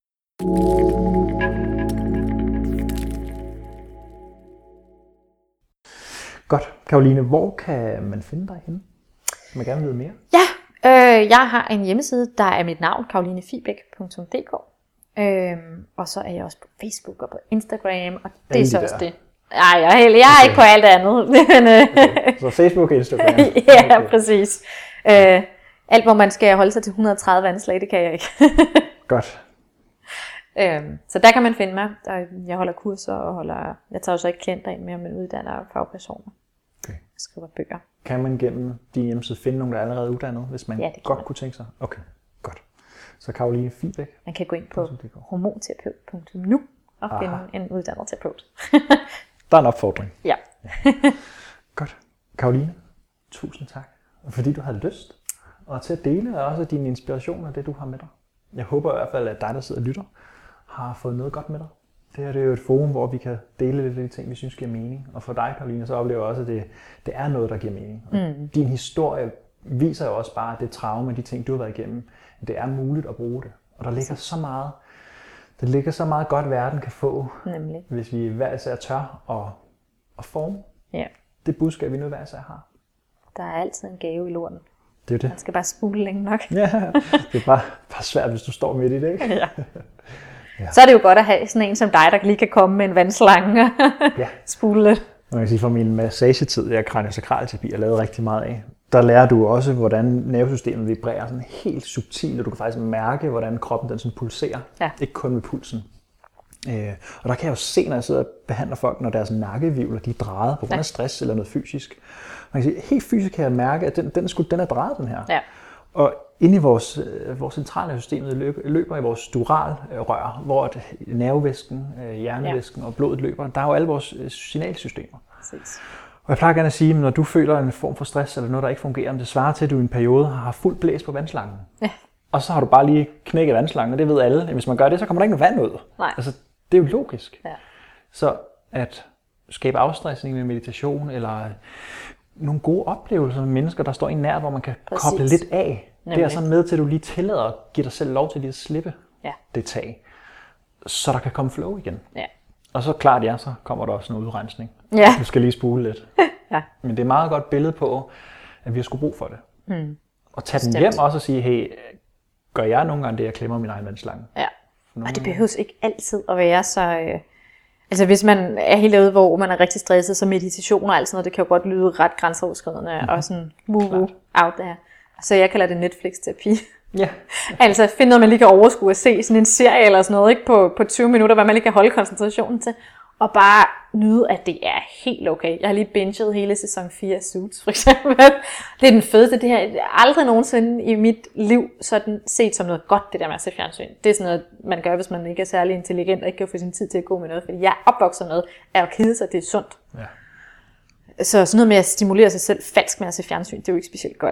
Godt. Karoline, hvor kan man finde dig henne? Kan man gerne vide mere? Ja, øh, jeg har en hjemmeside, der er mit navn, karoline fibæk punktum d k. Øh, og så er jeg også på Facebook og på Instagram, og det er så også det. Nej, jeg er, helt, jeg er okay. Ikke på alt andet. Men, øh, okay. Så Facebook og Instagram? Ja, okay. Præcis. Øh, alt, hvor man skal holde sig til et hundrede og tredive anslag, det kan jeg ikke. Godt. Øhm, så der kan man finde mig. Jeg holder kurser og holder, jeg tager jo så ikke klienter ind mere, men uddanner fagpersoner. Okay. Jeg skriver bøger. Kan man gennem din hjemmeside finde nogen, der er allerede uddannet, hvis man ja, godt man. kunne tænke sig? Okay, godt. Så Karoline Fibæk. Man kan gå ind på hormonterapeut punktum nu og Aha. finde en uddannet terapeut. Der er en opfordring. Ja. ja. Godt. Karoline, tusind tak, fordi du havde lyst og til at dele også dine inspirationer og det, du har med dig. Jeg håber i hvert fald, at dig, der sidder og lytter, har fået noget godt med dig. Det her det er jo et forum, hvor vi kan dele lidt af de ting, vi synes giver mening. Og for dig, Karoline, så oplever jeg også, at det, det er noget, der giver mening. Mm. Din historie viser jo også bare, at det traume, de ting, du har været igennem, det er muligt at bruge det. Og der ligger så meget, der ligger så meget godt, verden kan få, Nemlig. Hvis vi hver især tør at, at forme ja. Det budskab, vi nu hver især har. Der er altid en gave i lorten. Det er det. Man skal bare spule længe nok. Ja, det er bare, bare svært, hvis du står midt i det, ikke? Ja. Ja. Så er det jo godt at have sådan en som dig, der lige kan komme med en vandslange og ja. Spule lidt. Man kan sige, fra min massagetid, jeg kraniosakralterapi, jeg lavede rigtig meget af, der lærer du også, hvordan nervesystemet vibrerer sådan helt subtilt, og du kan faktisk mærke, hvordan kroppen den sådan pulserer, ja. Ikke kun med pulsen. Øh, og der kan jeg jo se, når jeg sidder og behandler folk, når deres nakkevivler de er drejet på grund af stress eller noget fysisk. Man kan sige, helt fysisk kan jeg mærke, at den, den, er, den er drejet, den her. Ja. Og inde i vores, vores centrale system løber, løber i vores duralrør, hvor nervevæsken, hjernevæsken ja. Og blodet løber. Der er jo alle vores signalsystemer. Præcis. Og jeg plejer gerne at sige, at når du føler en form for stress eller noget, der ikke fungerer, det svarer til, at du i en periode har fuld blæs på vandslangen. Ja. Og så har du bare lige knækket vandslangen, og det ved alle. Hvis man gør det, så kommer der ikke noget vand ud. Nej. Altså, det er jo logisk. Ja. Så at skabe afstressning med meditation, eller nogle gode oplevelser med mennesker, der står i nær, hvor man kan Præcis. Koble lidt af. Nemlig. Det er sådan med til, at du lige tillader at give dig selv lov til lige at slippe ja. Det tag. Så der kan komme flow igen. Ja. Og så klart ja, så kommer der også noget udrensning. Ja. Du skal lige spule lidt. Ja. Men det er et meget godt billede på, at vi har sgu brug for det. Mm. Og tage den Stemt. hjem også og sige, hey, gør jeg nogle gange det, jeg klemmer min egen vandslange? Ja, og det behøves ikke altid at være så... Øh... Altså hvis man er helt derude, hvor man er rigtig stresset, så meditation og alt sådan noget, det kan jo godt lyde ret grænseoverskridende mm-hmm. og sådan woo out der. Så jeg kalder det Netflix-terapi. Ja. Altså finde noget, man lige kan overskue at se, sådan en serie eller sådan noget, ikke på, på tyve minutter, hvor man lige kan holde koncentrationen til. Og bare nyde, at det er helt okay. Jeg har lige binget hele sæson fire af Suits, for eksempel. Det er den fedeste. Det her aldrig nogensinde i mit liv sådan set som noget godt, det der med at se fjernsyn. Det er sådan noget, man gør, hvis man ikke er særlig intelligent og ikke kan få sin tid til at gå med noget. Fordi jeg er opvokset med, at at kede sig, det er sundt. Ja. Så sådan noget med at stimulere sig selv falsk med at se fjernsyn, det er jo ikke specielt godt.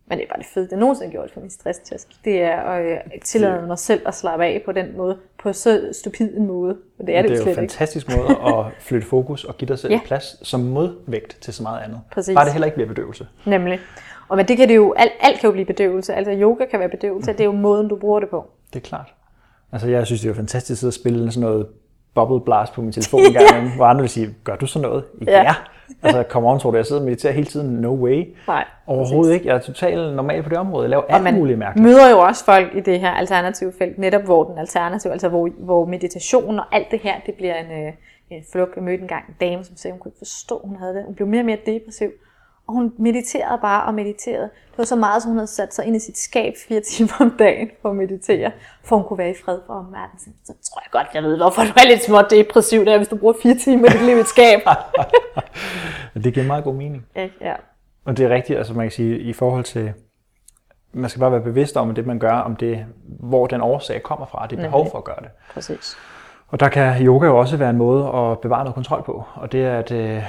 Men det er bare det fede, det jeg nogensinde gjort for min stresstest. Det er at øh, tillade mig selv at slappe af på den måde, på så stupid en måde. Og det er det, det er jo jo en fantastisk ikke. måde at flytte fokus og give dig selv Ja. plads som modvægt til så meget andet. Præcis. Bare det heller ikke bliver bedøvelse. Nemlig. Og men det kan det jo, alt, alt kan jo blive bedøvelse. Altså yoga kan være bedøvelse, mm. det er jo måden, du bruger det på. Det er klart. Altså jeg synes, det er jo fantastisk at spille sådan noget bubble blast på min telefon en gang imellem, hvor andre vil sige, gør du sådan noget? Ja. ja. Altså, come on, tror du, jeg sidder og mediterer hele tiden? No way. Nej. Overhovedet præcis. Ikke. Jeg er totalt normal på det område. Jeg laver alt muligt mærkeligt. møder jo også folk i det her alternative felt, netop hvor den alternative, altså hvor, hvor meditation og alt det her, det bliver en, en flugt. Jeg mødte engang en dame, som sagde, hun kunne ikke forstå, hun havde det. Hun blev mere og mere depressiv. Og hun mediterede bare og mediterede. Det var så meget, som hun havde sat sig ind i sit skab fire timer om dagen for at meditere, for hun kunne være i fred for omverdenen. Så tror jeg godt, jeg ved, hvorfor du er lidt småt depressiv der, hvis du bruger fire timer i dit liv i et skab. Det giver meget god mening. Ja. Og det er rigtigt, altså man kan sige, i forhold til, man skal bare være bevidst om det, man gør, om det, hvor den årsag kommer fra, det er behov for at gøre det. Præcis. Og der kan yoga jo også være en måde at bevare noget kontrol på, og det er, at øh,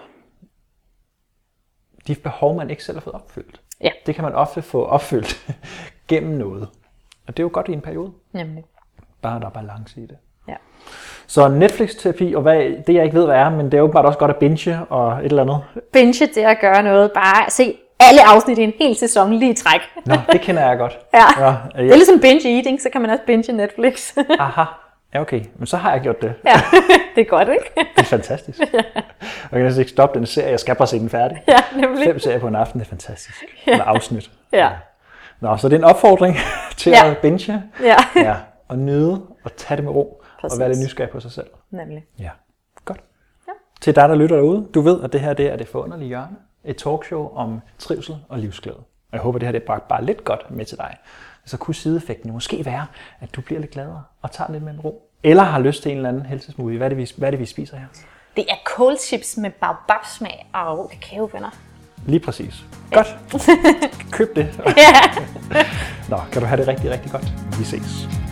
de behov, man ikke selv har fået opfyldt, ja. det kan man ofte få opfyldt gennem noget. Og det er jo godt i en periode. Nemlig. Bare der er balance i det. Ja. Så Netflix-terapi, og hvad, det jeg ikke ved, hvad er, men det er åbenbart også godt at binge og et eller andet. Binge, det er at gøre noget, bare se alle afsnit i en hel sæson lige i træk. Nå, det kender jeg godt. ja. Ja, ja. Det er ligesom binge eating, så kan man også binge Netflix. Aha. Ja, okay. Men så har jeg gjort det. Ja, det er godt, ikke? Det er fantastisk. ja. Og jeg kan næsten ikke stoppe den serie. Jeg skal bare se den færdig. Ja, nemlig. Fem serier på en aften, det er fantastisk. Ja. Eller afsnit. Ja. Nå, så det er en opfordring til ja. at binge. Ja. ja. Og nyde og tage det med ro. Præcis. Og være lidt nysgerrig på sig selv. Nemlig. Ja, godt. Ja. Til dig, der lytter derude, du ved, at det her det er Det Forunderlige Hjørne. Et talkshow om trivsel og livsglæde. Og jeg håber, det her det bragt bare lidt godt med til dig. Så kunne sideeffekten måske være, at du bliver lidt gladere og tager lidt med en ro. Eller har lyst til en eller anden helsesmoothie. Hvad er det, vi, hvad er det, vi spiser her? Det er kålchips med baobab-smag og kakaobønner. Lige præcis. Godt. Køb det. Ja. Nå, kan du have det rigtig, rigtig godt. Vi ses.